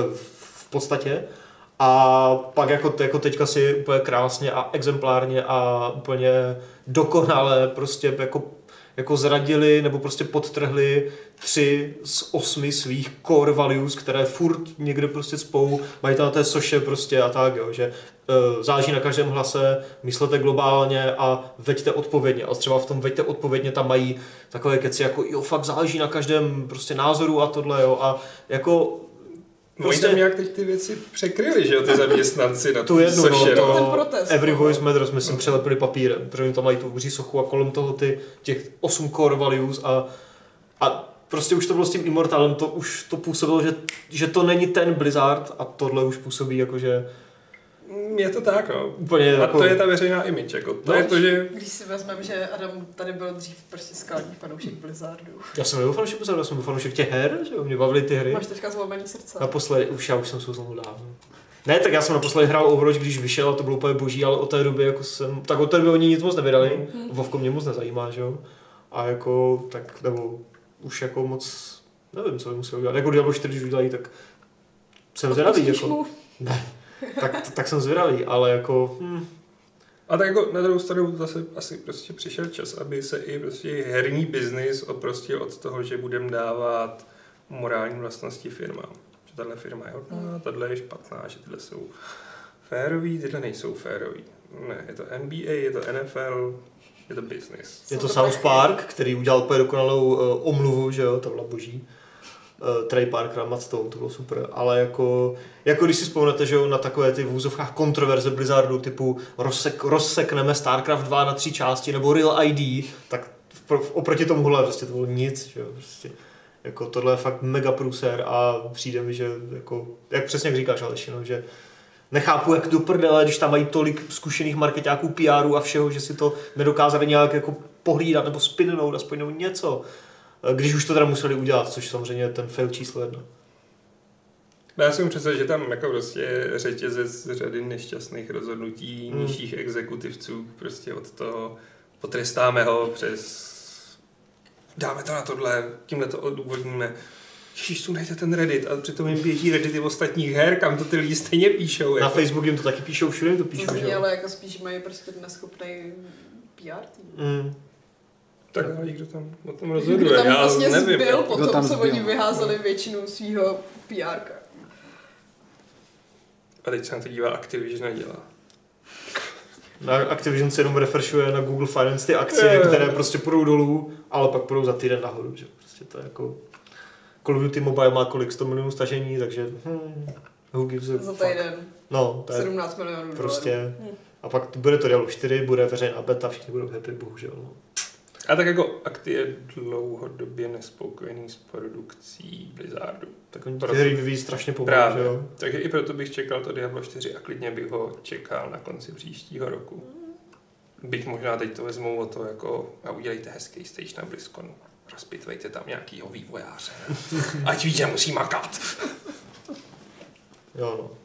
v podstatě. A pak jako, jako teďka si úplně krásně a exemplárně a úplně dokonale prostě jako, jako zradili nebo prostě podtrhli tři z osmi svých core values, které furt někde prostě spou, mají tam na té soše prostě a tak, jo, že uh, záleží na každém hlase, myslete globálně a veďte odpovědně. A třeba v tom veďte odpovědně tam mají takové keci jako jo, fakt záleží na každém prostě názoru a tohle, jo, a jako Prostě... Oni tam nějak teď ty věci překryli, že jo, ty zaměstnanci na tu jednu, soše, no, no. Ten protest, Every no. Voice Matters, myslím, no. Přelepili papírem, protože tam mají tu obří sochu a kolem toho ty, těch osm core values a, a prostě už to bylo s tím Immortalem, to už to působilo, že, že to není ten Blizzard a tohle už působí jako, že je to tak, no. Úplně a jako... to je ta veřejná image, jako. To no, je to, že... Když si vezmeme, že Adam tady byl dřív prostě skalní fanoušek Blizzardu. Já jsem nebyl fanoušek Blizzardu, já jsem byl fanoušek těch her, že jo, mě bavily ty hry. Máš teďka zlomený srdce. Naposledy, už já už jsem se zlomu dávno. Ne, tak já jsem naposledy hrál Overwatch, když vyšel a to bylo úplně boží, ale od té doby jako jsem, tak od té doby oni nic moc nevydali, mm-hmm. Vovko mě moc nezajímá, že jo. A jako, tak, nebo už jako moc, nevím, co by musel udělat. Jako Diablo čtyři, když udělají, tak jsem zvědavý, jako. Ne. tak, tak jsem zvědavý, ale jako... Hm. A tak jako na druhou stranu zase asi prostě přišel čas, aby se i prostě herní biznis oprostil od toho, že budeme dávat morální vlastnosti firmám. Že tahle firma je hodná, tahle je špatná, že tyhle jsou férový, tyhle nejsou férový. Ne, je to N B A, je to N F L, je to business. Je to South Park, který udělal úplně dokonalou uh, omluvu, že jo, to byla boží. Uh, Trey Parker a Matt Stone, to bylo super, ale jako, jako když si vzpomnete, že jo, na takové ty v úzovkách kontroverze Blizzardu typu rozsek, rozsekneme StarCraft dva na tři části nebo Real I D, tak v, v, oproti tomuhle prostě to bylo nic, že jo, prostě. Jako tohle je fakt mega průser a přijde mi, že jako, jak přesně jak říkáš Aleši, no, že nechápu, jak do prdele, když tam mají tolik zkušených marketáků, P R a všeho, že si to nedokázali nějak jako pohlídat nebo spinnout, aspoň nebo něco. Když už to teda museli udělat, což samozřejmě je ten fail číslo jedna. Já si představit, že tam jako prostě řetězec řady nešťastných rozhodnutí hmm. nižších exekutivců, prostě od toho potrestáme ho přes dáme to na tohle, tímhle to odůvodníme. Ježíš, sundejte ten Reddit a přitom jim běží Reddity ostatních her, kam to ty lidi stejně píšou. Na jako. Facebook jim to taky píšou, všude jim to píšou. Zní, ale jako spíš mají prostě neschopnej P R tým. Mm. Tak ale kdo tam o tom rozhoduje, Kdo tam já vlastně nevím. zbyl po tom, co zbyl. oni vyházeli většinu svýho P R ka. A teď se na to dívá Activision nedělá. Na Activision se jenom refreshuje na Google Finance ty akcie, je, které prostě půjdou dolů, ale pak půjdou za týden nahoru, že prostě to je jako Call of Duty Mobile má kolik sto milionů stažení, takže hmm, who gives a Za fuck. týden. No, to je sedmnáct milionů prostě dolarů. a pak bude to Diablo čtyři, bude veřejná beta, všichni budou happy, bohužel. No. A tak jako Acti je dlouhodobě nespokojený s produkcí Blizzardu. Tak oni Proto- ty hry vyvíjí strašně pomalu, Právě. že jo? Takže i proto bych čekal to Diablo čtyři a klidně bych ho čekal na konci příštího roku. Byť možná teď to vezmou o to jako a udělejte hezký stage na BlizzConu. Rozpitvejte tam nějakýho vývojáře. Ať ví, že musí makat. Jo, no.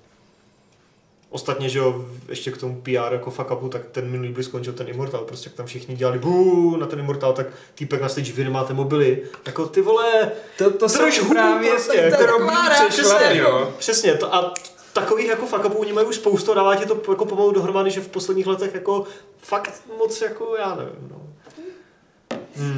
Ostatně, že jo, ještě k tomu P R jako fuck upu, tak ten minulý BlizzCon, že jo, ten Immortal, prostě jak tam všichni dělali buu na ten Immortal, tak týpek na stage, vy nemáte mobily, jako ty vole, To, to drž hubu prostě, to je kterou taková reakce, přesně, jo. přesně, to a takových jako fuck upů oni mají už spoustu, dává ti to jako pomalu dohromady, že v posledních letech jako fakt moc jako, já nevím, no. Hmm.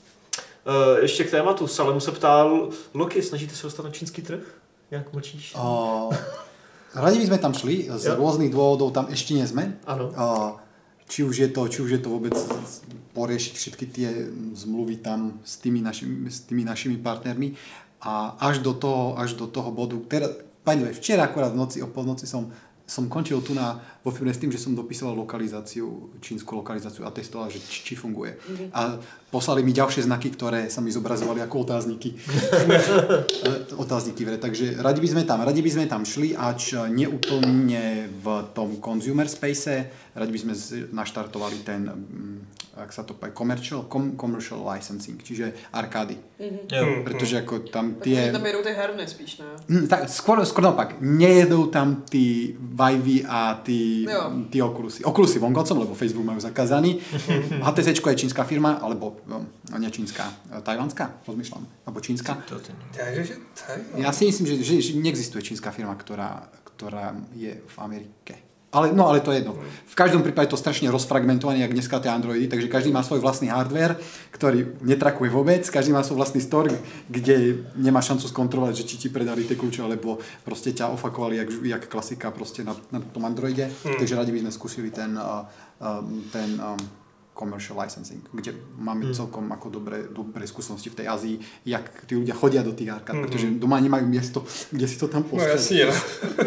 Uh, ještě k tématu, Salem se ptal, Loki, snažíte se dostat na čínský trh? Jak mlčíš? Uh, radi by sme tam šli, z Jo. rôznych dôvodov tam ešte nie sme. Ano. Uh, či už je to, či už je to vôbec poriešiť všetky tie zmluvy tam s tými našimi, s tými našimi partnermi a až do toho, až do toho bodu, teda, by včera akorát v noci, o polnoci som som končil tu na, vo firme s tým, že som dopísal lokalizáciu, čínsku lokalizáciu a testoval, že či, či funguje. Mm-hmm. A poslali mi ďalšie znaky, ktoré sa mi zobrazovali ako otázniky. otázniky v hre. Takže radi by sme tam, radi by sme tam šli, ač neúplne v tom consumer space, radi by sme naštartovali ten, jak sa to povie, commercial, com, commercial licensing, čiže arkády. Mm-hmm. Jo. Pretože ako tam Tak tie... tam jedou ty herny spíš, ne? Hm, tak skôr, skôr naopak, nejedou tam tí Vive a tí, tí Oculusy. Oculusy vonkoncom, lebo Facebook majú zakázaný. H T C je čínska firma, alebo no, nie čínska, tajvanská, rozmýšľam, alebo čínska. Takže tak. Ja si myslím, že, že, že neexistuje čínska firma, ktorá, ktorá je v Amerike. Ale, no, ale to je jedno. V každom prípade to strašne rozfragmentované, jak dneska tie Androidy, takže každý má svoj vlastný hardware, ktorý netrakuje vôbec, každý má svoj vlastný store, kde nemá šancu skontrolovať, že či ti predali tie kľúče, alebo proste ťa ofakovali, jak, jak klasika proste na, na tom Androide. Hmm. Takže radi by sme skúsili ten, uh, um, ten um, commercial licensing, kde máme hmm. celkom ako dobré, dobré skúsenosti v tej Ázii, jak tí ľudia chodia do tých arkád, hmm. pretože doma nemajú miesto, kde si to tam postaviť. No jasně, no.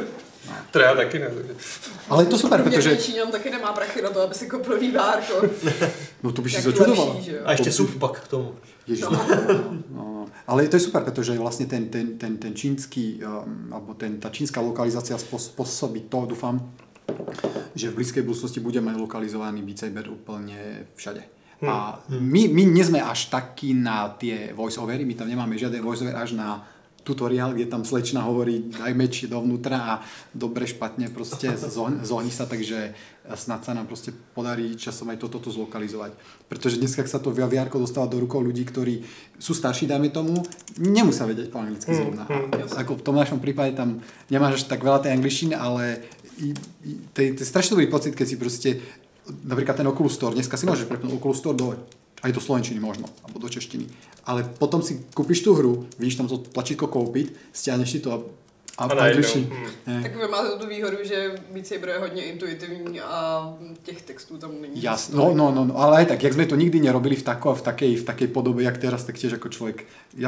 To já taky ne. Ale je to super, protože... Číňan taky nemá prachy na to, aby si koupil vývárko. No to by si Jak začudoval. lepší, že jo? A ještě subpak k tomu. Ježiš, no. No, no. Ale to je super, pretože vlastne ten, ten, ten, ten čínsky, um, alebo ten, tá čínska lokalizácia spôsobí to, dúfam, že v blízkej budúcnosti bude mať lokalizovaný Beat Saber úplne všade. Hmm. A my, my nie sme až takí na tie voice-overy, my tam nemáme žiaden voice-over až na tutoriál, kde tam slečna hovorí, daj meč dovnútra a dobre, špatne proste zohni sa, takže snad sa nám proste podarí časom aj toto tu zlokalizovať. Pretože dnes, ak sa to vé er dostáva do rukou ľudí, ktorí sú starší, dajme tomu, nemusia vedieť po anglicky zrovna. Mm, ako v tom našom prípade tam nemáš až tak veľa tej angličtiny, ale to je strašne dobrý pocit, keď si proste, napríklad ten Oculus Store, dneska si môžeš prepnúť Oculus Store do aj do slovenčiny možno, alebo do češtiny. Ale potom si kúpiš tú hru, vidíš tam to tlačítko koupiť, stiahneš si to a, a v angličtině. Hmm. Tak vy máte tu výhodu, že Beat Saber je hodně intuitivní a těch textů tam není. Jasne, no, no, no, no, ale aj tak, jak sme to nikdy nerobili v, tako, v, takej, v takej podobe, jak teraz, tak tiež ako človek, ja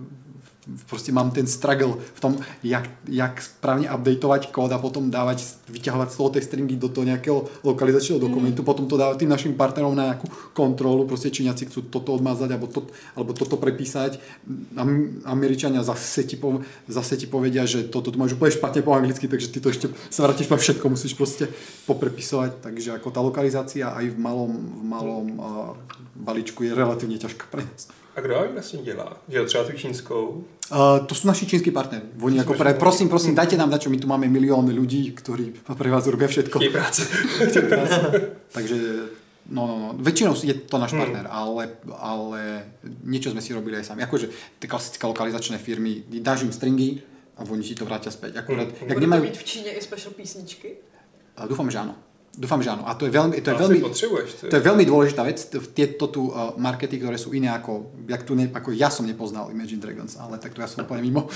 proste mám ten struggle v tom, jak, jak správne updateovať kód a potom dávať, vyťahovať z toho tej stringy do toho nejakého lokalizačného dokumentu, mm. potom to dávať tým našim partnerom na nejakú kontrolu, proste Číňaci chcú toto odmazať alebo, to, alebo toto prepísať. Američania zase ti, po, zase ti povedia, že toto máš úplne špatne po anglicky, takže ty to ešte sa vrátiš pa všetko, musíš proste poprepisovať, takže ako tá lokalizácia aj v malom, v malom uh, balíčku je relatívne ťažká pre nás. A kdo ji vlastně dělá? Že třeba tu čínskou? Uh, to sú naši čínsky partneri. Oni ako pre, prosím, prosím, dajte nám dačo, my tu máme milión ľudí, ktorí pre vás robia všetko. Chtějí práce. Chtějí práce. Takže, no, no, no, väčšinou je to náš partner, hmm. ale, ale niečo sme si robili aj sami. Akože tie klasické lokalizačné firmy, dáš im stringy a oni ti to vrátia späť. Akurát, hmm. jak nemajú... mít v Číne i special písničky? Uh, dúfam, že áno. Dúfam, že áno. A to je veľmi, to je to veľmi, to, to je veľmi dôležitá vec. Tieto tu uh, markety, ktoré sú iné ako, jak tu ne, ako ja som nepoznal Imagine Dragons, ale tak to ja som úplne mimo.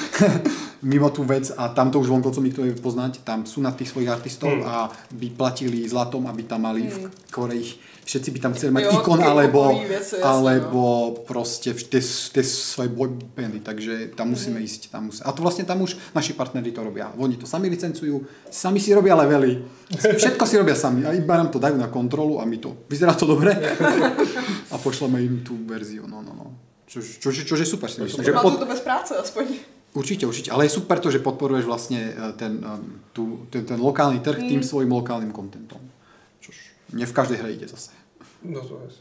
mimo tú vec a tam to už vonkoncom nikto nevie poznať. Tam sú na tých svojich artistov hmm. a by platili zlatom, aby tam mali hmm. v Koreji. Všetci by tam chceli mať jo, ikon alebo, veci, alebo jasne, proste tie, tie svoje boybandy, takže tam musíme mm. ísť. Tam musí. A to vlastne tam už naši partneri to robia. Oni to sami licencujú, sami si robia levely, všetko si robia sami a iba nám to dajú na kontrolu a my to, vyzerá to dobre a pošleme im tú verziu. No, no, no. Čože čo, čo, čo je super si myslím. Že pod... to bez práce aspoň. Určite, určite, ale je super to, že podporuješ vlastne ten, tú, ten, ten lokálny trh mm. tým svojim lokálnym kontentom. Mně v každé hře jde zase. No to je.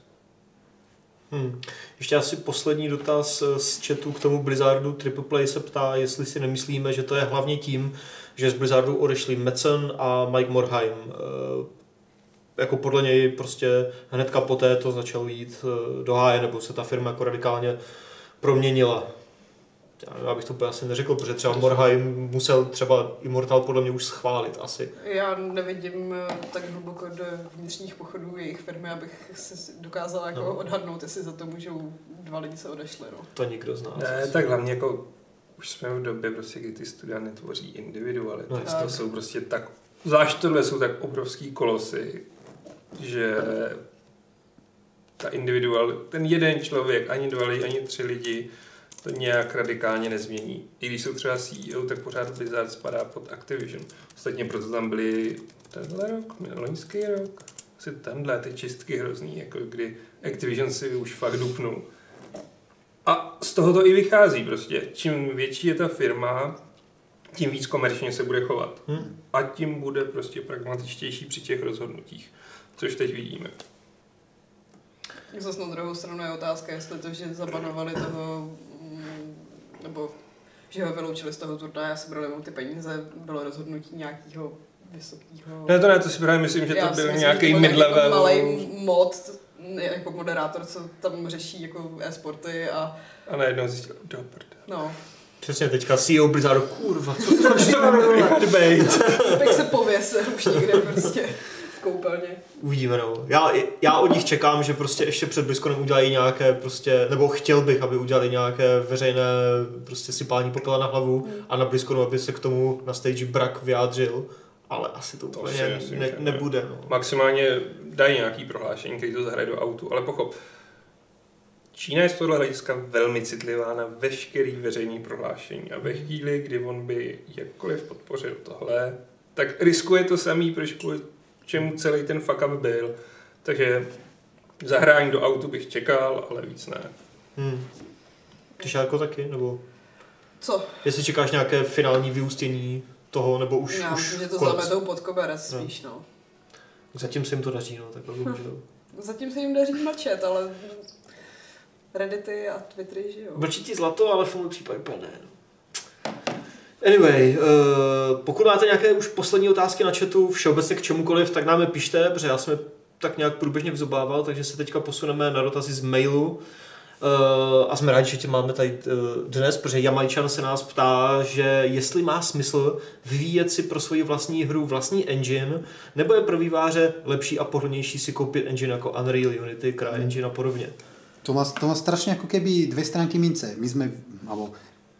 Hmm. Ještě asi poslední dotaz z chatu k tomu Blizzardu. Triple Play se ptá, jestli si nemyslíme, že to je hlavně tím, že z Blizzardu odešli Metzen a Mike Morhaime. E, jako podle něj prostě hnedka poté to začalo jít do háje, nebo se ta firma jako radikálně proměnila. Já bych to úplně asi neřekl, protože třeba Morhaime musel třeba Immortal podle mě už schválit asi. Já nevidím tak hluboko do vnitřních pochodů jejich firmy, abych si dokázala jako no. odhadnout, jestli za to můžou dva lidi se odešli. No. To nikdo z nás. Ne, tak hlavně jako už jsme v době, prostě, kdy ty studia netvoří individuality. No, to jsou prostě tak, zvlášť tohle jsou tak obrovský kolosy, že ta individual, ten jeden člověk, ani dva lidi, ani tři lidi, to nějak radikálně nezmění. I když jsou třeba C E O, tak pořád Blizzard spadá pod Activision. Ostatně proto tam byly tenhle rok, loňský rok, asi tenhle, ty čistky hrozný, jako kdy Activision si už fakt dupnul. A z toho to i vychází prostě. Čím větší je ta firma, tím víc komerčně se bude chovat. Hmm. A tím bude prostě pragmatičtější při těch rozhodnutích. Což teď vidíme. Zase na druhou stranu je otázka, jestli to, že zabanovali toho, nebo že ho vyloučili z toho turnaje a sebrali mu ty peníze, bylo rozhodnutí nějakého vysokého... Ne, to ne, to si právě myslím, že to byl myslím, nějaký mid-level... Jako malej mod, jako moderátor, co tam řeší jako e-sporty a... A najednou zjistil, do prde. No. Přesně teďka C E O Blizzardu, kurva, co to máš to být? Tak se pověsil už někde prostě. Koupelně. Uvidíme, no. Já, já od nich čekám, že prostě ještě před BlizzConem udělají nějaké prostě, nebo chtěl bych, aby udělali nějaké veřejné prostě sypání popela na hlavu mm. a na BlizzConu, aby se k tomu na stage Brak vyjádřil, ale asi to úplně ne, myslím, ne, nebude. No. Maximálně dají nějaký prohlášení, který to zahraje do autu, ale pochop. Čína je z tohohle hlediska velmi citlivá na veškerý veřejný prohlášení a ve chvíli, kdy on by jakkoliv podpořil tohle, tak riskuje to samý, proč čemu celý ten fuck up byl. Takže zahrání do autu bych čekal, ale víc ne. Hmm. Ty Šárko taky, nebo? Co? Jestli čekáš nějaké finální vyústění toho, nebo už Já už myslím, že to konec. zametou pod koberec spíš, no. Zatím se jim to daří, no, tak bohužel. Hm. Zatím se jim daří mlčet, ale Reddity a Twittery, že jo. Mlčí ti zlato, ale v tom případě úplně ne, no. Anyway, uh, pokud máte nějaké už poslední otázky na chatu, všeobecně k čemukoliv, tak nám je pište, protože já jsem je tak nějak průběžně vzobával, takže se teďka posuneme na dotazy z mailu. Uh, a jsme rádi, že tě máme tady uh, dnes, protože Jamajčan se nás ptá, že jestli má smysl vyvíjet si pro svoji vlastní hru vlastní engine, nebo je pro výváře lepší a pohodlnější si koupit engine jako Unreal, Unity, CryEngine a podobně. To má, to má strašne ako keby dve stránky mince. My sme, alebo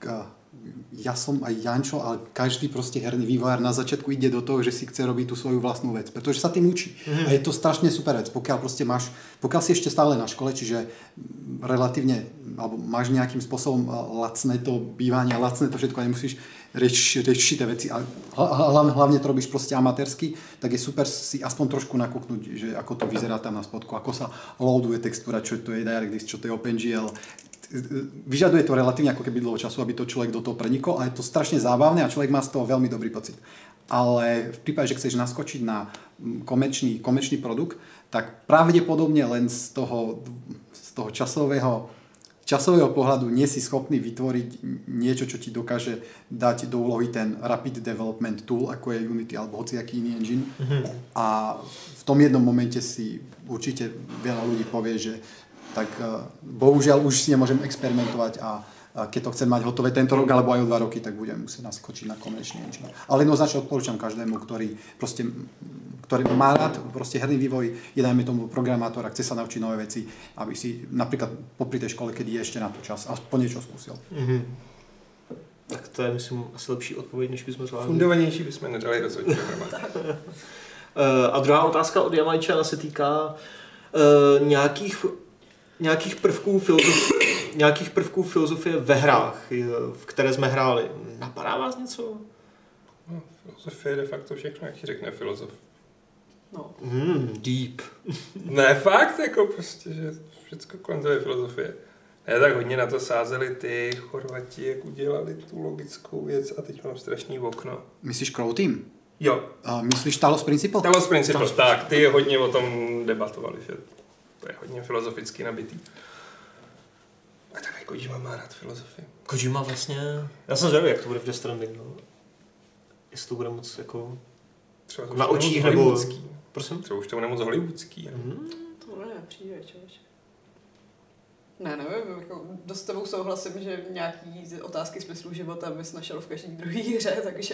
ja som aj Jančo, ale každý proste herný vývojár na začiatku ide do toho, že si chce robiť tú svoju vlastnú vec, pretože sa tým učí. Mm. A je to strašne super vec, pokiaľ proste máš, pokiaľ si ešte stále na škole, čiže relatívne, alebo máš nejakým spôsobom lacné to bývanie, lacné to všetko a nemusíš riešiť rieši tie veci a hlavne, hlavne to robíš proste amatérsky, tak je super si aspoň trošku nakúknúť, že ako to vyzerá tam na spodku, ako sa loaduje textúra, čo to je DirectX, čo to je OpenGL. Vyžaduje to relatívne ako keby dlho času, aby to človek do toho prenikol, ale je to strašne zábavné a človek má z toho veľmi dobrý pocit. Ale v prípade, že chceš naskočiť na komerčný, komerčný produkt, tak pravdepodobne len z toho, z toho časového časového pohľadu nie si schopný vytvoriť niečo, čo ti dokáže dať do úlohy ten Rapid Development Tool, ako je Unity alebo hociaký iný engine. Mm-hmm. A v tom jednom momente si určite veľa ľudí povie, že tak bohužiaľ už si nemôžem experimentovať a keď to chcem mať hotové tento rok alebo aj o dva roky, tak budem musieť naskočiť na komerčný engine. Ale jednoznačne odporúčam každému, ktorý proste ktorý má rád proste herný vývoj, je dajme tomu programátor a chce sa naučiť nové veci, aby si napríklad popri tej škole, keď je ešte na to čas, aspoň niečo skúsil. Mm-hmm. Tak to je, myslím, asi lepší odpověď, než bychom zvládli. Fundovanější bychom nedali rozhodně programátor. A druhá otázka od Jamajčana se týká uh, nějakých, nějakých prvků filozofie, nějakých prvků filozofie ve hrách, v které jsme hráli. Napadá vás něco? No, filozofie je de facto všechno, jak ti řekne filozof. No. Mm, deep. Ne, fakt, jako prostě, že všechno kolem toho je filozofie. Ne, tak hodně na to sázeli ty Chorvati, jak udělali tu logickou věc a teď mám strašný okno. Myslíš Crow Team? Jo. A myslíš Talos Principle? Talos Principle, tak, ty hodně o tom debatovali, že to je hodně filozoficky nabitý. A tak jako Kojima má rád filozofii. Kojima vlastně, já jsem zvědavý, jak to bude v Death Stranding, no. Jestli to bude moc jako třeba na očích nebo... Prosím? Třeba už to bude moc hollywoodský. Mm. To ne, přijde, čověč. Ne, nevím, jako dost s tebou souhlasím, že nějaký otázky smyslu života bys našel v každý druhý hře, takže...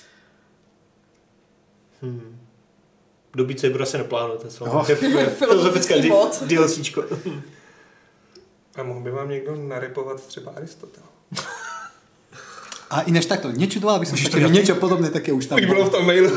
Hmm. Do Beat Saberu asi neplánujete, co? Oh. Filozofické DLCčko. A mohl by vám někdo naripovat třeba Aristotela? A ináč takto, nečudoval by som, že niečo podobné také už tam už bylo v tom mailu.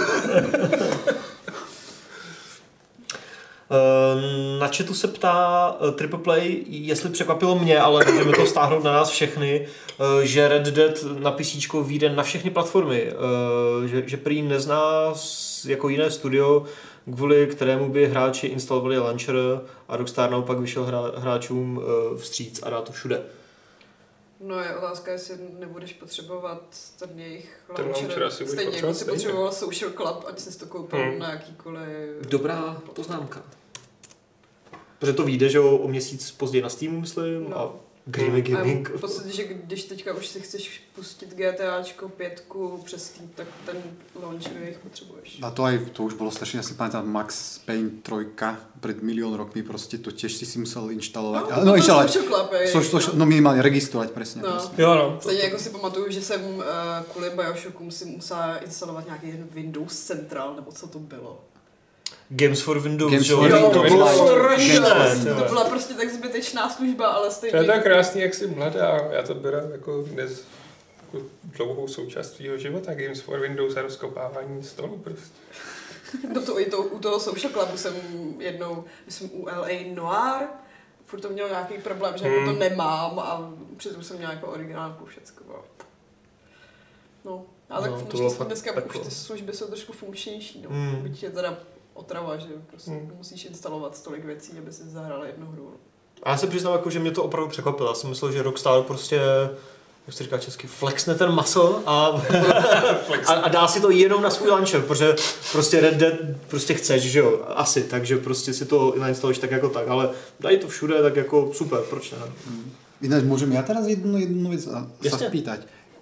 Na chatu se ptá Triple Play, jestli překvapilo mě, ale můžeme to stáhnout na nás všechny, že Red Dead na PCčko vyjde na všechny platformy, že, že prý nezná jako jiné studio, kvůli kterému by hráči instalovali launcher a Rockstar naopak vyšel hra, hráčům vstříc a dá to všude. No je otázka, jestli nebudeš potřebovat ten jejich ten launcher, stejně jako si potřeboval Social Club, ať jsi to koupil hmm. na jakýkoliv... Dobrá poznámka. Protože to vyjde, že o měsíc později na Steamu, myslím, no. A Gaming Gaming. A v podstatě, že když teďka už si chceš pustit GTAčko pětku přes Steam, tak ten launcher jich potřebuješ. A to aj, to už bolo strašne, ja si pamätám, Max Payne trojka pred milión rokmi, proste to tiež si si musel inštalovať. No, no, inštalovať. Social Club, so, so, no minimálne registrovať, presne. No. presne. Jo, no. Stejně jako si pamatuju, že jsem uh, kvůli Bioshockům si musela instalovat nějaký Windows Central, nebo co to bylo. Games for Windows, Games jo, for to Windows. bylo strašné. To byla prostě tak zbytečná služba, ale stejně... To je tak krásný, jak jsi mladá. Já to beru jako dnes jako dlouhou součást tvýho života. Games for Windows a rozkopávání stolu prostě. No to i to, u toho Social Clubu jsem jednou, myslím u L A Noir, furt to měl nějaký problém, že hmm. jako to nemám a přitom jsem měla jako originálku všecko. No, ale no, tak to bylo dneska tak už ty služby jsou trošku funkčnější, no. Hmm. Byť je teda otrava, že prostě hmm. musíš instalovat tolik věcí, aby si zahrál jednu hru. A já se přiznám, jako, že mě to opravdu překvapilo. Já jsem myslel, že Rockstar prostě, jak se říká česky, flexne ten muscle a, a, a dá si to jenom na svůj launcher, protože prostě Red Dead prostě chceš, že jo, asi, takže prostě si to nainstaluješ tak jako tak, ale dají to všude, tak jako super, proč ne? Hmm. Ináč, môžem ja teraz jednu, jednu vec sa spýtať.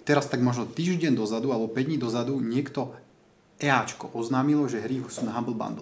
teraz tak možno týždeň dozadu alebo päť dní dozadu niekto EAčko oznámilo, že hry sú na Humble Bundle.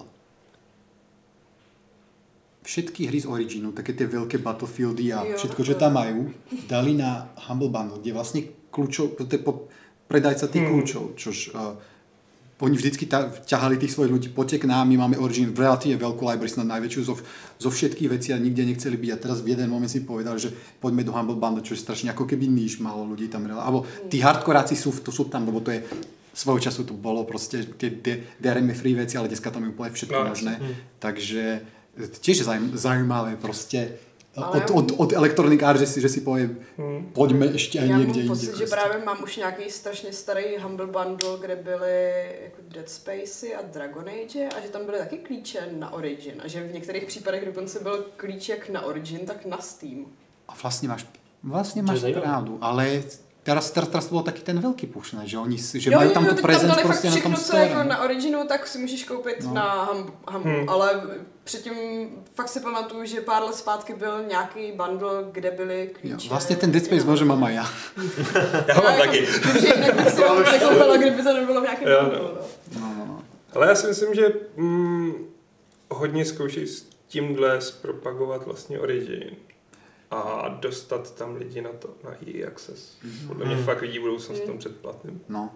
Všetky hry z Originu, také tie veľké Battlefieldy a jo, všetko, že tam majú, dali na Humble Bundle, kde vlastne kľúčov, to je predajca tých hmm. kľúčov, čož uh, oni vždycky ta, ťahali tých svojich ľudí, poďte k nám, my máme Origin relatívne veľkú library, snad najväčšiu zo, zo všetkých vecí a nikde nechceli byť a teraz v jeden moment si povedali, že poďme do Humble Bundle, čo je strašne ako keby níž, malo ľudí tam, alebo tí hardkoráci sú, to sú tam, lebo to je svojho času to bolo proste tie D R M free veci, ale dneska tam je úplne všetko no, možné, hmm. takže tiež zaujímavé proste od, od, od Electronic Arts, že si, že si povie, hmm. poďme ešte aj niekde inde. Já mám pocit, že právě mám už nějaký strašně starý Humble Bundle, kde byly jako Dead Spacey a Dragon Age a že tam byly taky klíče na Origin a že v některých případech dokonce byl klíč jak na Origin, tak na Steam. A vlastně máš, vlastně máš pravdu, ale Teraz, teraz, teraz to bol taký ten veľký push, ne? Že oni si, že jo, majú tam tu prezenc prostě na tom store. Jako na Originu, tak si můžeš koupit no. na Humble, hmm. ale předtím fakt si pamatuju, že pár let zpátky byl nějaký bundle, kde byly klíče. Jo, vlastně ten Dead Space možná mám aj já. Já mám taky. Takže jinak bych si ho nekoupila, kdyby to nebylo v nějakém bundle. No, no, no. Ale já si myslím, že mm, hodně zkoušej s tímhle zpropagovat vlastně Origin. A dostat tam lidi na to, na E A Access. Podle mě mm. fakt vidí budoucnost v tom předplatným. No.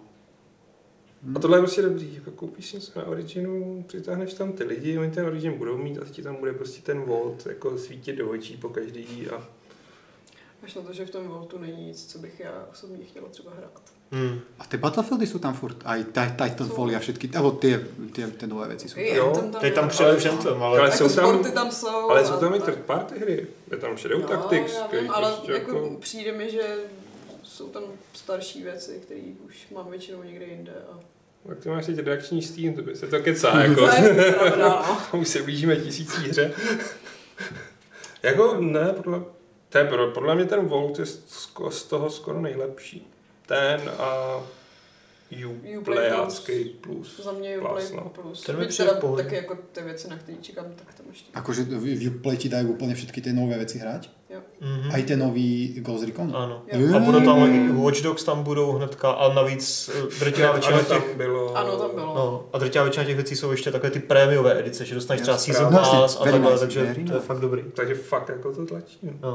A tohle je prostě dobrý, jako koupíš něco na Originu, přitáhneš tam ty lidi, oni ten Origin budou mít a ti tam bude prostě ten Vault jako svítit do očí po každý a... Až na to, že v tom Vaultu není nic, co bych já osobně chtěla třeba hrát. Hmm. A ty Battlefieldy jsou tam furt, aj Titanfall a všetky, nebo ty, ty, ty nové věci jsou tam. Jo, ty tam především tam, ale... ale jsou tam, tam jsou. Ale jsou tam i third party hry, je tam Shadow no, Tactics. Já vím, ale prostě jako, jako přijde mi, že jsou tam starší věci, které už mám většinou někde jinde. A... Tak ty máš teď redakční Steam, to by se to kecá, jako. Už se blížíme tisící hře. Jako ne, podle, to je, podle mě ten Vault je z toho skoro nejlepší. Ten a Uplay plus. Za mě Uplay plus. plus. Ten mi přijde v pohodě. Taky jako ty věci, na které čekám, tak tam ještě. Akože v Uplay ti dají úplně všetky ty nové věci hrát? Jo. Mm-hmm. A i ty nový Ghost Recon? Ano. Jo. A budou tam Watch Dogs tam budou hnedka a navíc drtivá většina těch... Tam bylo... Ano, tam bylo. No, a drtivá většina těch věcí jsou ještě takové ty prémiové edice, že dostaneš třeba Season Pass a takhle, takže to je fakt dobrý. Takže fakt jako to tlačí. No.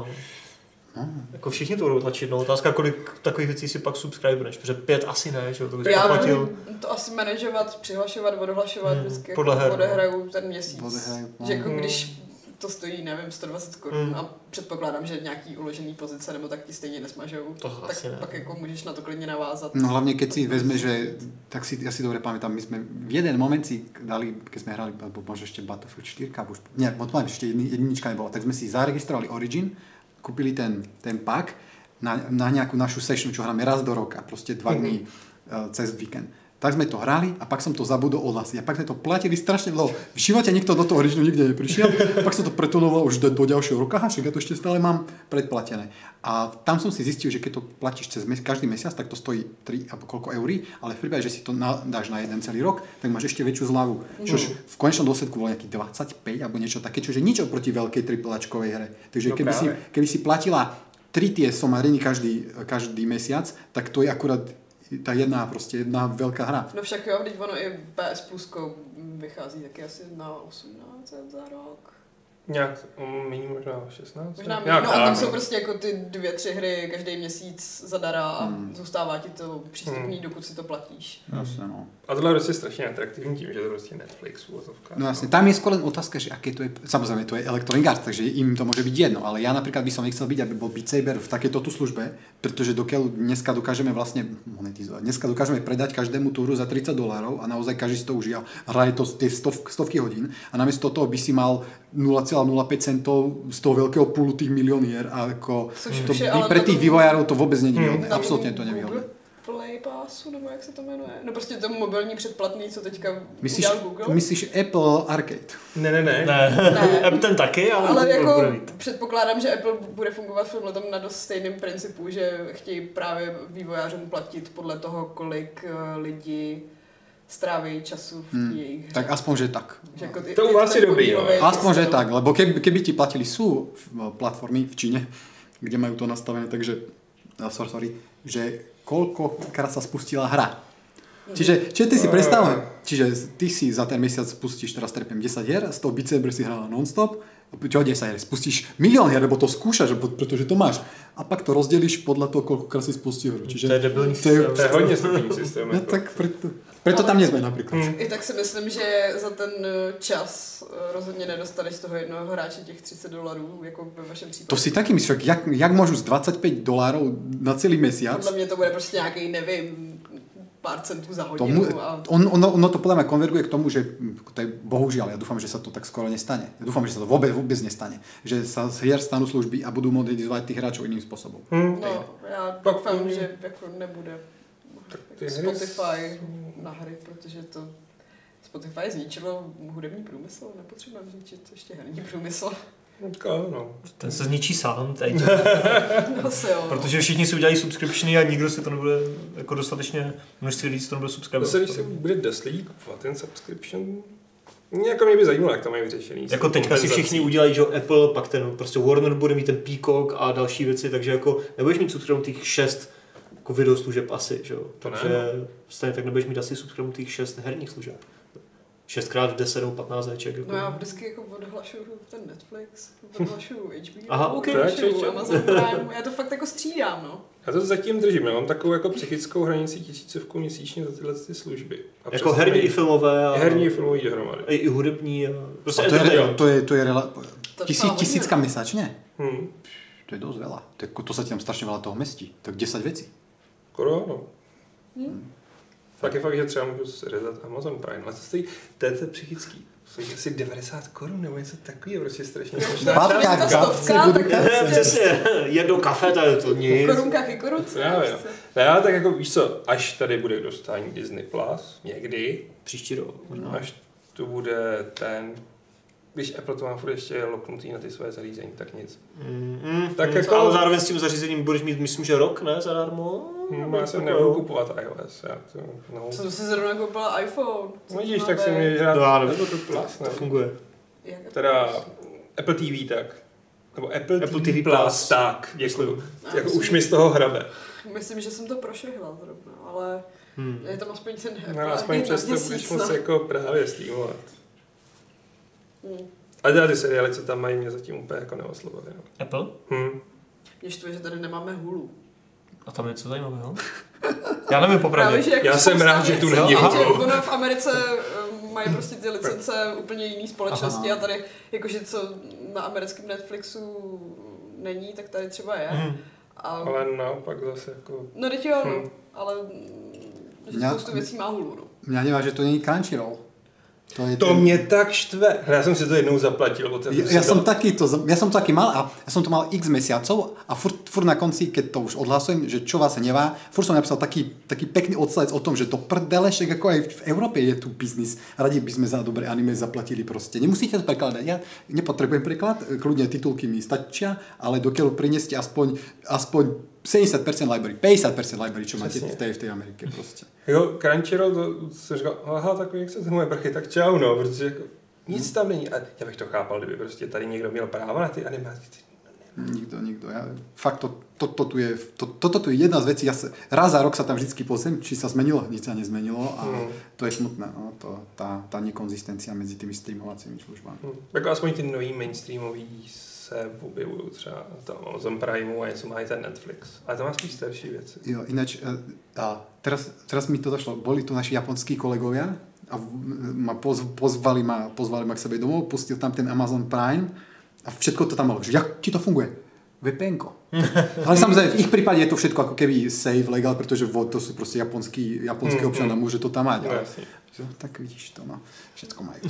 Hmm. Jako všichni to budou tlačit, no. Otázka, kolik takových věcí si pak subscribeneš, protože pět asi ne, že to bys já platil. To asi manažovat, přihlašovat, odohlašovat, hmm. vždycky jako odehraju ten měsíc. Odehraju. Že jako když to stojí, nevím, sto dvacet korun hmm. a předpokládám, že nějaký uložený pozice nebo tak ti stejně nesmažou, to tak ne. pak jako můžeš na to klidně navázat. No hlavně, keď si vezme, že tak si, ja si dobre pamätám, my sme v jeden moment si dali, keď sme hrali, alebo možno ešte Battlefield štyri, už, nie, možno ešte jednička nebola, tak sme si zaregistrovali Origin, kúpili ten, ten pak na, na nejakú našu session, čo hráme raz do roka, proste dva dní mm-hmm. uh, cez víkend. Tak sme to hrali a pak som to zabudol odhlasiť. A pak sme to platili strašne dlho. V živote nikto do toho Originu nikde neprišiel. Pak som to pretunoval už do, do ďalšieho roka. Však ja to ešte stále mám predplatené. A tam som si zistil, že keď to platíš cez mes- každý mesiac, tak to stojí tri alebo koľko eurí, ale v prípade, že si to na, dáš na jeden celý rok, tak máš ešte väčšiu zľavu. Čož v konečnom dôsledku bolo nejaký dvadsaťpäť alebo niečo také, čože nič oproti veľkej triplačkovej hre. Takže no keby, si, keby si platila tri tie somariny každý, každý mesiac, tak to je akurát ta jedna prostě jedna velká hra. No však jo, teď ono i P S Plus vychází taky asi na osmnáct za rok. Nějak méně, možná šestnáct. Možná méně, no a tam jsou prostě jako ty dvě, tři hry každý měsíc zadara a hmm. zůstává ti to přístupný, hmm. dokud si to platíš. Jasně, no. A tohle je prostě strašně atraktivní tím, že to prostě Netflix uvozovka. No jasně, tam je skôr len otázka, že aké to je, samozrejme to je Electronic Arts, takže im to môže byť jedno, ale ja napríklad by som nechcel byť, aby bol Beat Saber v takéto tu službe, pretože dokiaľ dneska dokážeme vlastne monetizovať, dneska dokážeme predať každému tú hru za tridsať dolárov a naozaj každý si to užíva, hraje to tie stov, stovky hodín a namiesto toho by si mal nula celá nula päť centov z toho veľkého púlu tých milionier a ako to by pre tých vývojárov to vôbec není výhodné, absolútne to nevýhodné. Play Passu, nebo jak se to jmenuje? No prostě to mobilní předplatný, co teďka myslíš, udělal Google. Myslíš Apple Arcade? Ne, ne, ne. ne. ne. Ten taky, ale, ale jako předpokládám, že Apple bude fungovat v tom na dost stejným principu, že chtějí právě vývojářům platit podle toho, kolik lidí stráví času v hmm. jejich hře. Tak aspoň, že tak. Že jako ty, to u vás je dobrý, jo. Aspoň, že tak, lebo keby, keby ti platili sú platformy v Číne, kde majú to nastavené, takže sorry, sorry že koľkokrát sa spustila hra. Čiže, čiže ty si predstav, čiže ty si za ten mesiac spustíš, teraz trepiem desať hier, z toho Beat Saber si hrala non-stop, čo desať hier, spustíš milión hier, lebo to skúšaš, pretože to máš. A pak to rozdelíš podľa toho, koľkokrát si spustíš hru. Čiže to je debilní systém. To je hodně stupný systém. No, tak preto, preto tam nie sme napríklad. Hmm. I tak si myslím, že za ten čas rozhodně nedostaneš z toho jednoho hráče těch třicet dolarů, jako ve vašem případě. To si taky myslíš, jak, jak môžu z dvadsaťpäť dolárov na celý mesiac? Podle mě to bude prostě nějaký, nevím, pár centů za hodinu. Tomu, a... on, ono, ono to podľa mňa konverguje k tomu, že to je bohužiaľ, ja dúfam, že sa to tak skoro nestane. Ja dúfam, že sa to vôbec, vôbec nestane. Že sa z hier stanú služby a budú monetizovať tých hráčov iným spôsobom. Hmm. No, já doufám, že jako nebude Spotify na hry, protože to Spotify zničilo hudební průmysl, nepotřebujeme zničit ještě herní průmysl. No. Ten se zničí sám teď. Protože všichni si udělají subscriptiony a nikdo si to nebude jako dostatečně množství lidí, to nebude subscribovat. Zase, když se bude dost lidí kupovat ten subscription, jako mě by zajímalo, jak to mají vyřešený. Jako teďka si všichni udělají, že Apple, pak ten prostě Warner bude mít ten Peacock a další věci, takže jako nebudeš mít subscribovat těch šest jako videoslužeb asi, že jo. Takže stejně tak nebudeš mít asi subscribovat těch šest herních služeb. šest krát deset nebo patnáct heček. Jako. No já vždycky jako odhlašuju ten Netflix, odhlašuju H B O, Aha, okay. odhlašuju Amazon Prime, já to fakt jako střídám, no. Já to zatím držím, já mám takovou jako psychickou hranici tisícovku měsíčně za tyhle ty služby. A jako herní i filmové. A... Herní i filmové dohromady. I, i hudební. A... Prostě a to, je, to je, to je rela... Tisíc, tisícka mesačne? Hmm. To je dosť veľa. To, to sa ti tam strašne veľa toho mestí. Tak desať vecí. Skoro, no. Hmm. Fakt je fakt, že třeba můžu rezat Amazon Prime, ale to stojí, to je to psychický. Stojí asi devadesát korun nebo něco takového, prostě strašně směšná částka. Stovka, tak přesně, jedno kafe, to je to nic. Korunkách i korunce. Já tak jako víš co, až tady bude k dostání Disney Plus, někdy, příští rok, no. Až tu bude ten, když Apple to má furt ještě loknutý na ty své zařízení, tak nic. Mm, mm, tak mm, jako... Ale zároveň s tím zařízením budeš mít, myslím, že rok, ne, zadarmo? Hmm, já jsem nebudu kupovat iOS. Já to, no. Jsem si zrovna koupila iPhone. No vidíš, tak si mě hrát no, Apple T V Plus, ne? To funguje. Jak? Teda Apple T V tak. Nebo Apple, Apple T V Plus, Plus tak. Děkuju. Jako už mi z toho hrabe. Myslím, že jsem to prošvihla zrovna, ale hmm. je tam aspoň ten Apple. No, aspoň přesto budeš moc jako právě streamovat. Hmm. A teda ty seriály, co tam mají, mě zatím úplně jako neoslovili. No. Apple? Hmm. Mě štve, že tady nemáme Hulu. A tam je co zajímavého? Já nevím popravdě. Jako já jsem rád, že tu není Hulu. Ono v Americe mají prostě ty licence úplně jiný společnosti. Aha. A tady, jakože co na americkém Netflixu není, tak tady třeba je. Hmm. A... Ale naopak zase jako... No teď jo, hmm. ale že spoustu věcí má Hulu, no. Mňa nevá, že to není Crunchyroll. To, je to ten... mě tak štve. Já jsem si to jednou zaplatil. Ja, ja, som taký to, ja som to taký mal a ja som to mal x mesiacov a furt, furt na konci, keď to už odhlasujem, že čo vás nevá, furt som napísal taký, taký pekný odstavec o tom, že to prdelešek, ako aj v Európe je tu biznis. Radi by sme za dobré anime zaplatili proste. Nemusíte to prekladať. Ja nepotrebujem preklad, kľudne titulky mi stačia, ale dokiaľ prineste aspoň, aspoň sedemdesiat percent library, päťdesiat percent library, čo máte v tej, v tej Amerike prostě. Jo, Crunchyroll, to jsem říkal, aha, takový, jak se to moje prchy, tak čau, no, protože jako, nic tam není. A já bych to chápal, kdyby prostě tady někdo měl právo na ty animáky. Nikto, nikto. Ja, fakt, to, to, to tu je, to, toto tu je jedna z vecí. Ja sa, raz za rok sa tam vždycky pozriem, či sa zmenilo, nič sa nezmenilo a mm. to je smutné, no, to, tá, tá nekonzistencia medzi tými streamovacími službami. Mm. Jako aspoň ty nový mainstreamový se objevují třeba na tom Amazon Primeu a něco má i ten Netflix. Ale to má spíš starší věci. Jo, ináč, a teraz, teraz mi to došlo, boli tu naši japonskí kolegovia a ma poz, pozvali, ma, pozvali ma k sebe domov, pustil tam ten Amazon Prime a všetko to tam malo, že jak ti to funguje? vé pé enko. Ale samozrejme, v ich prípade je to všetko ako keby safe, legal, pretože to sú proste japonský, japonský mm, občan a môže to tam mať. Ale, no, tak vidíš to, no. Všetko majú.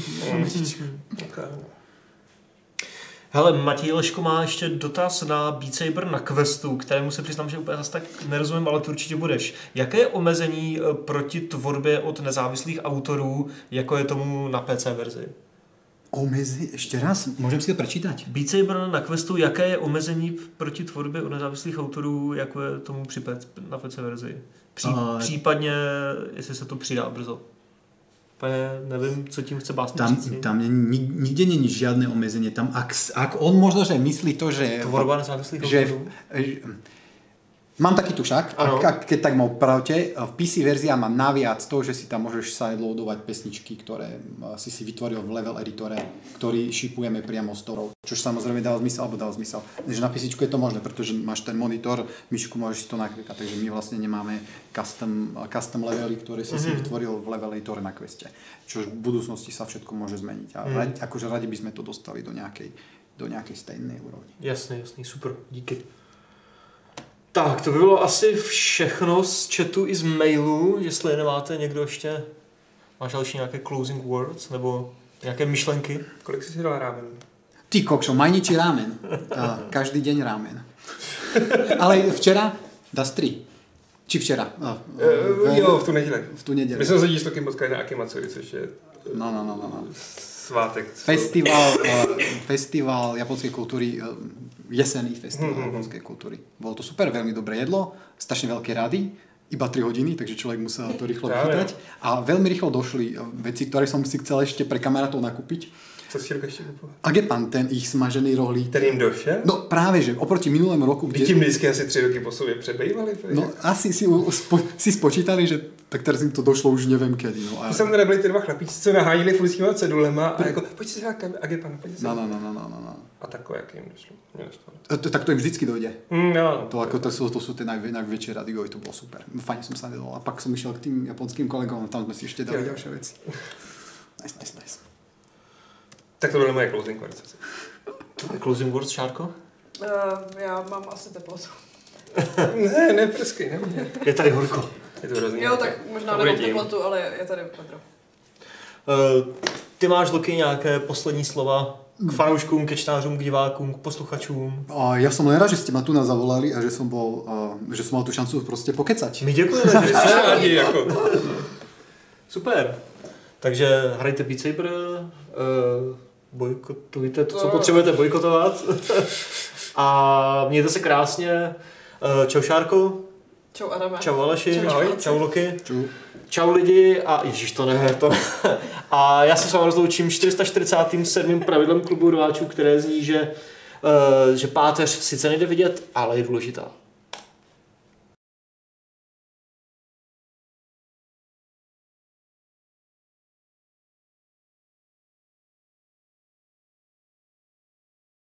Hele, Matěj Leško má ještě dotaz na Beat Saber na Questu, kterému se přiznám, že úplně zase tak nerozumím, ale ty určitě budeš. Jaké je omezení proti tvorbě od nezávislých autorů, jako je tomu na pé cé verzi? Omezení? Ještě raz? Můžeme si to prečítať? Beat Saber na Questu, jaké je omezení proti tvorbě od nezávislých autorů, jako je tomu při P- na pé cé verzi? Pří, uh, případně, jestli se to přidá brzo. Pane, nevím, co tím chce básník tam, říct. Tam je, nikde není žiadne omezenie. Tam, ak, ak on možno, že myslí to, že... Tvorba nezávislých autorů? Mám taký tušák, a, a keď tak ma opravte, v pé cé verzia má naviac to, že si tam môžeš sideloadovať pesničky, ktoré si si vytvoril v level editore, ktorý shipujeme priamo z torov. Čož samozrejme dáva zmysel, alebo dáva zmysel. Že na písičku je to možné, pretože máš ten monitor, myšku môžeš si to naklikať, takže my vlastne nemáme custom, custom levely, ktoré si mm-hmm. si vytvoril v level editore na queste. Čož v budúcnosti sa všetko môže zmeniť. A mm. radi, akože radi by sme to dostali do nejakej, do nejakej stejnej úrovni. Jasný, jasný, super, díky. Tak, to by bylo asi všechno z chatu i z mailu, jestli nemáte někdo ještě, máš další nějaké closing words, nebo nějaké myšlenky? Kolik jsi si dal rámen? Ty kokšo, majničí rámen. A každý deň rámen. Ale včera das tri. Či včera? A, v, jo, v tu neděli. V tu neděli. My jsme se díš takým potkali na Akimatsuri, což je no, no, no, no, no. svátek. Festival, uh, festival japonskej kultúry, uh, jesenný festival mm-hmm. japonskej kultúry. Bolo to super, veľmi dobré jedlo, strašne veľké rady, iba tri hodiny, takže človek musel to rýchlo vychytať. A veľmi rýchlo došli veci, ktoré som si chcel ešte pre kamarátov nakúpiť. Co si ještě kupoval? Agepan, ten ich smažený rohlík. Ten jim došel? No právě, že oproti minulému roku, kde... Tím vždycky asi tři roky po sobě předbývali. No asi si, spo, si spočítali, že tak teraz im to došlo už neviem kedy. No. A... To jsem teda byli ty dva chlapíci, co nahájili furt s těma cedulema a jako, pojď si dát Agepan, pojď si no, no, no, no, no, no. A takové, jak jim došlo. To, tak to jim vždycky dojde. Mm, no, to, ako, to, sú, to sú tie najvä, najväčšie rady, to bolo super. Fajne som sa nedal. A pak som išiel k tým japonským kolegom a tam sme si ešte dali ja. ďalšie veci. Nice, nice, nice. Tak to byly moje closing words. Closing words, Šárko? Uh, já mám asi teplotu. ne, ne, prskej, ne. Je tady horko. Je to hrozně. Jo, tak možná nemám teplotu, ale je tady Petro. Uh, ty máš, Luky, nějaké poslední slova k fanouškům, ke čtářům, k divákům, k posluchačům? A ja som len rád, že ste ma tu na zavolali a že som bol, uh, že som mal tu šancu proste pokecať. My děkujeme, že jste rádi, jako. Super. Takže hrajte Beat Saber, uh, bojkotujte to, co potřebujete bojkotovat. A mějte se krásně. Uh, čau Šárko. Čau Adame. Čau Aleši. Čau, čau Luky. Čau. Čau lidi a ježiš, to ne, to ne. A já se s vámi rozloučím čtyři sta čtyřicátým sedmým pravidlem klubu rváčů, které zní, že, uh, že páteř sice nejde vidět, ale je důležitá.